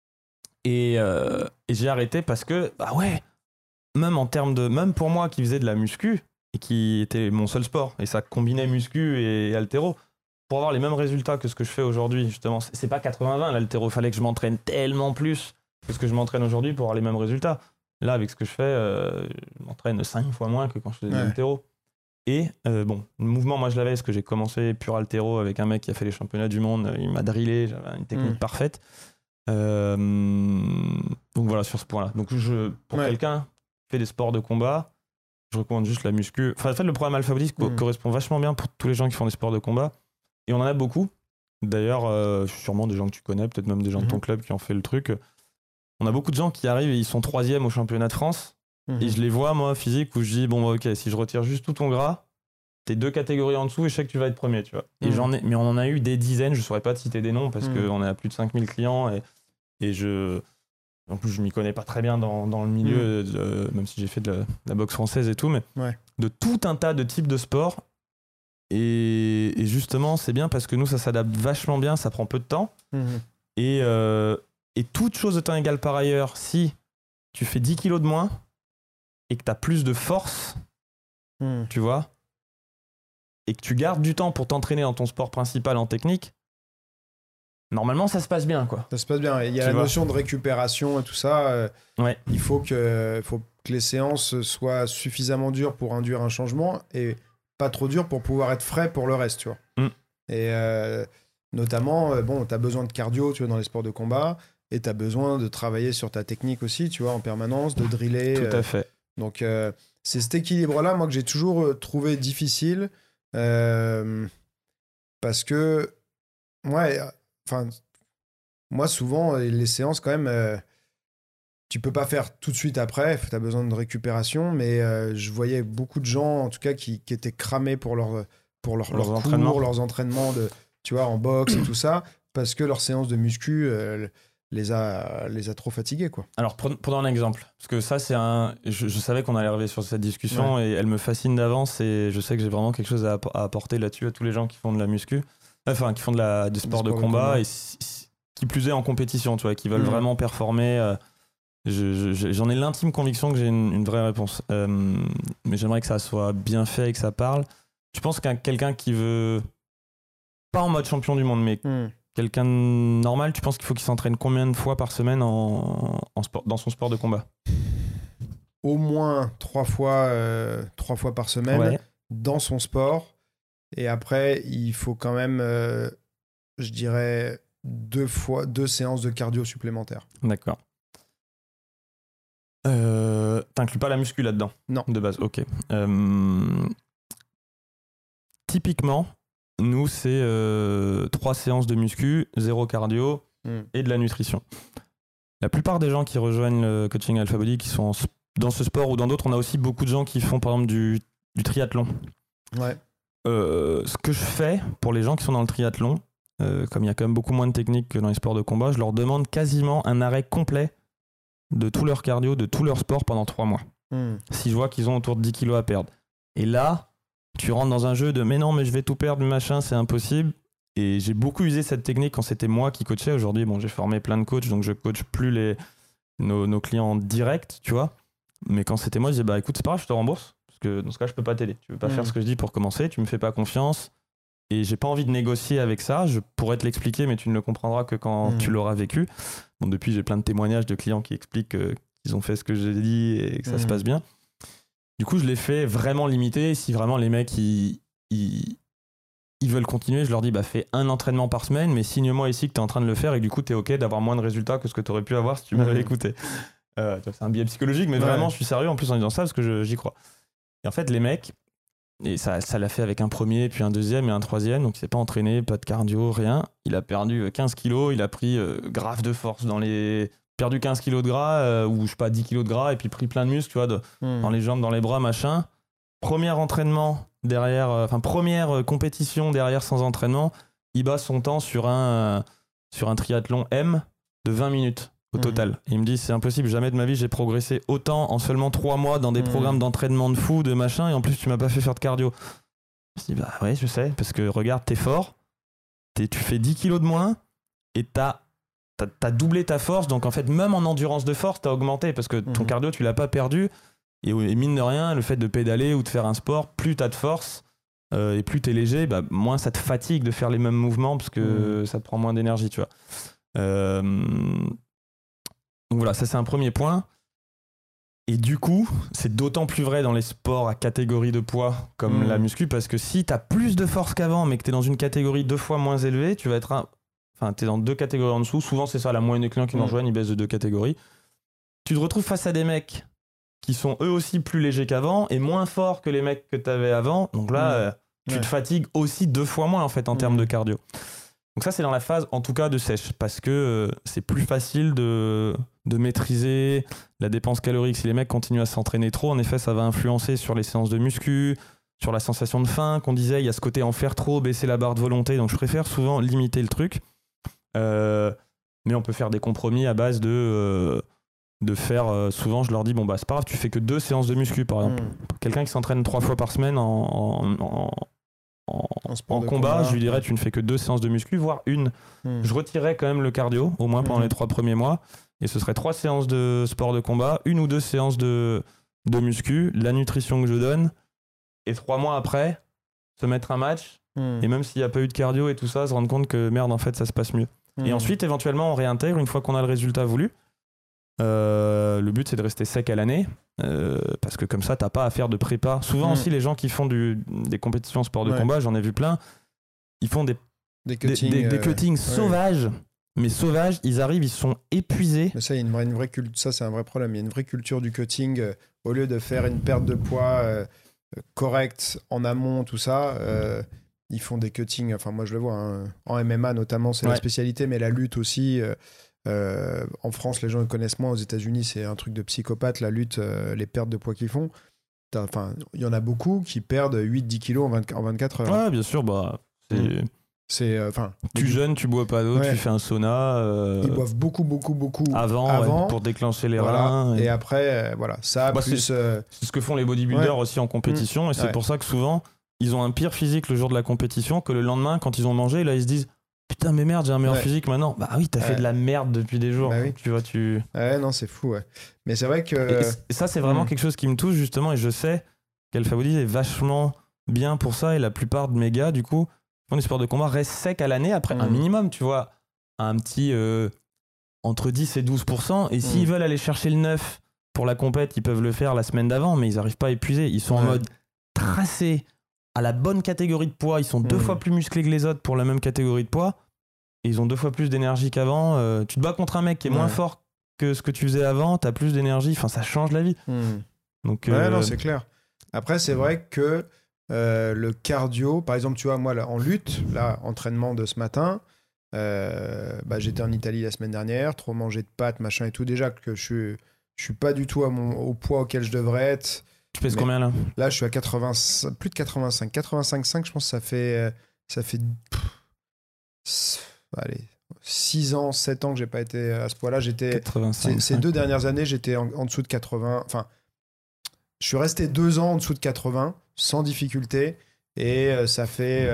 Et j'ai arrêté parce que, bah ouais, même pour moi qui faisais de la muscu et qui était mon seul sport, et ça combinait muscu et haltéro, pour avoir les mêmes résultats que ce que je fais aujourd'hui, justement, c'est pas 80-20 l'haltéro, fallait que je m'entraîne tellement plus que ce que je m'entraîne aujourd'hui pour avoir les mêmes résultats. Là, avec ce que je fais, je m'entraîne 5 fois moins que quand je faisais de l'haltéro. Et bon, le mouvement, moi je l'avais parce que j'ai commencé pur haltéro avec un mec qui a fait les championnats du monde, il m'a drillé, j'avais une technique parfaite. Donc voilà, sur ce point-là. Donc pour quelqu'un qui fait des sports de combat, je recommande juste la muscu. Enfin, en fait, le programme Alpha Body correspond vachement bien pour tous les gens qui font des sports de combat. Et on en a beaucoup. D'ailleurs, sûrement des gens que tu connais, peut-être même des gens de ton club qui ont fait le truc. On a beaucoup de gens qui arrivent et ils sont 3e au championnat de France. Et je les vois, moi, physique, où je dis, bon, ok, si je retire juste tout ton gras, t'es 2 catégories en dessous et je sais que tu vas être premier, tu vois. Et mais on en a eu des dizaines, je saurais pas te citer des noms parce qu'on est à plus de 5000 clients et en plus, je m'y connais pas très bien dans le milieu, même si j'ai fait de la boxe française et tout, mais de tout un tas de types de sports. Et justement, c'est bien parce que nous, ça s'adapte vachement bien, ça prend peu de temps. Et toute chose de temps égale par ailleurs, si tu fais 10 kilos de moins et que tu as plus de force, tu vois, et que tu gardes du temps pour t'entraîner dans ton sport principal en technique, normalement, ça se passe bien, quoi. Ça se passe bien. Il y a la notion de récupération et tout ça. Il faut que les séances soient suffisamment dures pour induire un changement et pas trop dures pour pouvoir être frais pour le reste, tu vois. Et notamment, tu as besoin de cardio, tu vois, dans les sports de combat, et tu as besoin de travailler sur ta technique aussi, tu vois, en permanence, de driller. Tout à fait. Donc, c'est cet équilibre-là, moi, que j'ai toujours trouvé difficile, parce que, moi, souvent, les séances, quand même, tu peux pas faire tout de suite après, tu as besoin de récupération, mais je voyais beaucoup de gens, en tout cas, qui étaient cramés pour leurs cours, leurs entraînements, tu vois, en boxe et tout ça, parce que leur séance de muscu les a trop fatigués, quoi. Alors, prenons un exemple, parce que ça, je savais qu'on allait arriver sur cette discussion et elle me fascine d'avance et je sais que j'ai vraiment quelque chose à apporter là-dessus à tous les gens qui font de la muscu, enfin, qui font du sport de combat et qui plus est en compétition, tu vois, qui veulent vraiment performer. J'en ai l'intime conviction que j'ai une vraie réponse. Mais j'aimerais que ça soit bien fait et que ça parle. Tu penses qu'un quelqu'un qui veut, pas en mode champion du monde, mais quelqu'un de normal, tu penses qu'il faut qu'il s'entraîne combien de fois par semaine dans son sport de combat ? Au moins 3 fois par semaine dans son sport. Et après, il faut quand même, je dirais, 2 séances de cardio supplémentaires. D'accord. T'inclus pas la muscu là-dedans ? Non. De base, ok. Typiquement, nous, c'est 3 séances de muscu, 0 cardio et de la nutrition. La plupart des gens qui rejoignent le coaching Alpha Body, qui sont dans ce sport ou dans d'autres, on a aussi beaucoup de gens qui font par exemple du triathlon. Ce que je fais pour les gens qui sont dans le triathlon, comme il y a quand même beaucoup moins de techniques que dans les sports de combat, je leur demande quasiment un arrêt complet de tout leur cardio, de tout leur sport pendant 3 mois. Si je vois qu'ils ont autour de 10 kilos à perdre. Et là, tu rentres dans un jeu de mais non, mais je vais tout perdre, machin, c'est impossible. Et j'ai beaucoup usé cette technique quand c'était moi qui coachais. Aujourd'hui, bon, j'ai formé plein de coachs, donc je coach plus nos clients en direct, tu vois. Mais quand c'était moi, je disais bah écoute, c'est pas grave, je te rembourse. Parce que dans ce cas, je peux pas t'aider. Tu veux pas faire ce que je dis pour commencer, tu me fais pas confiance. Et j'ai pas envie de négocier avec ça. Je pourrais te l'expliquer, mais tu ne le comprendras que quand tu l'auras vécu. Bon, depuis, j'ai plein de témoignages de clients qui expliquent qu'ils ont fait ce que j'ai dit et que ça se passe bien. Du coup, je l'ai fait vraiment limité. Si vraiment les mecs, ils veulent continuer, je leur dis, bah, fais un entraînement par semaine, mais signe-moi ici que tu es en train de le faire et que du coup, tu es OK d'avoir moins de résultats que ce que tu aurais pu avoir si tu m'avais écouté. C'est un biais psychologique, mais vraiment, je suis sérieux en plus en disant ça parce que j'y crois. Et en fait, les mecs, et ça l'a fait avec un premier, puis un deuxième et un troisième, donc il s'est pas entraîné, pas de cardio, rien. Il a perdu 15 kilos, il a pris grave de force perdu 15 kilos de gras, ou je sais pas, 10 kilos de gras, et puis pris plein de muscles, tu vois, dans les jambes, dans les bras, machin. Premier entraînement derrière, première compétition derrière sans entraînement, il bat son temps sur un triathlon M de 20 minutes au total. Et il me dit, c'est impossible, jamais de ma vie j'ai progressé autant en seulement 3 mois dans des programmes d'entraînement de fou, de machin, et en plus tu m'as pas fait faire de cardio. Je me dis, bah ouais, je sais, parce que regarde, t'es fort, tu fais 10 kilos de moins, et t'as doublé ta force, donc en fait, même en endurance de force, t'as augmenté, parce que ton cardio, tu l'as pas perdu, et mine de rien, le fait de pédaler ou de faire un sport, plus t'as de force, et plus t'es léger, bah, moins ça te fatigue de faire les mêmes mouvements, parce que ça te prend moins d'énergie, tu vois. Donc voilà, ça c'est un premier point. Et du coup, c'est d'autant plus vrai dans les sports à catégorie de poids comme la muscu, parce que si t'as plus de force qu'avant, mais que t'es dans une catégorie 2 fois moins élevée, tu vas être t'es dans 2 catégories en dessous. Souvent, c'est ça, la moyenne des clients qui nous rejoignent, ils baissent de 2 catégories. Tu te retrouves face à des mecs qui sont eux aussi plus légers qu'avant et moins forts que les mecs que t'avais avant. Donc là, tu te fatigues aussi 2 fois moins en fait en termes de cardio. Donc ça, c'est dans la phase, en tout cas, de sèche, parce que c'est plus facile de maîtriser la dépense calorique. Si les mecs continuent à s'entraîner trop, en effet, ça va influencer sur les séances de muscu, sur la sensation de faim qu'on disait. Il y a ce côté en faire trop, baisser la barre de volonté. Donc je préfère souvent limiter le truc. Mais on peut faire des compromis à base de faire... souvent, je leur dis, bon, bah, c'est pas grave, tu fais que 2 séances de muscu, par exemple. Quelqu'un qui s'entraîne 3 fois par semaine en combat, je lui dirais tu ne fais que 2 séances de muscu, voire une. Je retirerais quand même le cardio, au moins pendant les 3 premiers mois, et ce serait 3 séances de sport de combat, 1 ou 2 séances de muscu, la nutrition que je donne, et 3 mois après, se mettre un match, et même s'il n'y a pas eu de cardio et tout ça, se rendre compte que merde, en fait, ça se passe mieux. Et ensuite, éventuellement, on réintègre une fois qu'on a le résultat voulu. Le but, c'est de rester sec à l'année, parce que comme ça, t'as pas à faire de prépa. Souvent aussi, les gens qui font des compétitions sport de combat, j'en ai vu plein, ils font des cuttings sauvages, mais sauvages, ils arrivent, ils sont épuisés. Mais ça, il y a une vraie ça, c'est un vrai problème. Il y a une vraie culture du cutting. Au lieu de faire une perte de poids correcte en amont, tout ça, ils font des cuttings. Enfin, moi, je le vois, hein. En MMA notamment, c'est la spécialité, mais la lutte aussi... en France, les gens le connaissent moins. Aux États-Unis, c'est un truc de psychopathe, la lutte, les pertes de poids qu'ils font. Il y en a beaucoup qui perdent 8-10 kilos en 24 heures. Ouais, bien sûr. Bah, tu jeûnes, tu bois pas d'eau, tu fais un sauna. Ils boivent beaucoup avant pour déclencher les reins. Et après, ça, plus... C'est ce que font les bodybuilders aussi en compétition. Et c'est pour ça que souvent, ils ont un pire physique le jour de la compétition que le lendemain, quand ils ont mangé, là, ils se disent putain, mais merde, j'ai un meilleur physique maintenant. Bah oui, t'as fait de la merde depuis des jours. Bah oui. Tu vois, Ouais, non, c'est fou, Mais c'est vrai que... Et ça, c'est vraiment quelque chose qui me touche, justement, et je sais qu'Alpha Body est vachement bien pour ça, et la plupart de mes gars, du coup, qui font des sports de combat, restent secs à l'année, après un minimum, tu vois, un petit... entre 10 et 12%, et s'ils veulent aller chercher le 9 pour la compète, ils peuvent le faire la semaine d'avant, mais ils n'arrivent pas à épuiser. Ils sont en mode tracé à la bonne catégorie de poids, ils sont 2 fois plus musclés que les autres pour la même catégorie de poids, et ils ont 2 fois plus d'énergie qu'avant. Tu te bats contre un mec qui est moins fort que ce que tu faisais avant, t'as plus d'énergie, enfin ça change la vie. Donc, non, c'est clair. Après, c'est vrai que le cardio, par exemple, tu vois, moi, là, en lutte, là, entraînement de ce matin, j'étais en Italie la semaine dernière, trop mangé de pâtes, machin et tout, déjà que je suis pas du tout au poids auquel je devrais être. Tu pèses combien là ? Là, je suis à 80, plus de 85. 85,5, je pense que ça fait allez, 6 ans, 7 ans que j'ai pas été à ce poids-là. Ces 2 dernières années, j'étais en dessous de 80. Enfin, je suis resté 2 ans en dessous de 80, sans difficulté. Et ça fait...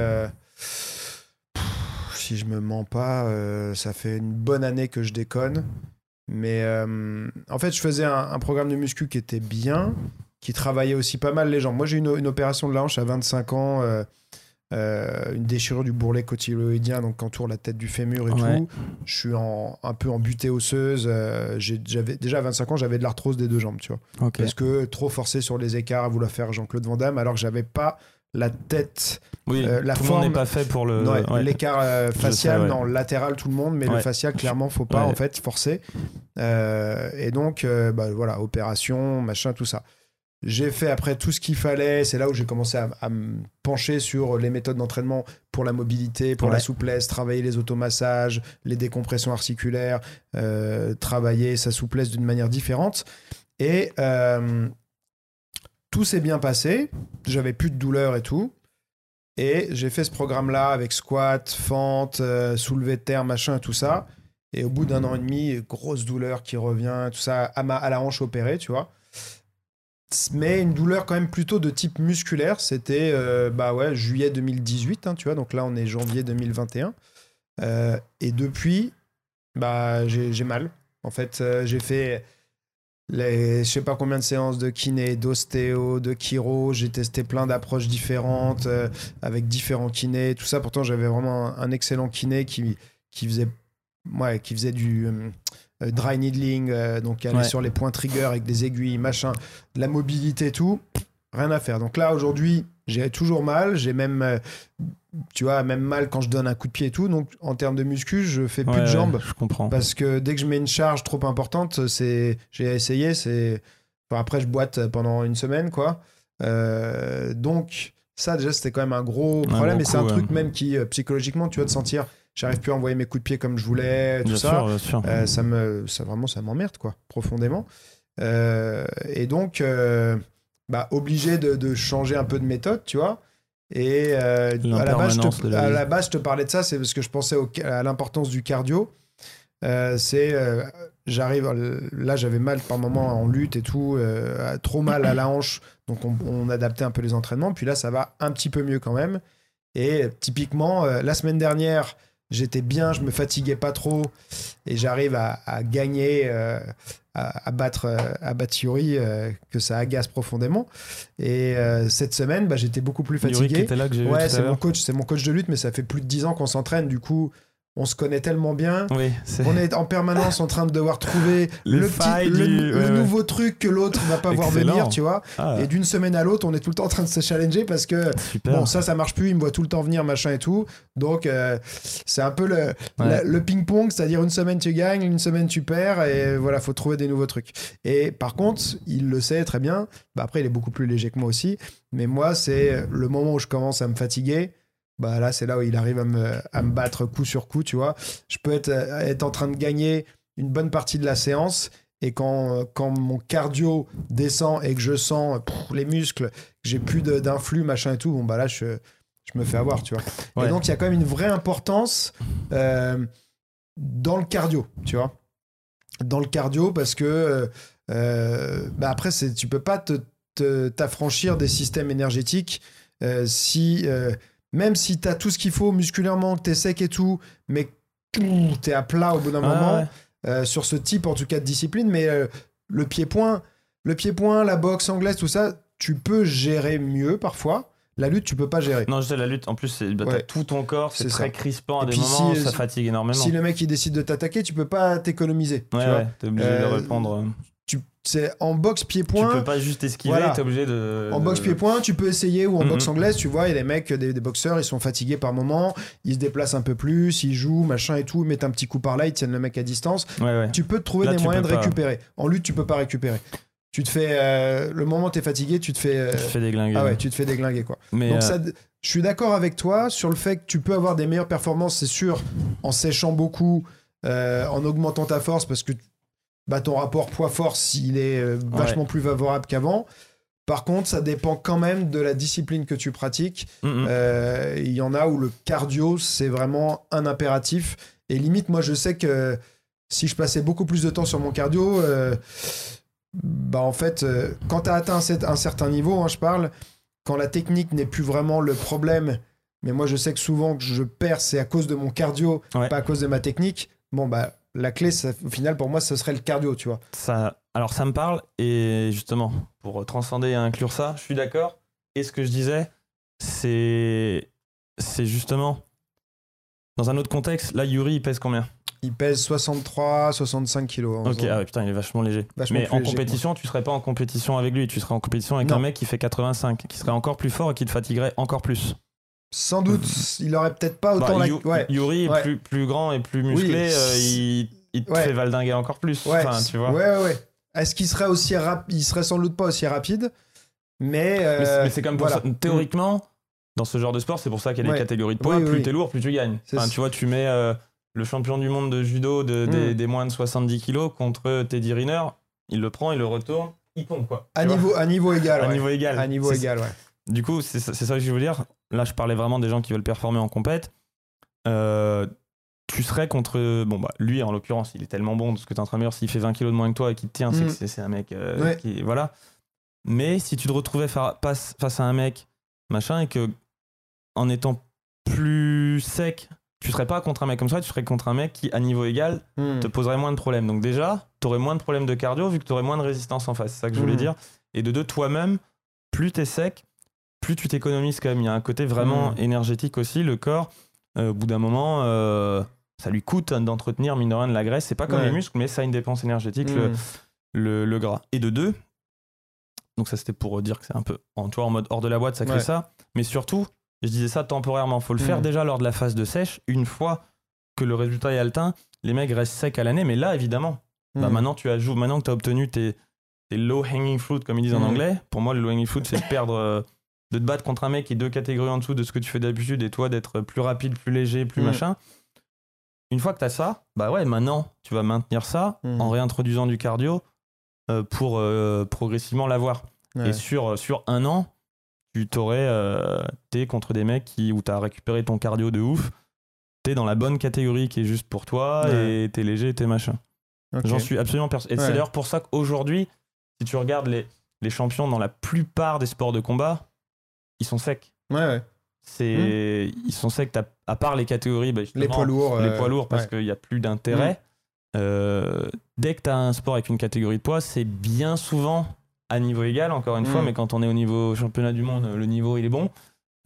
si je me mens pas, ça fait une bonne année que je déconne. Mais en fait, je faisais un programme de muscu qui était bien, qui travaillait aussi pas mal les jambes. Moi, j'ai eu une opération de la hanche à 25 ans, une déchirure du bourrelet cotyloïdien, donc qui entoure la tête du fémur et tout. Je suis un peu en butée osseuse. Déjà à 25 ans, j'avais de l'arthrose des 2 jambes, tu vois. Parce que trop forcé sur les écarts à vouloir faire Jean-Claude Van Damme, alors que j'avais pas la tête, la tout forme. Le monde n'est pas fait pour le... L'écart facial, non, latéral tout le monde, mais le facial, clairement, faut pas en fait forcer. Et donc, voilà, opération, machin, tout ça. J'ai fait après tout ce qu'il fallait. C'est là où j'ai commencé à me pencher sur les méthodes d'entraînement pour la mobilité, pour la souplesse, travailler les automassages, les décompressions articulaires, travailler sa souplesse d'une manière différente. Et tout s'est bien passé. J'avais plus de douleur et tout. Et j'ai fait ce programme-là avec squat, fente, soulevé de terre, machin, tout ça. Et au bout d'1 an et demi, grosse douleur qui revient, tout ça, à la hanche opérée, tu vois. Mais une douleur quand même plutôt de type musculaire. C'était juillet 2018, hein, tu vois. Donc là, on est janvier 2021. Et depuis, j'ai mal. En fait, j'ai fait je sais pas combien de séances de kiné, d'ostéo, de chiro. J'ai testé plein d'approches différentes avec différents kinés, tout ça. Pourtant, j'avais vraiment un excellent kiné qui faisait du dry needling, donc qui allait sur les points trigger avec des aiguilles, machin, de la mobilité et tout. Rien à faire. Donc là, aujourd'hui, j'ai toujours mal. J'ai même, même mal quand je donne un coup de pied et tout. Donc en termes de muscu, je fais plus de jambes. Je comprends. Parce que dès que je mets une charge trop importante, j'ai essayé, après je boite pendant une semaine, quoi. Donc ça, déjà, c'était quand même un gros problème. Et c'est un truc même qui, psychologiquement, tu vas te sentir... J'arrive plus à envoyer mes coups de pied comme je voulais, tout ça. Bien sûr. Ça m'emmerde, quoi, profondément. Et donc, obligé de changer un peu de méthode, tu vois. Et à la base, je te parlais de ça, c'est parce que je pensais à l'importance du cardio. J'arrive, là j'avais mal par moment en lutte et tout, trop mal à la hanche, donc on adaptait un peu les entraînements. Puis là, ça va un petit peu mieux quand même. Et typiquement, la semaine dernière, j'étais bien, je me fatiguais pas trop et j'arrive à gagner, à battre Yuri, que ça agace profondément. Et cette semaine, j'étais beaucoup plus fatigué. Yuri qui était là que j'ai vu c'est mon coach de lutte, mais ça fait plus de 10 ans qu'on s'entraîne. Du coup, on se connaît tellement bien. Oui, on est en permanence en train de devoir trouver le nouveau truc que l'autre ne va pas voir venir, tu vois. Et d'une semaine à l'autre, on est tout le temps en train de se challenger parce que ça marche plus, il me voit tout le temps venir, machin et tout. Donc c'est un peu le ping-pong, c'est-à-dire une semaine tu gagnes, une semaine tu perds, et voilà, faut trouver des nouveaux trucs. Et par contre, il le sait très bien. Après, il est beaucoup plus léger que moi aussi, mais moi, c'est le moment où je commence à me fatiguer. Là, c'est là où il arrive à me battre coup sur coup, tu vois. Je peux être en train de gagner une bonne partie de la séance, et quand mon cardio descend et que je sens les muscles, que j'ai plus d'influx, machin et tout, là, je me fais avoir, tu vois. Ouais. Et donc, il y a quand même une vraie importance dans le cardio, tu vois. Dans le cardio, parce que après, tu peux pas t'affranchir des systèmes énergétiques même si t'as tout ce qu'il faut musculairement, que t'es sec et tout, mais t'es à plat au bout d'un moment, sur ce type en tout cas de discipline. Mais le pied-point, la boxe anglaise, tout ça, tu peux gérer mieux parfois. La lutte, tu peux pas gérer. Non, je sais, la lutte, en plus, t'as tout ton corps, c'est très crispant à des moments, ça fatigue énormément. Si le mec il décide de t'attaquer, tu peux pas t'économiser. T'es obligé de reprendre. C'est en boxe pied-point. Tu peux pas juste esquiver, t'es obligé de. En boxe pied-point, tu peux essayer, ou en boxe anglaise, tu vois, il y a des mecs, des boxeurs, ils sont fatigués par moment, ils se déplacent un peu plus, ils jouent, machin et tout, ils mettent un petit coup par là, ils tiennent le mec à distance. Tu peux te trouver des moyens de récupérer. En lutte, tu peux pas récupérer. Tu te fais. Le moment où t'es fatigué, tu te fais déglinguer. Ah ouais, tu te fais déglinguer, quoi. Donc je suis d'accord avec toi sur le fait que tu peux avoir des meilleures performances, c'est sûr, en séchant beaucoup, en augmentant ta force, parce que ton rapport poids-force, il est vachement plus favorable qu'avant. Par contre, ça dépend quand même de la discipline que tu pratiques. Il y en a où le cardio, c'est vraiment un impératif. Et limite, moi, je sais que si je passais beaucoup plus de temps sur mon cardio, en fait, quand tu as atteint un certain niveau, je parle, quand la technique n'est plus vraiment le problème, mais moi, je sais que souvent que je perds, c'est à cause de mon cardio, pas à cause de ma technique. La clé, au final, pour moi, ce serait le cardio, tu vois. Alors, ça me parle, et justement, pour transcender et inclure ça, je suis d'accord. Et ce que je disais, c'est justement, dans un autre contexte, là, Yuri, il pèse combien ? Il pèse 63, 65 kilos. Ok, putain, il est vachement léger. Mais en compétition, tu serais pas en compétition avec lui, tu serais en compétition avec un mec qui fait 85, qui serait encore plus fort et qui te fatiguerait encore plus. Sans doute, il aurait peut-être pas autant Yuri est plus grand et plus musclé, il te fait valdinguer encore plus. Tu vois. Ouais. Est-ce qu'il serait aussi rapide ? Il serait sans doute pas aussi rapide, mais c'est comme pour ça. Théoriquement, dans ce genre de sport, c'est pour ça qu'il y a des catégories de poids. Plus t'es lourd, plus tu gagnes. Tu vois, tu mets le champion du monde de judo des moins de 70 kilos contre Teddy Riner, il le prend, il le retourne, il tombe, quoi. À niveau égal. À niveau égal. À niveau égal, ouais. Du coup, c'est ça que je veux dire. Là, je parlais vraiment des gens qui veulent performer en compète. tu serais contre. Bon, bah, lui, en l'occurrence, il est tellement bon, ce que tu es en train de dire, s'il fait 20 kilos de moins que toi et qu'il te tient, c'est que c'est un mec qui. Voilà. Mais si tu te retrouvais face à un mec, machin, et que en étant plus sec, tu serais pas contre un mec comme ça, tu serais contre un mec qui, à niveau égal, te poserait moins de problèmes. Donc déjà, tu aurais moins de problèmes de cardio vu que tu aurais moins de résistance en face. C'est ça que je voulais dire. Et de deux, toi-même, plus tu es sec, plus tu t'économises quand même. Il y a un côté vraiment énergétique aussi. Le corps, au bout d'un moment, ça lui coûte d'entretenir, mine de rien, de la graisse. C'est pas comme les muscles, mais ça a une dépense énergétique, le gras. Et de deux, donc ça c'était pour dire que c'est un peu en mode hors de la boîte, ça crée ça. Mais surtout, je disais ça temporairement. Faut le faire déjà lors de la phase de sèche. Une fois que le résultat est atteint, les mecs restent secs à l'année. Mais là, évidemment, maintenant maintenant que tu as obtenu tes low hanging fruit, comme ils disent en anglais. Pour moi, le low hanging fruit, c'est de te battre contre un mec qui est 2 catégories en dessous de ce que tu fais d'habitude et toi d'être plus rapide, plus léger, plus machin. Une fois que tu as ça, bah ouais, maintenant, tu vas maintenir ça en réintroduisant du cardio pour progressivement l'avoir. Et sur un an, t'es contre des mecs où t'as récupéré ton cardio de ouf, t'es dans la bonne catégorie qui est juste pour toi et t'es léger et t'es machin. J'en suis absolument persuadé. Et c'est d'ailleurs pour ça qu'aujourd'hui, si tu regardes les champions dans la plupart des sports de combat, ils sont secs. Ils sont secs, à part les catégories, les poids lourds parce qu'il n'y a plus d'intérêt. Dès que t'as un sport avec une catégorie de poids, c'est bien souvent à niveau égal, encore une fois, mais quand on est au niveau championnat du monde, le niveau il est bon.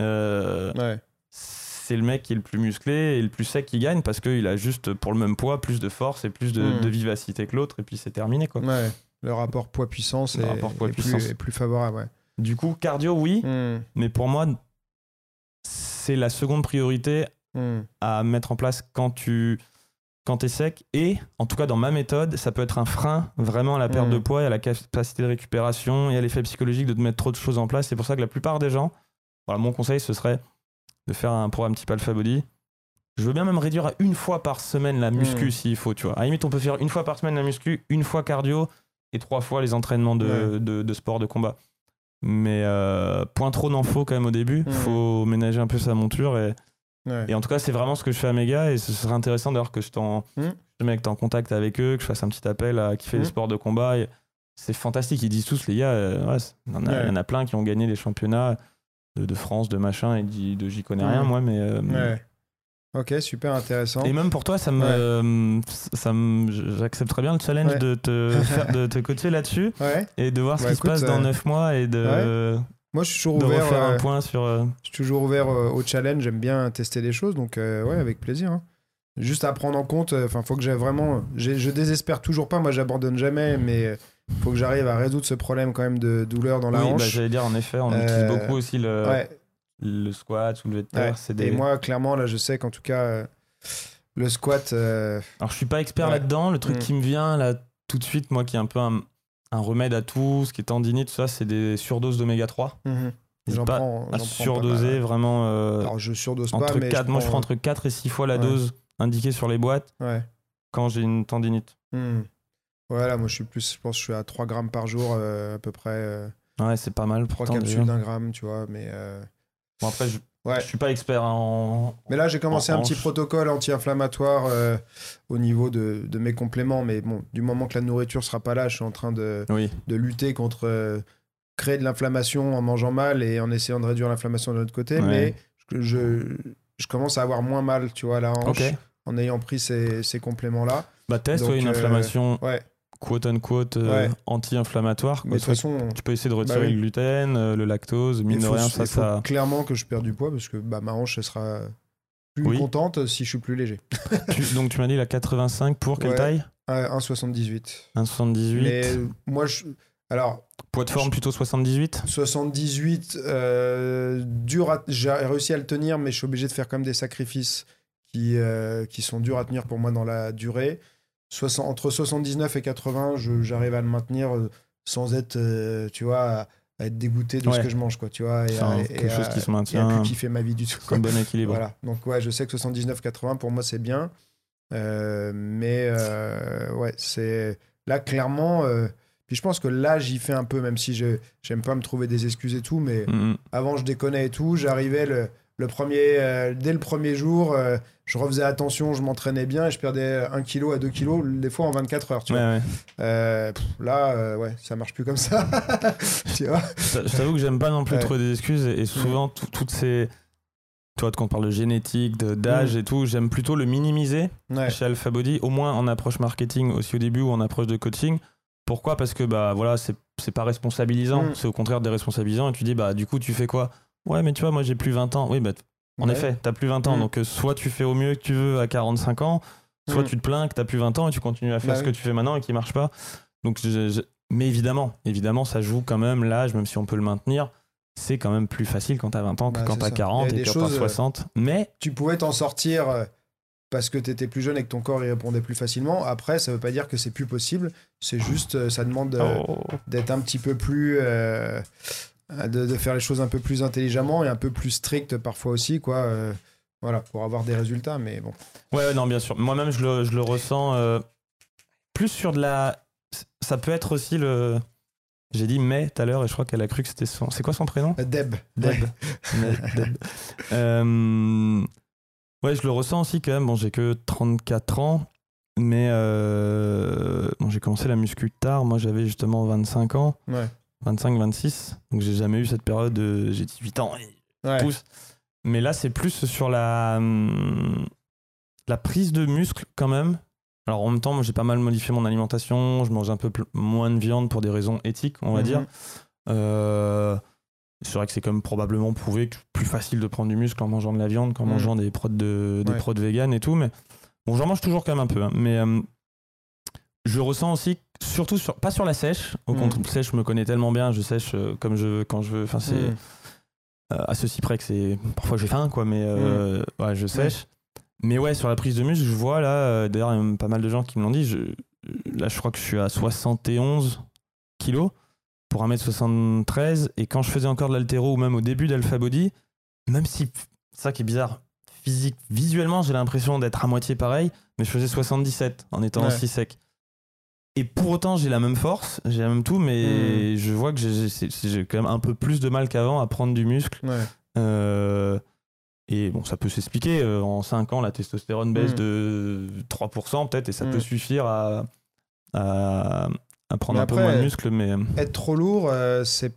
C'est le mec qui est le plus musclé et le plus sec qui gagne parce qu'il a juste pour le même poids plus de force et plus de vivacité que l'autre et puis c'est terminé quoi. Le rapport poids-puissance est plus favorable. Du coup, cardio oui, mais pour moi c'est la seconde priorité à mettre en place quand t'es sec, et en tout cas dans ma méthode ça peut être un frein vraiment à la perte de poids et à la capacité de récupération et à l'effet psychologique de te mettre trop de choses en place. C'est pour ça que la plupart des gens, voilà, mon conseil ce serait de faire un programme type Alpha Body. Je veux bien même réduire à une fois par semaine la muscu s'il faut, tu vois. À la limite on peut faire une fois par semaine la muscu, une fois cardio et 3 fois les entraînements de sport de combat. Mais point trop n'en faut quand même au début, faut ménager un peu sa monture et en tout cas c'est vraiment ce que je fais à mes gars et ce serait intéressant d'ailleurs que je mets que t'es en contact avec eux, que je fasse un petit appel à qui fait des sports de combat et c'est fantastique, ils disent tous les gars, il y en a plein qui ont gagné les championnats de France, de machin et j'y connais rien moi mais ok, super intéressant. Et même pour toi j'accepterais bien le challenge de te coacher là-dessus et de voir ce qui se passe dans 9 mois et de moi je suis toujours ouvert refaire un point sur je suis toujours ouvert au challenge, j'aime bien tester des choses donc avec plaisir hein. Juste à prendre en compte, faut que j'ai vraiment je désespère toujours pas, moi j'abandonne jamais mais faut que j'arrive à résoudre ce problème quand même de douleur dans la hanche. J'allais dire en effet on utilise beaucoup aussi le squat, soulevé de terre, et moi clairement là je sais qu'en tout cas le squat alors je suis pas expert là-dedans, le truc qui me vient là tout de suite, moi qui est un peu un remède à tout ce qui est tendinite, tout ça, c'est des surdoses d'oméga 3. J'en prends surdoser vraiment alors je surdose pas mais moi je prends entre 4 et 6 fois la dose indiquée sur les boîtes quand j'ai une tendinite. Voilà, moi je pense que je suis à 3 grammes par jour à peu près. C'est pas mal. 3 capsules d'1 gramme, tu vois, mais... Bon après, je suis pas expert Mais là, j'ai commencé un petit protocole anti-inflammatoire au niveau de mes compléments, mais bon, du moment que la nourriture sera pas là, je suis en train de lutter contre créer de l'inflammation en mangeant mal et en essayant de réduire l'inflammation de l'autre côté, mais je commence à avoir moins mal, tu vois, à la hanche, en ayant pris ces compléments-là. Bah teste une inflammation quote-unquote anti-inflammatoire. Mais de toute façon, tu peux essayer de retirer le gluten, le lactose, mine de rien, il faut clairement que je perde du poids parce que ma hanche, elle sera plus contente si je suis plus léger. Donc tu m'as dit la 85 pour quelle taille 1,78. 1,78. Mais moi, alors... Poids de forme plutôt 78 78, j'ai réussi à le tenir, mais je suis obligé de faire quand même des sacrifices qui sont durs à tenir pour moi dans la durée. Entre 79 et 80, j'arrive à le maintenir sans être, tu vois, à être dégoûté de ce que je mange, quoi, tu vois. Quelque chose qui se maintient. Et à plus kiffer ma vie du tout. C'est un bon équilibre. Voilà. Donc, je sais que 79-80, pour moi, c'est bien. Mais, c'est... Là, clairement... Puis je pense que là, j'y fais un peu, même si j'aime pas me trouver des excuses et tout, mais avant, je déconnais et tout. J'arrivais dès le premier jour, je refaisais attention, je m'entraînais bien et je perdais 1 kilo à 2 kilos, des fois en 24 heures. Tu vois. Là, ça marche plus comme ça. Tu vois. Je t'avoue que j'aime pas non plus trouver des excuses et souvent toutes ces. Toi, quand on parle de génétique, d'âge et tout, j'aime plutôt le minimiser chez Alpha Body, au moins en approche marketing aussi au début ou en approche de coaching. Pourquoi ? Parce que c'est pas responsabilisant, c'est au contraire déresponsabilisant et tu dis du coup tu fais quoi ? Ouais, mais tu vois, moi j'ai plus 20 ans. Oui, en effet, t'as plus 20 ans, donc soit tu fais au mieux que tu veux à 45 ans, soit tu te plains que t'as plus 20 ans et tu continues à faire ce que tu fais maintenant et qui marche pas. Donc, mais évidemment, ça joue quand même l'âge, même si on peut le maintenir. C'est quand même plus facile quand t'as 20 ans que quand t'as 40 et que t'as 60. Mais tu pouvais t'en sortir parce que t'étais plus jeune et que ton corps y répondait plus facilement. Après, ça veut pas dire que c'est plus possible. C'est juste, ça demande d'être un petit peu plus... de faire les choses un peu plus intelligemment et un peu plus strict parfois aussi, quoi. Voilà, pour avoir des résultats, mais bon. Ouais, non, bien sûr. Moi-même, je le ressens plus sur de la... Ça peut être aussi le... J'ai dit May tout à l'heure et je crois qu'elle a cru que c'était son... C'est quoi son prénom ? Deb. Deb. Ouais, je le ressens aussi quand même. Bon, j'ai que 34 ans, mais j'ai commencé la muscu tard. Moi, j'avais justement 25 ans. Ouais. 25, 26. Donc, j'ai jamais eu cette période de... J'ai 18 ans et pousse. Mais là, c'est plus sur la prise de muscle quand même. Alors en même temps, moi, j'ai pas mal modifié mon alimentation, je mange un peu moins de viande pour des raisons éthiques, on va dire. C'est vrai que c'est comme probablement prouvé que c'est plus facile de prendre du muscle en mangeant de la viande qu'en mangeant des prods vegan et tout. Mais bon, j'en mange toujours quand même un peu. Hein. Mais je ressens aussi, surtout pas sur la sèche. Au contraire, sèche, je me connais tellement bien, je sèche comme je veux, quand je veux. Enfin, c'est à ceci près que c'est parfois j'ai faim, quoi. Mais je sèche. Mais ouais, sur la prise de muscle, je vois là, d'ailleurs, il y a pas mal de gens qui me l'ont dit, là, je crois que je suis à 71 kilos pour 1m73, et quand je faisais encore de l'haltéro, ou même au début d'Alpha Body, même si, ça qui est bizarre, visuellement, j'ai l'impression d'être à moitié pareil, mais je faisais 77 en étant aussi sec. Et pour autant, j'ai la même force, j'ai la même tout, mais je vois que j'ai quand même un peu plus de mal qu'avant à prendre du muscle. Et bon, ça peut s'expliquer. En 5 ans, la testostérone baisse de 3% peut-être, et ça peut suffire à prendre un peu moins de muscle. Mais... Être trop lourd, c'est...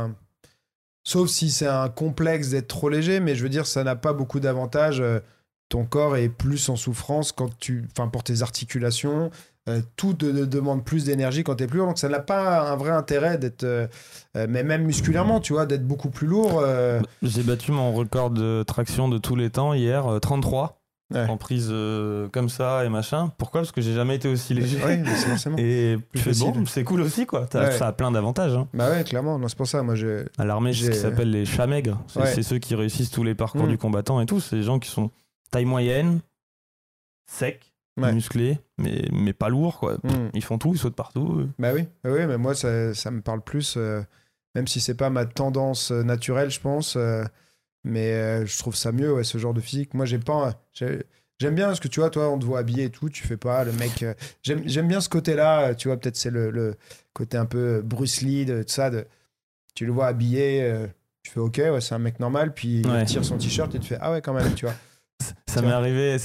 Sauf si c'est un complexe d'être trop léger, mais je veux dire, ça n'a pas beaucoup d'avantages. Ton corps est plus en souffrance pour tes articulations. Tout te demande plus d'énergie quand t'es plus lourd, donc ça n'a pas un vrai intérêt d'être mais même musculairement, tu vois, d'être beaucoup plus lourd. J'ai battu mon record de traction de tous les temps hier, 33 en prise comme ça et machin. Pourquoi ? Parce que j'ai jamais été aussi léger. Oui, mais c'est forcément et tu fais bon, c'est cool aussi, quoi. Ça a plein d'avantages. Hein. Bah ouais, clairement. Non, c'est pour ça, moi à l'armée, c'est ce qui s'appelle les chats maigres. C'est ceux qui réussissent tous les parcours du combattant et tout. C'est des gens qui sont taille moyenne, secs, musclés, mais pas lourds, quoi. Ils font tout, ils sautent partout. Bah oui, mais moi ça me parle plus, même si c'est pas ma tendance naturelle, je pense, mais je trouve ça mieux, ce genre de physique. Moi j'aime bien parce que tu vois, toi on te voit habillé et tout, tu fais pas le mec. J'aime bien ce côté-là, tu vois, peut-être c'est le côté un peu Bruce Lee, tout ça, tu le vois habillé, tu fais ok, c'est un mec normal, puis il tire son t-shirt et tu fais ah ouais, quand même, tu vois. Ça m'est arrivé,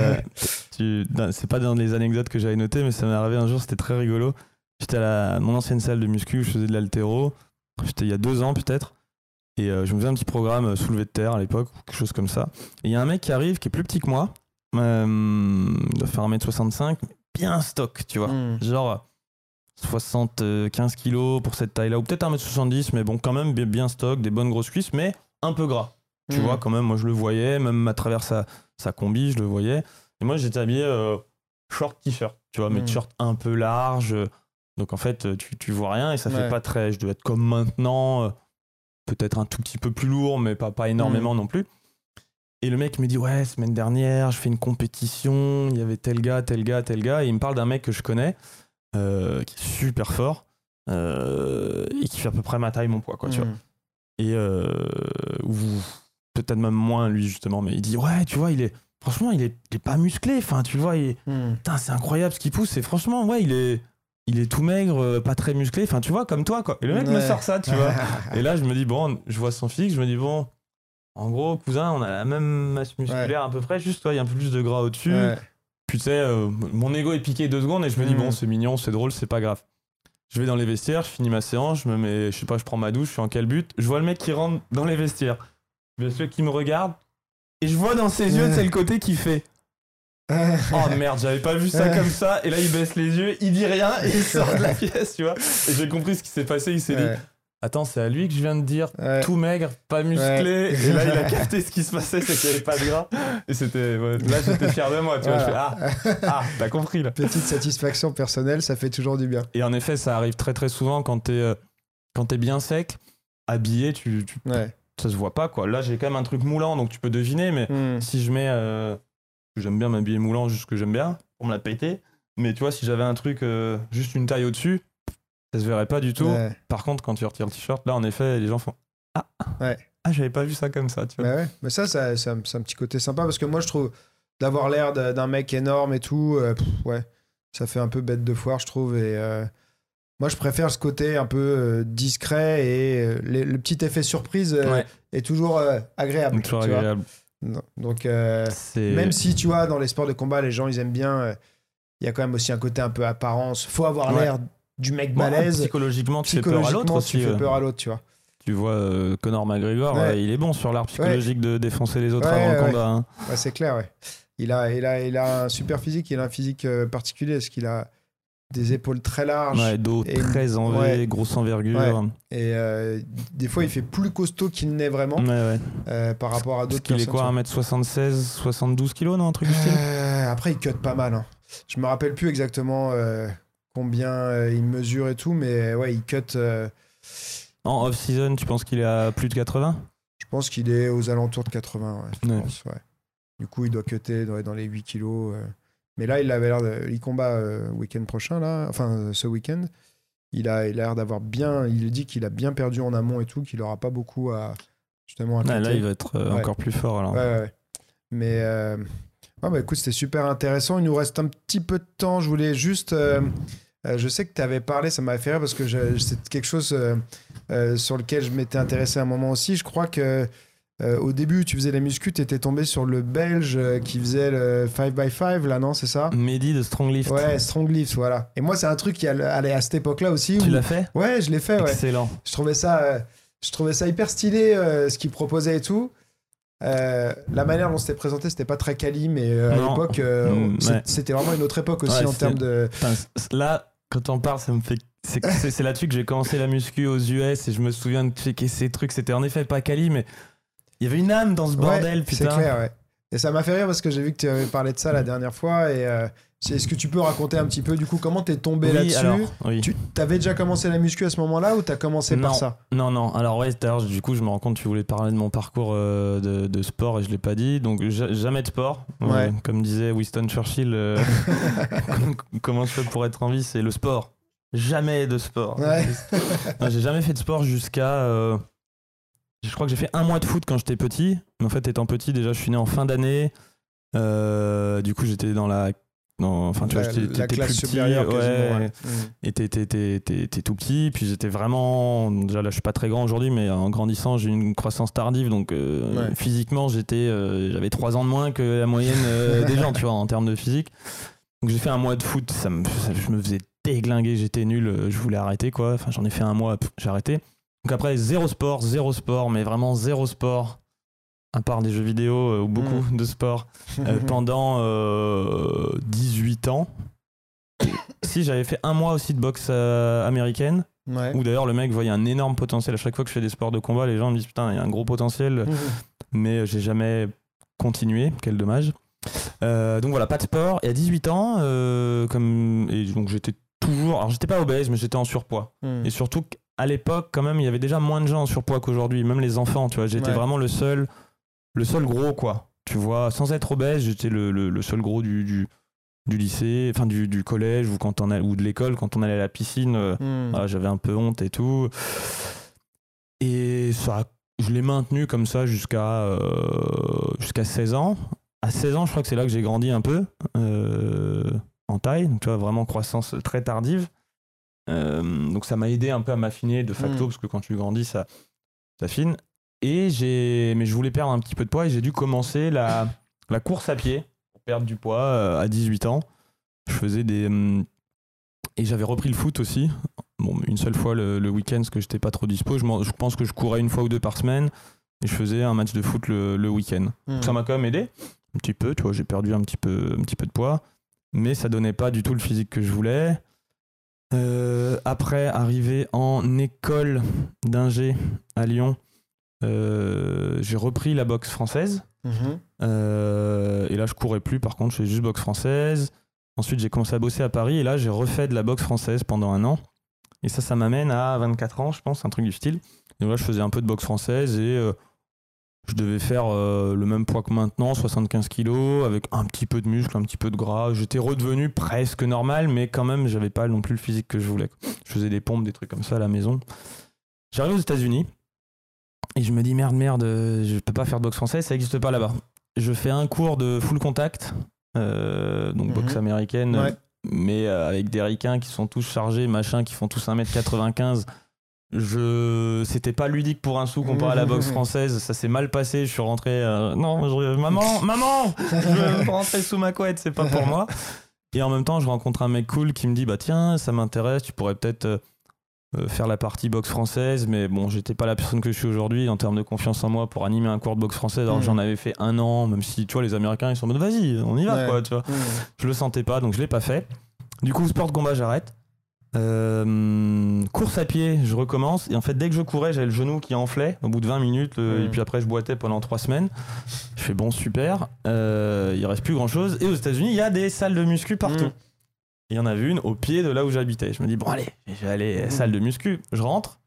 c'est pas dans les anecdotes que j'avais notées, mais ça m'est arrivé un jour, c'était très rigolo. J'étais à mon ancienne salle de muscu où je faisais de l'haltéro, j'étais il y a 2 ans peut-être, et je me faisais un petit programme soulevé de terre à l'époque, ou quelque chose comme ça. Et il y a un mec qui arrive, qui est plus petit que moi, il doit faire 1m65, bien stock, tu vois, genre 75 kilos pour cette taille-là, ou peut-être 1m70, mais bon, quand même bien stock, des bonnes grosses cuisses, mais un peu gras. Tu vois, quand même, moi je le voyais, même à travers sa combi, je le voyais. Et moi j'étais habillé short t-shirt, tu vois, mais t-shirt un peu large. Donc en fait, tu vois rien et ça fait pas très. Je devais être comme maintenant, peut-être un tout petit peu plus lourd, mais pas énormément non plus. Et le mec me dit, ouais, semaine dernière, je fais une compétition, il y avait tel gars. Et il me parle d'un mec que je connais, qui est super fort, et qui fait à peu près ma taille, mon poids, quoi, tu vois. Et peut-être même moins lui justement, mais il dit ouais, tu vois, il est pas musclé, enfin tu vois, putain, c'est incroyable ce qu'il pousse, et franchement ouais, il est tout maigre, pas très musclé, enfin tu vois, comme toi, quoi. Et le mec me sort ça, tu vois. Et là je me dis bon, je vois son physique, je me dis bon, en gros, cousin, on a la même masse musculaire à peu près, juste toi, il y a un peu plus de gras au-dessus. Puis tu sais, mon ego est piqué 2 secondes et je me dis, bon, c'est mignon, c'est drôle, c'est pas grave. Je vais dans les vestiaires, je finis ma séance, je me mets, je sais pas, je prends ma douche, je suis en calbute. Je vois le mec qui rentre dans les vestiaires. Bien sûr, qui me regarde. Et je vois dans ses yeux, c'est le côté qui fait. Oh merde, j'avais pas vu ça comme ça. Et là, il baisse les yeux, il dit rien et il sort de la pièce, tu vois. Et j'ai compris ce qui s'est passé. Il s'est dit, attends, c'est à lui que je viens de dire, tout maigre, pas musclé. Et là, il a capté ce qui se passait, c'est qu'il n'y avait pas de gras. Et c'était, là, j'étais fier de moi, tu vois. Je fais, t'as compris là. Petite satisfaction personnelle, ça fait toujours du bien. Et en effet, ça arrive très très souvent quand t'es bien sec, habillé, ça se voit pas quoi. Là, j'ai quand même un truc moulant, donc tu peux deviner. Mais si je mets, j'aime bien m'habiller moulant, juste que j'aime bien, pour me la péter. Mais tu vois, si j'avais un truc juste une taille au-dessus, ça se verrait pas du tout. Par contre, quand tu retires le t-shirt, là, en effet, les gens font j'avais pas vu ça comme ça. Tu vois. Mais ça, c'est un petit côté sympa parce que moi, je trouve d'avoir l'air d'un mec énorme et tout, ça fait un peu bête de foire, je trouve. Et moi, je préfère ce côté un peu discret et le petit effet surprise est toujours agréable. Toujours agréable. Donc, même si, tu vois, dans les sports de combat, les gens, ils aiment bien, il y a quand même aussi un côté un peu apparence. Faut avoir l'air du mec balèze. Psychologiquement, tu fais peur à l'autre aussi. Tu fais peur à l'autre, tu vois. Tu vois, Conor McGregor, il est bon sur l'art psychologique de défoncer les autres avant le combat. Hein. Ouais, c'est clair, Il a un super physique, il a un physique particulier, parce qu'il a des épaules très larges. Dos très en V, grosse envergure. Et des fois, il fait plus costaud qu'il n'est vraiment par rapport à d'autres personnes. Il est quoi, 1m76, 72 kg, non, un truc du style Après, il cut pas mal. Hein. Je me rappelle plus exactement combien il mesure et tout, mais il cut... En off-season, tu penses qu'il est à plus de 80 ? Je pense qu'il est aux alentours de 80, je pense, Du coup, il doit cutter, il doit être dans les 8 kilos. Mais là, il avait l'air il combat week-end prochain, là, enfin ce week-end. Il a l'air d'avoir bien... Il dit qu'il a bien perdu en amont et tout, qu'il n'aura pas beaucoup à justement à cutter. Là, il va être encore plus fort, alors. Mais écoute, c'était super intéressant. Il nous reste un petit peu de temps. Je voulais juste... je sais que tu avais parlé, ça m'avait fait rire parce que c'est quelque chose sur lequel je m'étais intéressé à un moment aussi. Je crois que au début, tu faisais la muscu, tu étais tombé sur le Belge qui faisait le 5x5, là, non, c'est ça ? Mehdi de Stronglift. Ouais, Stronglift, voilà. Et moi, c'est un truc qui allait à cette époque-là aussi. Tu l'as fait ? Ouais, je l'ai fait, Excellent. Je trouvais ça hyper stylé, ce qu'il proposait et tout. La manière dont c'était présenté, c'était pas très quali, mais à l'époque, c'était vraiment une autre époque aussi en termes de... Là, quand on parle, ça me fait... C'est là-dessus que j'ai commencé la muscu aux US et je me souviens de checker ces trucs. C'était en effet pas quali, mais il y avait une âme dans ce bordel, putain. C'est clair, Et ça m'a fait rire parce que j'ai vu que tu avais parlé de ça la dernière fois. Et est-ce que tu peux raconter un petit peu du coup comment t'es tombé là-dessus ? Alors, Tu t'avais déjà commencé la muscu à ce moment-là ou t'as commencé par ça ? Non. Alors d'ailleurs, du coup, je me rends compte que tu voulais parler de mon parcours de sport et je l'ai pas dit. Donc jamais de sport. Comme disait Winston Churchill, comment je fais pour être en vie, c'est le sport. Jamais de sport. Non, j'ai jamais fait de sport jusqu'à... je crois que j'ai fait 1 mois de foot quand j'étais petit. Mais en fait, étant petit, déjà, je suis né en fin d'année. Du coup, j'étais dans la... Enfin, tu vois, j'étais plus petit. Et t'es tout petit. Puis j'étais vraiment... Déjà, là, je suis pas très grand aujourd'hui, mais en grandissant, j'ai eu une croissance tardive. Donc, physiquement, j'avais 3 ans de moins que la moyenne des gens, tu vois, en termes de physique. Donc, j'ai fait 1 mois de foot. Je me faisais déglinguer, j'étais nul. Je voulais arrêter, quoi. Enfin, j'en ai fait 1 mois, j'ai arrêté. Donc après, zéro sport, mais vraiment zéro sport, à part des jeux vidéo ou beaucoup de sport, pendant 18 ans. Si, j'avais fait 1 mois aussi de boxe américaine, où d'ailleurs le mec voyait un énorme potentiel. À chaque fois que je fais des sports de combat, les gens me disent putain, il y a un gros potentiel, mais j'ai jamais continué, quel dommage. Donc voilà, pas de sport. Et à 18 ans, et donc j'étais toujours... Alors j'étais pas obèse, mais j'étais en surpoids. Et surtout... À l'époque, quand même, il y avait déjà moins de gens en surpoids qu'aujourd'hui, même les enfants, tu vois. J'étais vraiment le seul gros, quoi. Tu vois, sans être obèse, j'étais le seul gros du lycée, enfin du collège ou de l'école, quand on allait à la piscine. J'avais un peu honte et tout. Et ça, je l'ai maintenu comme ça jusqu'à 16 ans. À 16 ans, je crois que c'est là que j'ai grandi un peu en taille. Donc, tu vois, vraiment croissance très tardive. Donc ça m'a aidé un peu à m'affiner de facto parce que quand tu grandis ça s'affine. mais je voulais perdre un petit peu de poids et j'ai dû commencer la course à pied pour perdre du poids à 18 ans. Je faisais et j'avais repris le foot aussi. Bon, une seule fois le week-end parce que j'étais pas trop dispo. Je pense que je courais 1 fois ou 2 par semaine et je faisais un match de foot le week-end. Ça m'a quand même aidé un petit peu, tu vois, j'ai perdu un petit peu de poids, mais ça donnait pas du tout le physique que je voulais. Après, arrivé en école d'ingé à Lyon, j'ai repris la boxe française. Et là, je courais plus. Par contre, je faisais juste boxe française. Ensuite, j'ai commencé à bosser à Paris et là, j'ai refait de la boxe française pendant 1 an. Et ça m'amène à 24 ans, je pense, un truc du style. Et là, je faisais un peu de boxe française et je devais faire le même poids que maintenant, 75 kilos, avec un petit peu de muscle, un petit peu de gras. J'étais redevenu presque normal, mais quand même, j'avais pas non plus le physique que je voulais. Je faisais des pompes, des trucs comme ça à la maison. J'arrive aux États-Unis et je me dis merde, je peux pas faire de boxe française, ça n'existe pas là-bas. Je fais un cours de full contact, donc boxe américaine, mais avec des ricains qui sont tous chargés, machin, qui font tous 1m95. C'était pas ludique pour un sou comparé à la boxe française, ça s'est mal passé, je suis rentré maman je veux rentrer sous ma couette, c'est pas pour moi. Et en même temps je rencontre un mec cool qui me dit bah tiens ça m'intéresse, tu pourrais peut-être faire la partie boxe française, mais bon j'étais pas la personne que je suis aujourd'hui en termes de confiance en moi pour animer un cours de boxe française alors que j'en avais fait 1 an, même si tu vois les Américains ils sont en mode vas-y on y va quoi, tu vois. Je le sentais pas donc je l'ai pas fait. Du coup sport de combat j'arrête. Course à pied, je recommence et en fait dès que je courais j'avais le genou qui enflait au bout de 20 minutes et puis après je boitais pendant 3 semaines. Je fais bon super, il reste plus grand chose et aux États-Unis il y a des salles de muscu partout. Il y en avait une au pied de là où j'habitais. Je me dis bon allez, je vais aller salle de muscu. Je rentre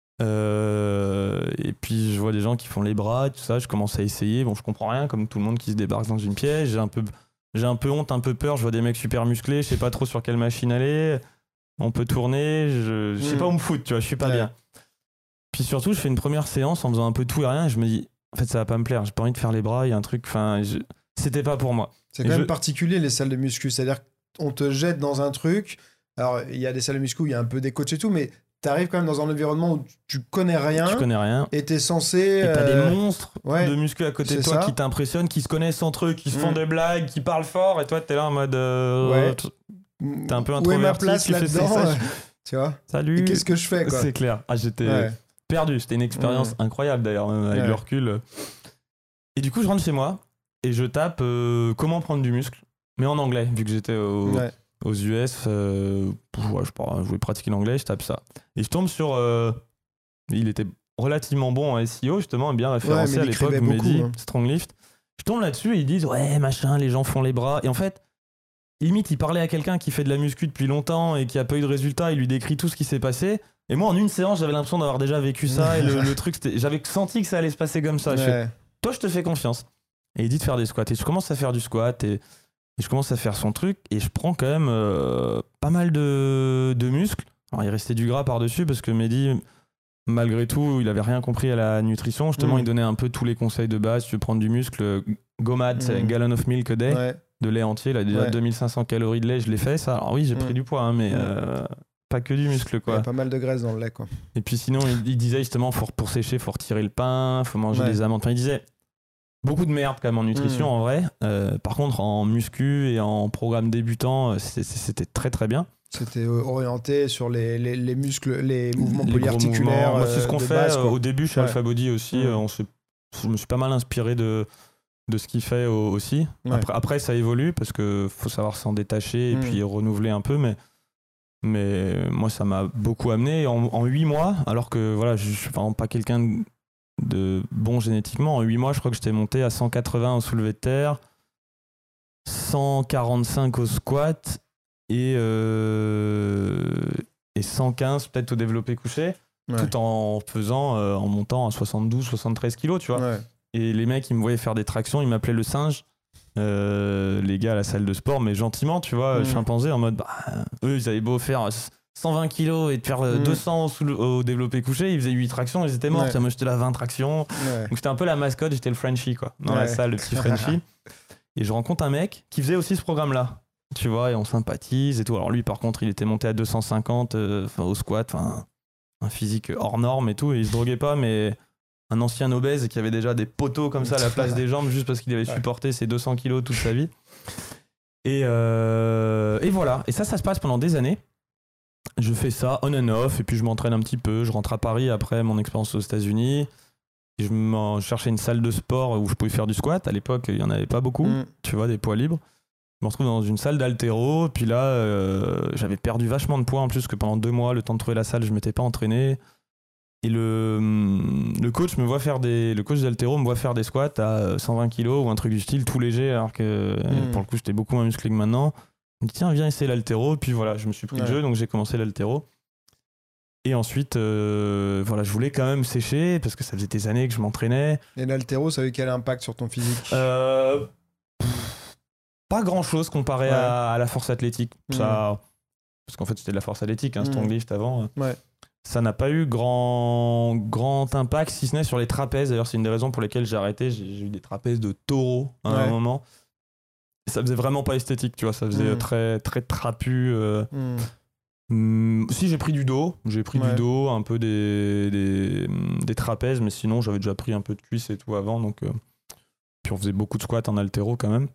et puis je vois des gens qui font les bras et tout ça. Je commence à essayer. Bon je comprends rien comme tout le monde qui se débarque dans une pièce. J'ai un peu honte, un peu peur. Je vois des mecs super musclés. Je sais pas trop sur quelle machine aller. On peut tourner, je sais pas où me foutre, tu vois, je suis pas bien. Puis surtout, je fais une première séance en faisant un peu tout et rien, et je me dis, en fait, ça va pas me plaire, j'ai pas envie de faire les bras, il y a un truc, c'était pas pour moi. C'est quand même particulier, les salles de muscu, c'est-à-dire qu'on te jette dans un truc, alors il y a des salles de muscu où il y a un peu des coachs et tout, mais t'arrives quand même dans un environnement où tu connais rien. Et t'es censé... Et t'as des monstres de muscu à côté de toi qui t'impressionnent, qui se connaissent entre eux, qui se font des blagues, qui parlent fort, et toi, t'es là en mode... T'es un peu introverti, où est ma place là-dedans tu vois. Salut. Et qu'est-ce que je fais quoi. C'est clair. J'étais perdu. C'était une expérience incroyable d'ailleurs, avec le recul. Et du coup, je rentre chez moi et je tape comment prendre du muscle, mais en anglais, vu que j'étais aux US. Je voulais pratiquer l'anglais, je tape ça. Et je tombe sur. Il était relativement bon en SEO, justement, bien référencé à l'époque, Mehdi, Stronglift. Je tombe là-dessus et ils disent ouais, machin, les gens font les bras. Et en fait, limite, il parlait à quelqu'un qui fait de la muscu depuis longtemps et qui a pas eu de résultat, il lui décrit tout ce qui s'est passé. Et moi, en une séance, j'avais l'impression d'avoir déjà vécu ça. Et le truc, j'avais senti que ça allait se passer comme ça. Toi, je te fais confiance. Et il dit de faire des squats. Et je commence à faire du squat et je commence à faire son truc. Et je prends quand même pas mal de muscles. Alors, il restait du gras par-dessus parce que Mehdi, malgré tout, il avait rien compris à la nutrition. Justement, il donnait un peu tous les conseils de base. Tu veux prendre du muscle, GOMAD, c'est gallon of milk a day. De lait entier, là, déjà 2500 calories de lait, je l'ai fait ça. Alors oui, j'ai pris du poids, hein, mais pas que du muscle, quoi. Il y a pas mal de graisse dans le lait, quoi. Et puis sinon, il disait justement, pour sécher, faut retirer le pain, faut manger des amandes. Enfin, il disait beaucoup de merde quand même en nutrition, en vrai. Par contre, en muscu et en programme débutant, c'était très très bien. C'était orienté sur les muscles, les mouvements polyarticulaires. C'est ce qu'on fait au début chez Alpha Body aussi. Je me suis pas mal inspiré de ce qu'il fait aussi. Après, ça évolue parce que faut savoir s'en détacher et puis renouveler un peu, mais moi ça m'a beaucoup amené en 8 mois, alors que voilà, je suis vraiment pas quelqu'un de bon génétiquement. En 8 mois, je crois que j'étais monté à 180 au soulevé de terre, 145 au squat et 115 peut-être au développé couché, tout en faisant en montant à 72-73 kilos, tu vois. Et les mecs, ils me voyaient faire des tractions, ils m'appelaient le singe, les gars à la salle de sport, mais gentiment, tu vois, chimpanzé, en mode, eux, ils avaient beau faire 120 kilos et de faire 200 au développé couché, ils faisaient 8 tractions, ils étaient morts. Moi, j'étais là 20 tractions. Donc, j'étais un peu la mascotte, j'étais le Frenchie, quoi, dans la salle, le petit Frenchie. Et je rencontre un mec qui faisait aussi ce programme-là, tu vois, et on sympathise et tout. Alors, lui, par contre, il était monté à 250 au squat, un physique hors norme et tout, et il se droguait pas, mais un ancien obèse qui avait déjà des poteaux comme ça à la place des jambes juste parce qu'il avait supporté ses 200 kilos toute sa vie. Et voilà. Et ça se passe pendant des années. Je fais ça on and off et puis je m'entraîne un petit peu. Je rentre à Paris après mon expérience aux États-Unis. Et je cherchais une salle de sport où je pouvais faire du squat. À l'époque, il n'y en avait pas beaucoup, tu vois, des poids libres. Je me retrouve dans une salle d'haltéro. Puis là, j'avais perdu vachement de poids en plus que pendant 2 mois, le temps de trouver la salle, je ne m'étais pas entraîné. Et le coach d'haltéro me voit faire des squats à 120 kilos ou un truc du style tout léger alors que pour le coup j'étais beaucoup moins musclé que maintenant. Il me dit tiens viens essayer l'haltéro, puis voilà je me suis pris le jeu donc j'ai commencé l'haltéro. Et ensuite voilà je voulais quand même sécher parce que ça faisait des années que je m'entraînais. Et l'haltéro ça a eu quel impact sur ton physique? Pas grand chose comparé à la force athlétique. Ça, parce qu'en fait c'était de la force athlétique, strong lift avant. Ça n'a pas eu grand impact, si ce n'est sur les trapèzes. D'ailleurs, c'est une des raisons pour lesquelles j'ai arrêté. J'ai eu des trapèzes de taureau à un moment. Et ça faisait vraiment pas esthétique, tu vois. Ça faisait très, très trapu. Si, j'ai pris du dos. J'ai pris du dos, un peu des trapèzes. Mais sinon, j'avais déjà pris un peu de cuisses et tout avant. Donc, puis on faisait beaucoup de squats en haltéro quand même.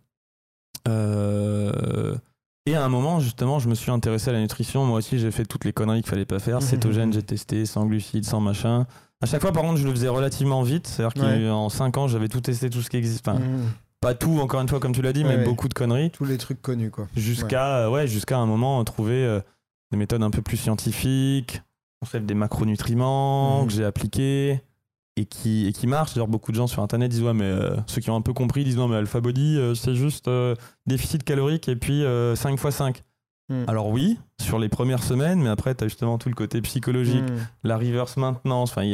Et à un moment, justement, je me suis intéressé à la nutrition. Moi aussi, j'ai fait toutes les conneries qu'il fallait pas faire. Cétogène, j'ai testé, sans glucides, sans machin. À chaque fois, par contre, je le faisais relativement vite. C'est-à-dire qu'en 5 ans, j'avais tout testé, tout ce qui existe. Enfin, pas tout, encore une fois, comme tu l'as dit, mais beaucoup de conneries. Tous les trucs connus, quoi. Jusqu'à un moment, trouver des méthodes un peu plus scientifiques, concept des macronutriments que j'ai appliqués. Et qui marche. D'ailleurs, beaucoup de gens sur Internet disent ceux qui ont un peu compris disent non, mais Alpha Body, c'est juste déficit calorique et puis 5 x 5. Alors oui, sur les premières semaines, mais après, tu as justement tout le côté psychologique, la reverse maintenance. Enfin, il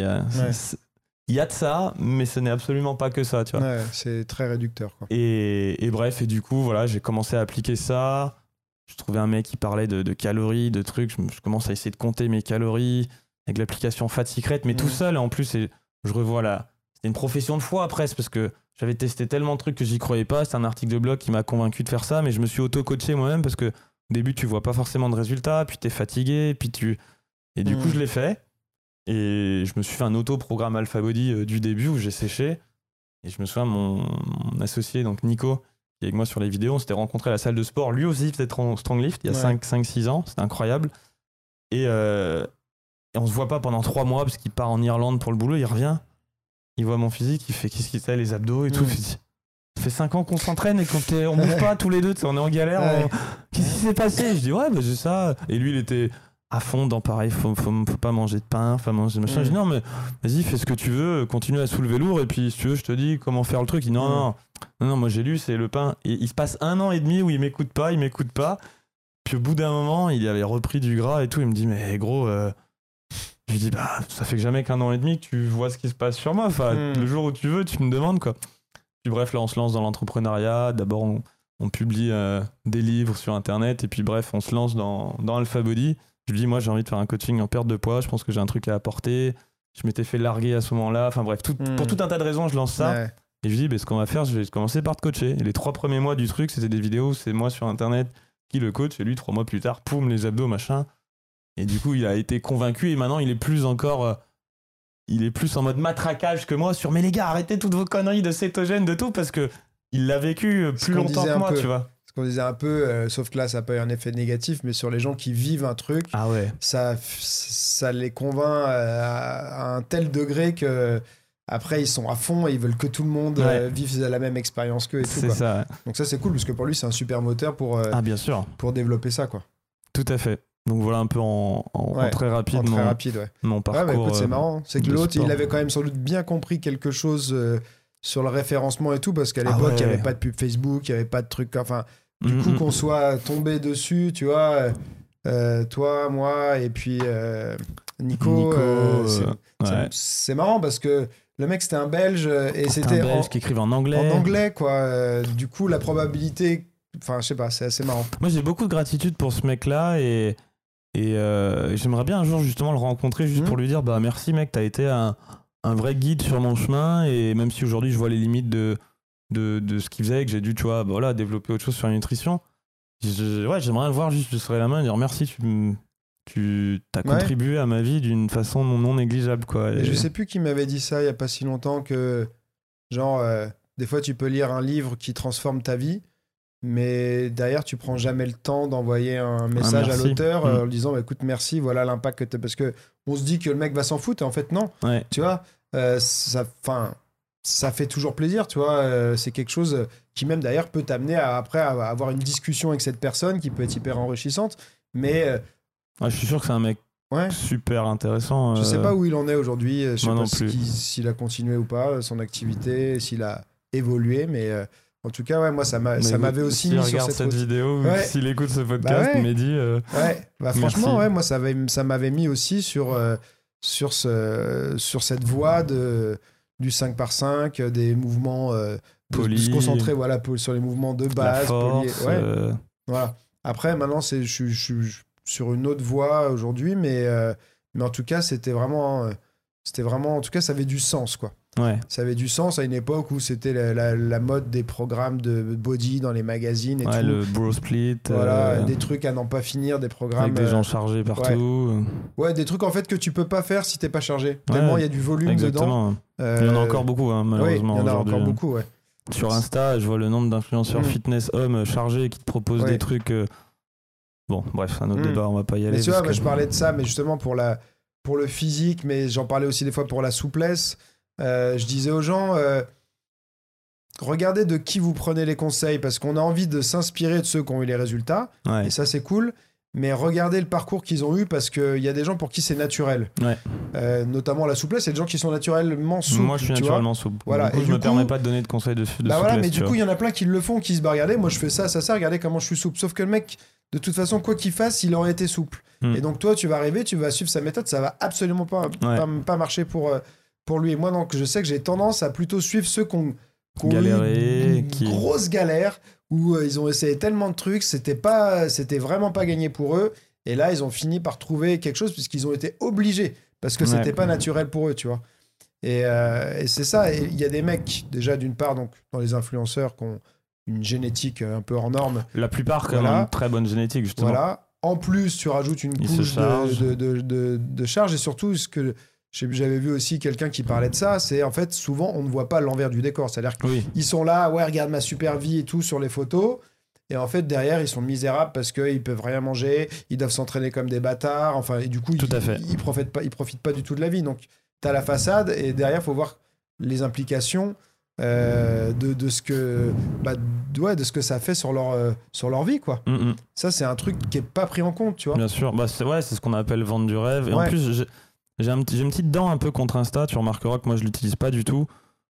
y a de ça, mais ce n'est absolument pas que ça, tu vois. C'est très réducteur, quoi. Et bref, et du coup, voilà, j'ai commencé à appliquer ça. Je trouvais un mec qui parlait de calories, de trucs. Je commence à essayer de compter mes calories avec l'application Fat Secret, mais tout seul. En plus, je revois c'était une profession de foi presque parce que j'avais testé tellement de trucs que j'y croyais pas. C'est un article de blog qui m'a convaincu de faire ça, mais je me suis auto-coaché moi-même parce que au début tu vois pas forcément de résultats, puis t'es fatigué, et du coup je l'ai fait et je me suis fait un auto-programme Alpha Body du début où j'ai séché. Et je me souviens mon associé donc Nico qui est avec moi sur les vidéos, on s'était rencontré à la salle de sport. Lui aussi faisait Strong Lift il y a 5-6 ans, c'était incroyable. Et on se voit pas pendant 3 mois parce qu'il part en Irlande pour le boulot, il revient, il voit mon physique, il fait qu'est-ce qu'il fait, les abdos et tout. Ça fait 5 ans qu'on s'entraîne et on bouge pas tous les deux, on est en galère. Qu'est-ce qui s'est passé? Je dis j'ai ça. Et lui il était à fond dans pareil, faut pas manger de pain, faut manger de machin. Je dis non mais vas-y fais ce que tu veux, continue à soulever lourd et puis si tu veux je te dis comment faire le truc. Il dit non, moi j'ai lu c'est le pain. Et il se passe 1 an et demi où il m'écoute pas. Puis au bout d'un moment il avait repris du gras et tout, il me dit mais gros je lui dis ça fait jamais qu'1 an et demi que tu vois ce qui se passe sur moi, le jour où tu veux tu me demandes quoi. Puis bref là on se lance dans l'entrepreneuriat, d'abord on publie des livres sur internet et puis bref on se lance dans Alpha Body. Je lui dis moi j'ai envie de faire un coaching en perte de poids, je pense que j'ai un truc à apporter, je m'étais fait larguer à ce moment-là, enfin bref pour tout un tas de raisons je lance ça. Et je lui dis ce qu'on va faire, je vais commencer par te coacher. Et les 3 premiers mois du truc c'était des vidéos, c'est moi sur internet qui le coach et lui 3 mois plus tard poum les abdos machin. Et du coup, il a été convaincu et maintenant, il est plus en mode matraquage que moi sur mais les gars, arrêtez toutes vos conneries de cétogène, de tout, parce que il l'a vécu plus longtemps que moi, tu vois. Ce qu'on disait un peu, sauf que là, ça n'a pas eu un effet négatif, mais sur les gens qui vivent un truc, ça les convainc à un tel degré que après, ils sont à fond et ils veulent que tout le monde vive la même expérience qu'eux et tout. C'est ça. Donc ça, c'est cool parce que pour lui, c'est un super moteur pour développer ça, quoi. Tout à fait. Donc voilà un peu en très rapide mon parcours. Mais écoute, c'est marrant. C'est que l'autre, il avait quand même sans doute bien compris quelque chose sur le référencement et tout, parce qu'à l'époque, il n'y avait pas de pub Facebook, il n'y avait pas de trucs. Enfin, du coup, qu'on soit tombé dessus, tu vois, toi, moi, et puis Nico c'est marrant parce que le mec, c'était un Belge et c'était un Belge qui écrivait en anglais. En anglais, quoi. Du coup, la probabilité. Enfin, je sais pas, c'est assez marrant. Moi, j'ai beaucoup de gratitude pour ce mec-là et j'aimerais bien un jour justement le rencontrer juste pour lui dire merci mec, t'as été un vrai guide sur mon chemin, et même si aujourd'hui je vois les limites de ce qu'il faisait et que j'ai dû développer autre chose sur la nutrition, j'aimerais le voir juste, je serais la main et dire merci, t'as contribué à ma vie d'une façon non négligeable, quoi. Et je sais plus qui m'avait dit ça il y a pas si longtemps que, genre, des fois tu peux lire un livre qui transforme ta vie, mais derrière tu prends jamais le temps d'envoyer un message à merci. l'auteur en lui disant bah, écoute, merci, voilà l'impact que t'as. Parce que on se dit que le mec va s'en foutre, et en fait, non. Ouais. Tu vois, ça fait toujours plaisir, tu vois. C'est quelque chose qui, même d'ailleurs, peut t'amener après à avoir une discussion avec cette personne qui peut être hyper enrichissante. Mais Je suis sûr que c'est un mec ouais, super intéressant. je sais pas où il en est aujourd'hui. Je sais moi pas non plus. s'il a continué ou pas son activité, s'il a évolué. Mais en tout cas, ouais, moi, ça m'avait aussi s'il mis sur regarde cette cette route. vidéo, ou Ouais. s'il écoute ce podcast, ouais. Mehdi, Ouais, bah, franchement, ouais, moi, ça m'avait mis aussi sur cette voie du 5x5, des mouvements de se concentrer sur les mouvements de la base. force. Ouais, voilà. Après, maintenant, je suis sur une autre voie aujourd'hui, mais en tout cas, c'était vraiment, en tout cas, ça avait du sens, quoi. Ouais. Ça avait du sens à une époque où c'était la mode des programmes de body dans les magazines et tout. Le bro split. Voilà, des trucs à n'en pas finir, des programmes. Avec des gens chargés partout. Ouais, des trucs en fait que tu peux pas faire si t'es pas chargé. Tellement il y a du volume exactement. dedans. Il y en a encore beaucoup, hein, malheureusement. Oui, il y en a aujourd'hui. encore beaucoup, ouais. Sur Insta, je vois le nombre d'influenceurs fitness hommes chargés qui te proposent des trucs. Bon, bref, un autre débat, on va pas y aller. Mais tu vois, je parlais de ça, mais justement pour le physique, mais j'en parlais aussi des fois pour la souplesse. Je disais aux gens, regardez de qui vous prenez les conseils, parce qu'on a envie de s'inspirer de ceux qui ont eu les résultats, et ça c'est cool. Mais regardez le parcours qu'ils ont eu, parce qu'il y a des gens pour qui c'est naturel. Notamment la souplesse, il y a des gens qui sont naturellement souples. Moi, je suis naturellement souple. Voilà. Du coup, je me permets pas de donner de conseils de souplesse. Voilà, mais du coup, il y en a plein qui le font, qui se disent, regardez, moi je fais ça, regardez comment je suis souple. Sauf que le mec, de toute façon, quoi qu'il fasse, il aurait été souple. Et donc toi, tu vas arriver, tu vas suivre sa méthode, ça va absolument pas marcher pour lui. Et moi, donc, je sais que j'ai tendance à plutôt suivre ceux qui ont galéré, une grosse galère, où ils ont essayé tellement de trucs, c'était vraiment pas gagné pour eux. Et là, ils ont fini par trouver quelque chose, puisqu'ils ont été obligés, parce que c'était pas naturel pour eux, tu vois. Et c'est ça. Et il y a des mecs, déjà, d'une part, donc, dans les influenceurs, qui ont une génétique un peu hors norme. La plupart, quand même, une très bonne génétique, justement. Voilà. En plus, tu rajoutes une couche de charge. Et surtout, ce que j'avais vu aussi quelqu'un qui parlait de ça, c'est en fait, souvent, on ne voit pas l'envers du décor. C'est-à-dire qu'ils sont là, ouais, regarde ma super vie et tout sur les photos. Et en fait, derrière, ils sont misérables parce qu'ils peuvent rien manger, ils doivent s'entraîner comme des bâtards. Enfin, et du coup, ils profitent pas du tout de la vie. Donc, tu as la façade et derrière, il faut voir les implications de ce que ça fait sur leur vie, quoi. Ça, c'est un truc qui est pas pris en compte, tu vois. Bien sûr, c'est ce qu'on appelle vendre du rêve. Et en plus, j'ai une petite dent un peu contre Insta. Tu remarqueras que moi, je l'utilise pas du tout.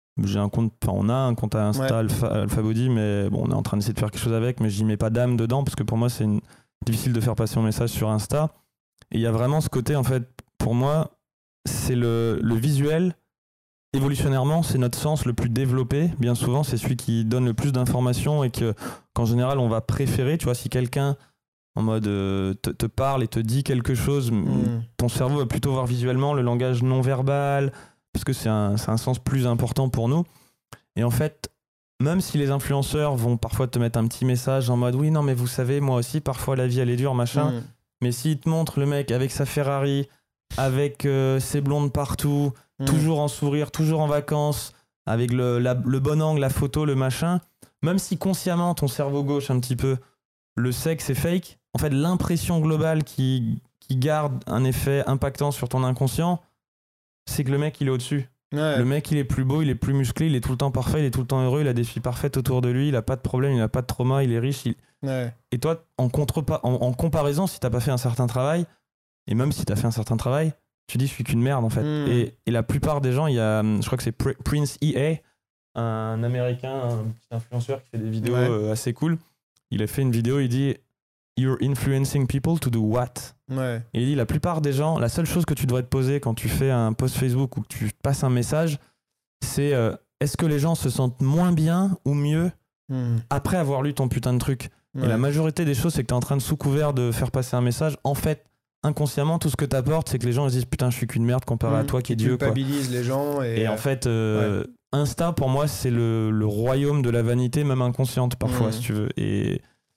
On a un compte à Insta Alpha Body, mais bon, on est en train d'essayer de faire quelque chose avec, mais j'y mets pas d'âme dedans parce que pour moi, c'est difficile de faire passer mon message sur Insta. Et il y a vraiment ce côté, en fait, pour moi, c'est le visuel. Évolutionnairement, c'est notre sens le plus développé. Bien souvent, c'est celui qui donne le plus d'informations et qu'en général, on va préférer. Tu vois, si quelqu'un en mode te parle et te dit quelque chose, ton cerveau va plutôt voir visuellement le langage non verbal parce que c'est un sens plus important pour nous. Et en fait, même si les influenceurs vont parfois te mettre un petit message en mode oui, non, mais vous savez, moi aussi, parfois la vie elle est dure, machin. Mais s'il te montre le mec avec sa Ferrari, avec ses blondes partout, toujours en sourire, toujours en vacances, avec le bon angle, la photo, le machin, même si consciemment ton cerveau gauche un petit peu le sait que c'est fake, en fait l'impression globale qui garde un effet impactant sur ton inconscient, c'est que le mec il est au-dessus. Le mec il est plus beau, il est plus musclé, il est tout le temps parfait, il est tout le temps heureux, il a des filles parfaites autour de lui, il a pas de problème, il a pas de trauma, il est riche. Et toi, en comparaison, si t'as pas fait un certain travail, et même si t'as fait un certain travail, tu dis je suis qu'une merde en fait. Et la plupart des gens, il y a, je crois que c'est Prince EA, un américain, un petit influenceur qui fait des vidéos assez cool. Il a fait une vidéo, il dit You're influencing people to do what? Et il dit la plupart des gens, la seule chose que tu devrais te poser quand tu fais un post Facebook ou que tu passes un message, c'est est-ce que les gens se sentent moins bien ou mieux après avoir lu ton putain de truc? Et la majorité des choses, c'est que t'es en train de sous couvert de faire passer un message. En fait, inconsciemment, tout ce que t'apportes, c'est que les gens ils disent putain, je suis qu'une merde comparé à toi qui est Dieu. Tu culpabilises les gens. Et en fait, Insta, pour moi, c'est le royaume de la vanité, même inconsciente parfois, si tu veux. Et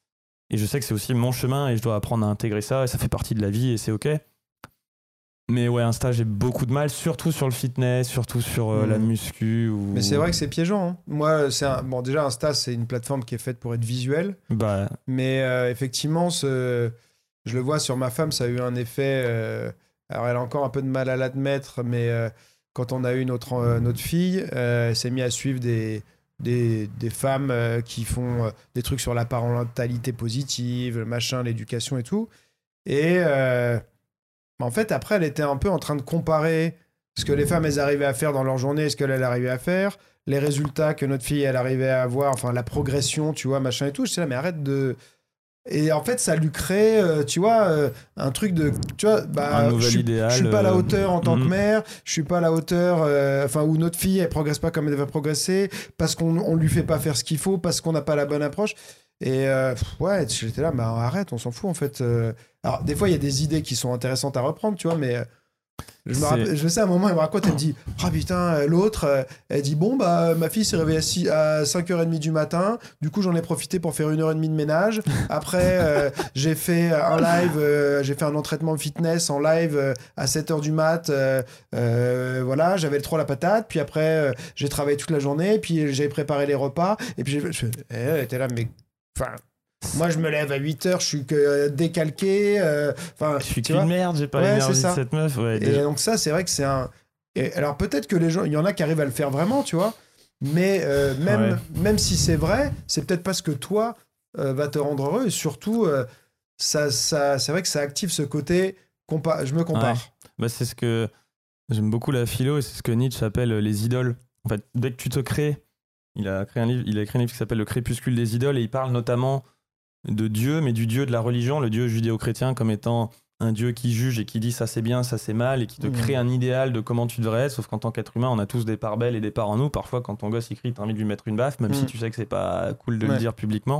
Et je sais que c'est aussi mon chemin et je dois apprendre à intégrer ça et ça fait partie de la vie et c'est ok. Mais ouais, Insta, j'ai beaucoup de mal, surtout sur le fitness, surtout sur la muscu. Mais c'est vrai que c'est piégeant. Hein. Moi, bon, déjà, Insta, c'est une plateforme qui est faite pour être visuelle. Bah... Mais effectivement, je le vois sur ma femme, ça a eu un effet. Alors, elle a encore un peu de mal à l'admettre, mais quand on a eu notre fille, elle s'est mise à suivre des femmes qui font des trucs sur la parentalité positive, le machin, l'éducation et tout. Et en fait, après, elle était un peu en train de comparer ce que les femmes, elles arrivaient à faire dans leur journée et ce qu'elle arrivait à faire, les résultats que notre fille, elle arrivait à avoir, enfin, la progression, tu vois, machin et tout. Je sais là, mais arrête de... Et en fait, ça lui crée, tu vois, un truc de... Tu vois, un nouvel idéal. Je suis pas à la hauteur en tant que mère, je suis pas à la hauteur... Enfin, où notre fille, elle progresse pas comme elle devrait progresser, parce qu'on lui fait pas faire ce qu'il faut, parce qu'on n'a pas la bonne approche. Et ouais, j'étais là, mais arrête, on s'en fout, en fait. Alors, des fois, il y a des idées qui sont intéressantes à reprendre, tu vois, mais... Je sais, à un moment, elle me raconte, elle me dit « Ah putain, l'autre, elle dit « Bon, bah, ma fille s'est réveillée à 5h30 du matin. Du coup, j'en ai profité pour faire 1h30 de ménage. Après, j'ai fait un live, j'ai fait un entraînement fitness en live à 7h du mat. Voilà, j'avais trop la patate. Puis après, j'ai travaillé toute la journée. Puis j'ai préparé les repas. Et puis, elle était là, mais... Enfin... Moi, je me lève à 8h, je suis que décalqué. Je suis qu'une merde, j'ai pas l'énergie de cette meuf. Ouais, et donc ça, c'est vrai que c'est un... Et alors peut-être que les gens, il y en a qui arrivent à le faire vraiment, tu vois. Mais même si c'est vrai, c'est peut-être pas ce que toi va te rendre heureux. Et surtout, c'est vrai que ça active ce côté, je me compare. Ouais. Bah, c'est ce que... J'aime beaucoup la philo et c'est ce que Nietzsche appelle les idoles. En fait, dès que tu te crées, il a écrit un livre qui s'appelle Le Crépuscule des idoles et il parle notamment de Dieu, mais du Dieu de la religion, le Dieu judéo-chrétien, comme étant un Dieu qui juge et qui dit ça c'est bien, ça c'est mal, et qui te crée un idéal de comment tu devrais être, sauf qu'en tant qu'être humain, on a tous des parts belles et des parts en nous. Parfois, quand ton gosse il crie, t'as envie de lui mettre une baffe, même si tu sais que c'est pas cool de le dire publiquement.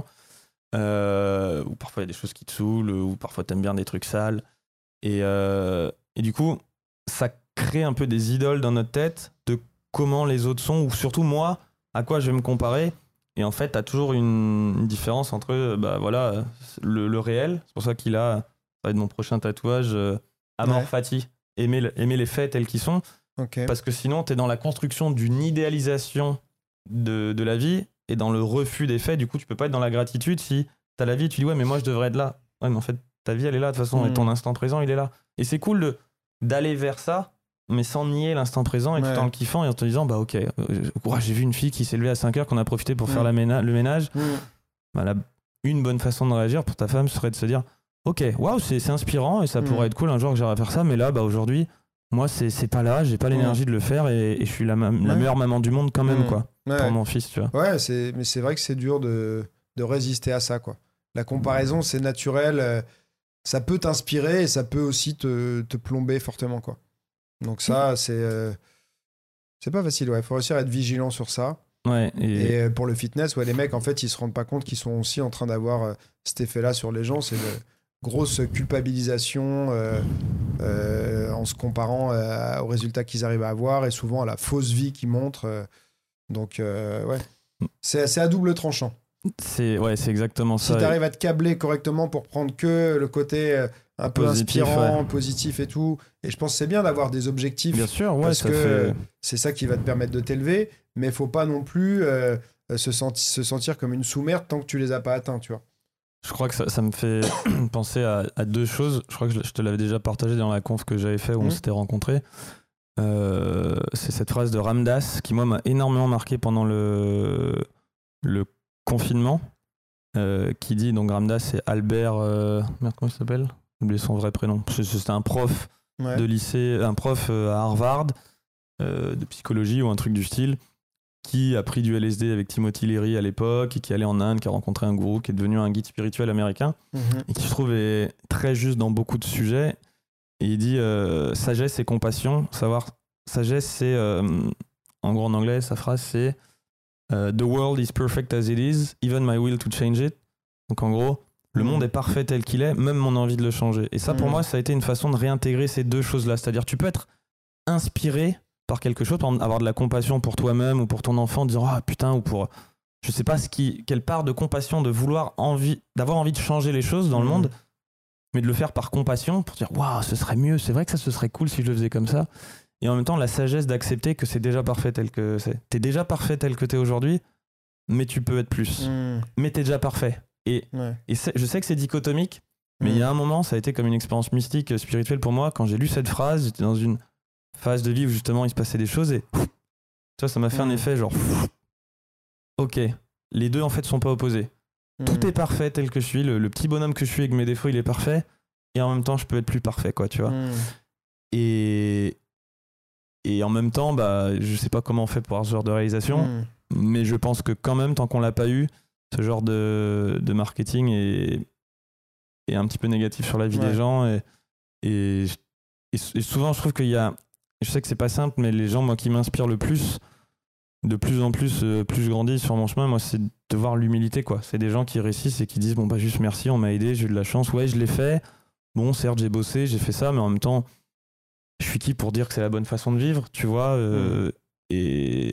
Ou parfois il y a des choses qui te saoulent, ou parfois t'aimes bien des trucs sales. Et du coup, ça crée un peu des idoles dans notre tête de comment les autres sont, ou surtout moi, à quoi je vais me comparer. Et en fait, t'as toujours une différence entre voilà, le réel. C'est pour ça qu'il a, ça va être mon prochain tatouage, Amor Fati, aimer les faits tels qu'ils sont. Okay. Parce que sinon, t'es dans la construction d'une idéalisation de la vie et dans le refus des faits. Du coup, tu peux pas être dans la gratitude si t'as la vie et tu dis ouais, mais moi je devrais être là. Ouais, mais en fait, ta vie elle est là de toute façon et ton instant présent il est là. Et c'est cool d'aller vers ça, mais sans nier l'instant présent et tout en le kiffant et en te disant bah ok, j'ai vu une fille qui s'est levée à 5h qu'on a profité pour faire le ménage. Bah, une bonne façon de réagir pour ta femme serait de se dire ok, waouh, c'est inspirant et ça pourrait être cool un jour que j'arrive à faire ça, mais là bah aujourd'hui moi c'est pas là, j'ai pas l'énergie de le faire et je suis la meilleure maman du monde quand même quoi, pour mon fils, tu vois. Ouais, mais c'est vrai que c'est dur de résister à ça quoi. La comparaison c'est naturel, ça peut t'inspirer et ça peut aussi te plomber fortement quoi. Donc ça, c'est pas facile, ouais. Faut réussir à être vigilant sur ça. Ouais, et pour le fitness, les mecs, en fait, ils se rendent pas compte qu'ils sont aussi en train d'avoir cet effet-là sur les gens. C'est une grosse culpabilisation en se comparant aux résultats qu'ils arrivent à avoir et souvent à la fausse vie qu'ils montrent. Donc, ouais, c'est à double tranchant. C'est exactement ça. Si t'arrives à te câbler correctement pour prendre que le côté... un peu positif, inspirant, positif et tout. Et je pense que c'est bien d'avoir des objectifs. Bien sûr, parce que c'est ça qui va te permettre de t'élever. Mais il ne faut pas non plus se sentir comme une sous-merde tant que tu les as pas atteints, tu vois. Je crois que ça me fait penser à deux choses. Je crois que je te l'avais déjà partagé dans la conf que j'avais fait où on s'était rencontrés. C'est cette phrase de Ram Dass qui, moi, m'a énormément marqué pendant le confinement. Qui dit, donc Ram Dass, c'est Albert... merde, comment il s'appelle ? J'ai oublié son vrai prénom. C'était un prof de lycée, un prof à Harvard de psychologie ou un truc du style, qui a pris du LSD avec Timothy Leary à l'époque, et qui allait en Inde, qui a rencontré un gourou, qui est devenu un guide spirituel américain, et qui je trouve est très juste dans beaucoup de sujets. Et il dit sagesse et compassion. Sagesse, c'est en gros en anglais, sa phrase c'est The world is perfect as it is, even my will to change it. Donc en gros, le monde est parfait tel qu'il est, même mon envie de le changer. Et ça, pour moi, ça a été une façon de réintégrer ces deux choses-là. C'est-à-dire, tu peux être inspiré par quelque chose, par exemple, avoir de la compassion pour toi-même ou pour ton enfant, dire « Ah putain », ou pour, je sais pas quelle part de compassion, d'avoir envie de changer les choses dans le monde, mais de le faire par compassion pour dire waouh, ce serait mieux, c'est vrai que ça ce serait cool si je le faisais comme ça. Et en même temps, la sagesse d'accepter que c'est déjà parfait tel que c'est. T'es déjà parfait tel que t'es aujourd'hui, mais tu peux être plus. Mais t'es déjà parfait. Et je sais que c'est dichotomique, mais il y a un moment, ça a été comme une expérience mystique, spirituelle pour moi. Quand j'ai lu cette phrase, j'étais dans une phase de vie où justement il se passait des choses et tu vois, ça m'a fait un effet genre ok, les deux en fait sont pas opposés. Tout est parfait tel que je suis, le petit bonhomme que je suis avec mes défauts, il est parfait, et en même temps je peux être plus parfait, quoi, tu vois. Et en même temps, bah, je sais pas comment on fait pour avoir ce genre de réalisation, mais je pense que quand même, tant qu'on l'a pas eu, ce genre de marketing est un petit peu négatif sur la vie des gens, et souvent je trouve qu'il y a, je sais que c'est pas simple, mais les gens, moi, qui m'inspirent le plus, de plus en plus, plus je grandis sur mon chemin, moi, c'est de voir l'humilité, quoi. C'est des gens qui réussissent et qui disent, bon, bah, juste merci, on m'a aidé, j'ai eu de la chance, ouais, je l'ai fait, bon, certes, j'ai bossé, j'ai fait ça, mais en même temps, je suis qui pour dire que c'est la bonne façon de vivre, tu vois, et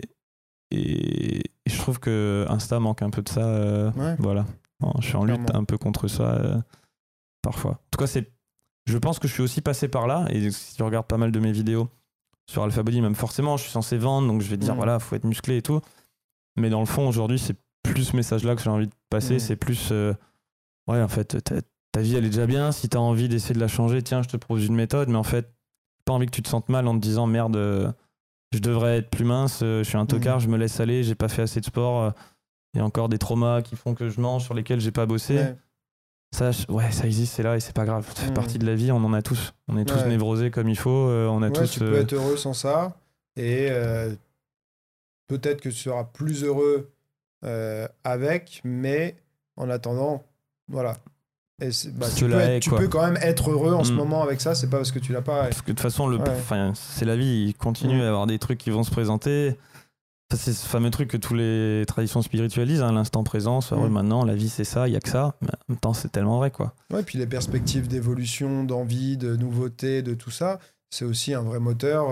je trouve que Insta manque un peu de ça, voilà. Bon, je suis en lutte un peu contre ça, parfois. En tout cas, je pense que je suis aussi passé par là, et si tu regardes pas mal de mes vidéos sur Alpha Body, même forcément, je suis censé vendre, donc je vais dire, voilà, faut être musclé et tout. Mais dans le fond, aujourd'hui, c'est plus ce message-là que j'ai envie de passer, c'est plus, ouais, en fait, ta vie, elle est déjà bien, si t'as envie d'essayer de la changer, tiens, je te propose une méthode, mais en fait, j'ai pas envie que tu te sentes mal en te disant, merde, je devrais être plus mince, je suis un tocard, je me laisse aller, j'ai pas fait assez de sport, il y a encore des traumas qui font que je mange, sur lesquels j'ai pas bossé. Ça existe, c'est là et c'est pas grave. Ça fait partie de la vie, on en a tous. On est tous névrosés comme il faut. On a tous. Tu peux être heureux sans ça. Et peut-être que tu seras plus heureux avec, mais en attendant, voilà. Et tu peux quand même être heureux en ce moment avec ça, c'est pas parce que tu l'as pas. Parce que de toute façon, c'est la vie, il continue à y avoir des trucs qui vont se présenter. Ça, c'est ce fameux truc que tous les traditions spirituelles disent, hein, l'instant présent, sois heureux maintenant, la vie c'est ça, il y a que ça, mais en même temps c'est tellement vrai, quoi. Ouais, puis les perspectives d'évolution, d'envie, de nouveauté, de tout ça, c'est aussi un vrai moteur.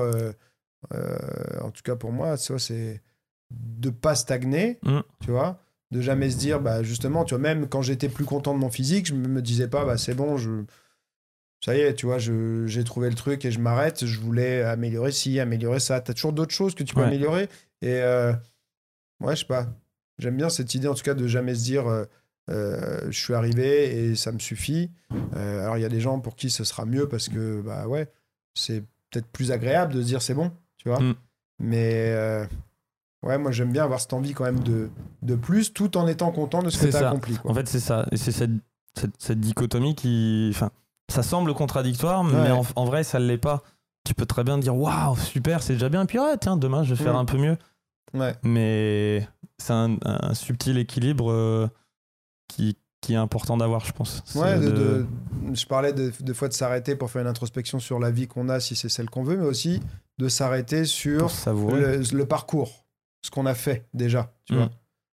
En tout cas pour moi, c'est de pas stagner, tu vois, de jamais se dire, bah justement, tu vois, même quand j'étais plus content de mon physique, je me disais pas, bah c'est bon, ça y est, tu vois, j'ai trouvé le truc et je m'arrête, je voulais améliorer ci, améliorer ça. T'as toujours d'autres choses que tu peux améliorer. Et ouais, je sais pas. J'aime bien cette idée, en tout cas, de jamais se dire je suis arrivé et ça me suffit. Alors, il y a des gens pour qui ce sera mieux parce que, bah ouais, c'est peut-être plus agréable de se dire c'est bon, tu vois. Mais ouais, moi, j'aime bien avoir cette envie quand même de plus tout en étant content de ce que tu as accompli, quoi. En fait, c'est ça. Et c'est cette dichotomie qui. Enfin, ça semble contradictoire, mais en vrai, ça ne l'est pas. Tu peux très bien dire waouh, super, c'est déjà bien. Et puis, tiens, demain, je vais faire un peu mieux. Ouais. Mais c'est un subtil équilibre qui est important d'avoir, je pense. Ouais, je parlais des fois de s'arrêter pour faire une introspection sur la vie qu'on a, si c'est celle qu'on veut, mais aussi de s'arrêter sur le parcours, ce qu'on a fait déjà, tu vois.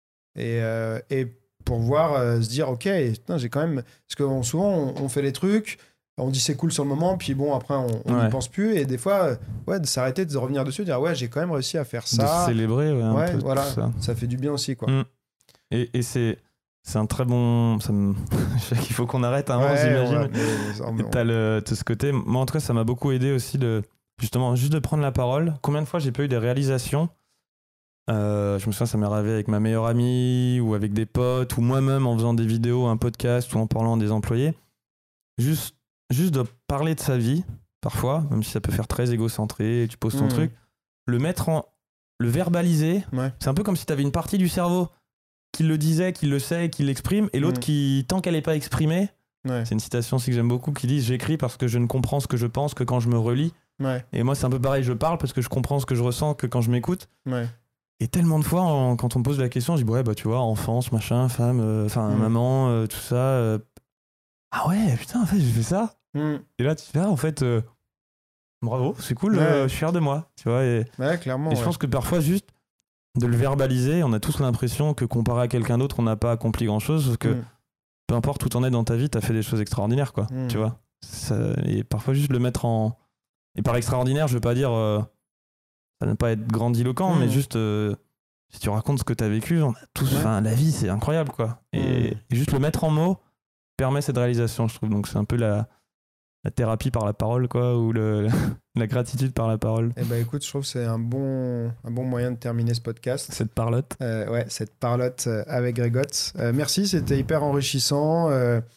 Et pour voir, se dire, ok, putain, j'ai quand même... Parce que souvent, on fait des trucs, on dit c'est cool sur le moment, puis bon, après, on n'y pense plus. Et des fois, de s'arrêter, de revenir dessus, de dire, ouais, j'ai quand même réussi à faire ça. De célébrer, un peu voilà, tout ça. Ça fait du bien aussi, quoi. Et c'est un très bon... Je sais qu'il faut qu'on arrête, j'imagine. T'as ce côté... Moi, en tout cas, ça m'a beaucoup aidé aussi justement, juste de prendre la parole. Combien de fois j'ai pas eu des réalisations je me souviens, ça m'est arrivé avec ma meilleure amie ou avec des potes ou moi-même en faisant des vidéos, un podcast ou en parlant à des employés. Juste de parler de sa vie, parfois, même si ça peut faire très égocentré, tu poses ton truc, le verbaliser. C'est un peu comme si tu avais une partie du cerveau qui le disait, qui le sait, qui l'exprime, et l'autre qui, tant qu'elle n'est pas exprimée, c'est une citation aussi que j'aime beaucoup, qui dit « J'écris parce que je ne comprends ce que je pense que quand je me relis ». Et moi, c'est un peu pareil, je parle parce que je comprends ce que je ressens que quand je m'écoute. Et tellement de fois, quand on me pose la question, je dis ouais, bah tu vois, enfance, machin, femme, maman, tout ça. Ah ouais, putain, en fait, j'ai fait ça. Et là, tu fais, en fait, bravo, c'est cool, je suis fier de moi. Tu vois, clairement. Et je pense que parfois, juste de le verbaliser, on a tous l'impression que comparé à quelqu'un d'autre, on n'a pas accompli grand-chose, parce que peu importe où t'en es dans ta vie, t'as fait des choses extraordinaires, quoi. Tu vois. Et parfois, juste le mettre en... Et par extraordinaire, je veux pas dire... ça ne pas être grandiloquent, mais juste si tu racontes ce que tu as vécu, on a tous, la vie, c'est incroyable, quoi. Et juste le mettre en mots permet cette réalisation, je trouve. Donc, c'est un peu la thérapie par la parole, quoi, ou la gratitude par la parole. Eh ben, écoute, je trouve que c'est un bon moyen de terminer ce podcast. Cette parlotte. Cette parlotte avec Grégotte. Merci, c'était hyper enrichissant.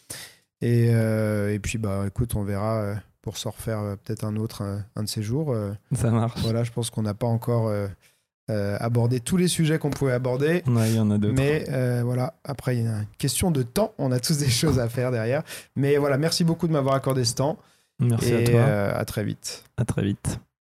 Et puis, écoute, on verra pour s'en refaire peut-être un autre, un de ces jours. Ça marche. Voilà, je pense qu'on n'a pas encore abordé tous les sujets qu'on pouvait aborder. Ouais, il y en a d'autres. Mais voilà, après, il y a une question de temps. On a tous des choses à faire derrière. Mais voilà, merci beaucoup de m'avoir accordé ce temps. Merci à toi. Et à très vite. À très vite.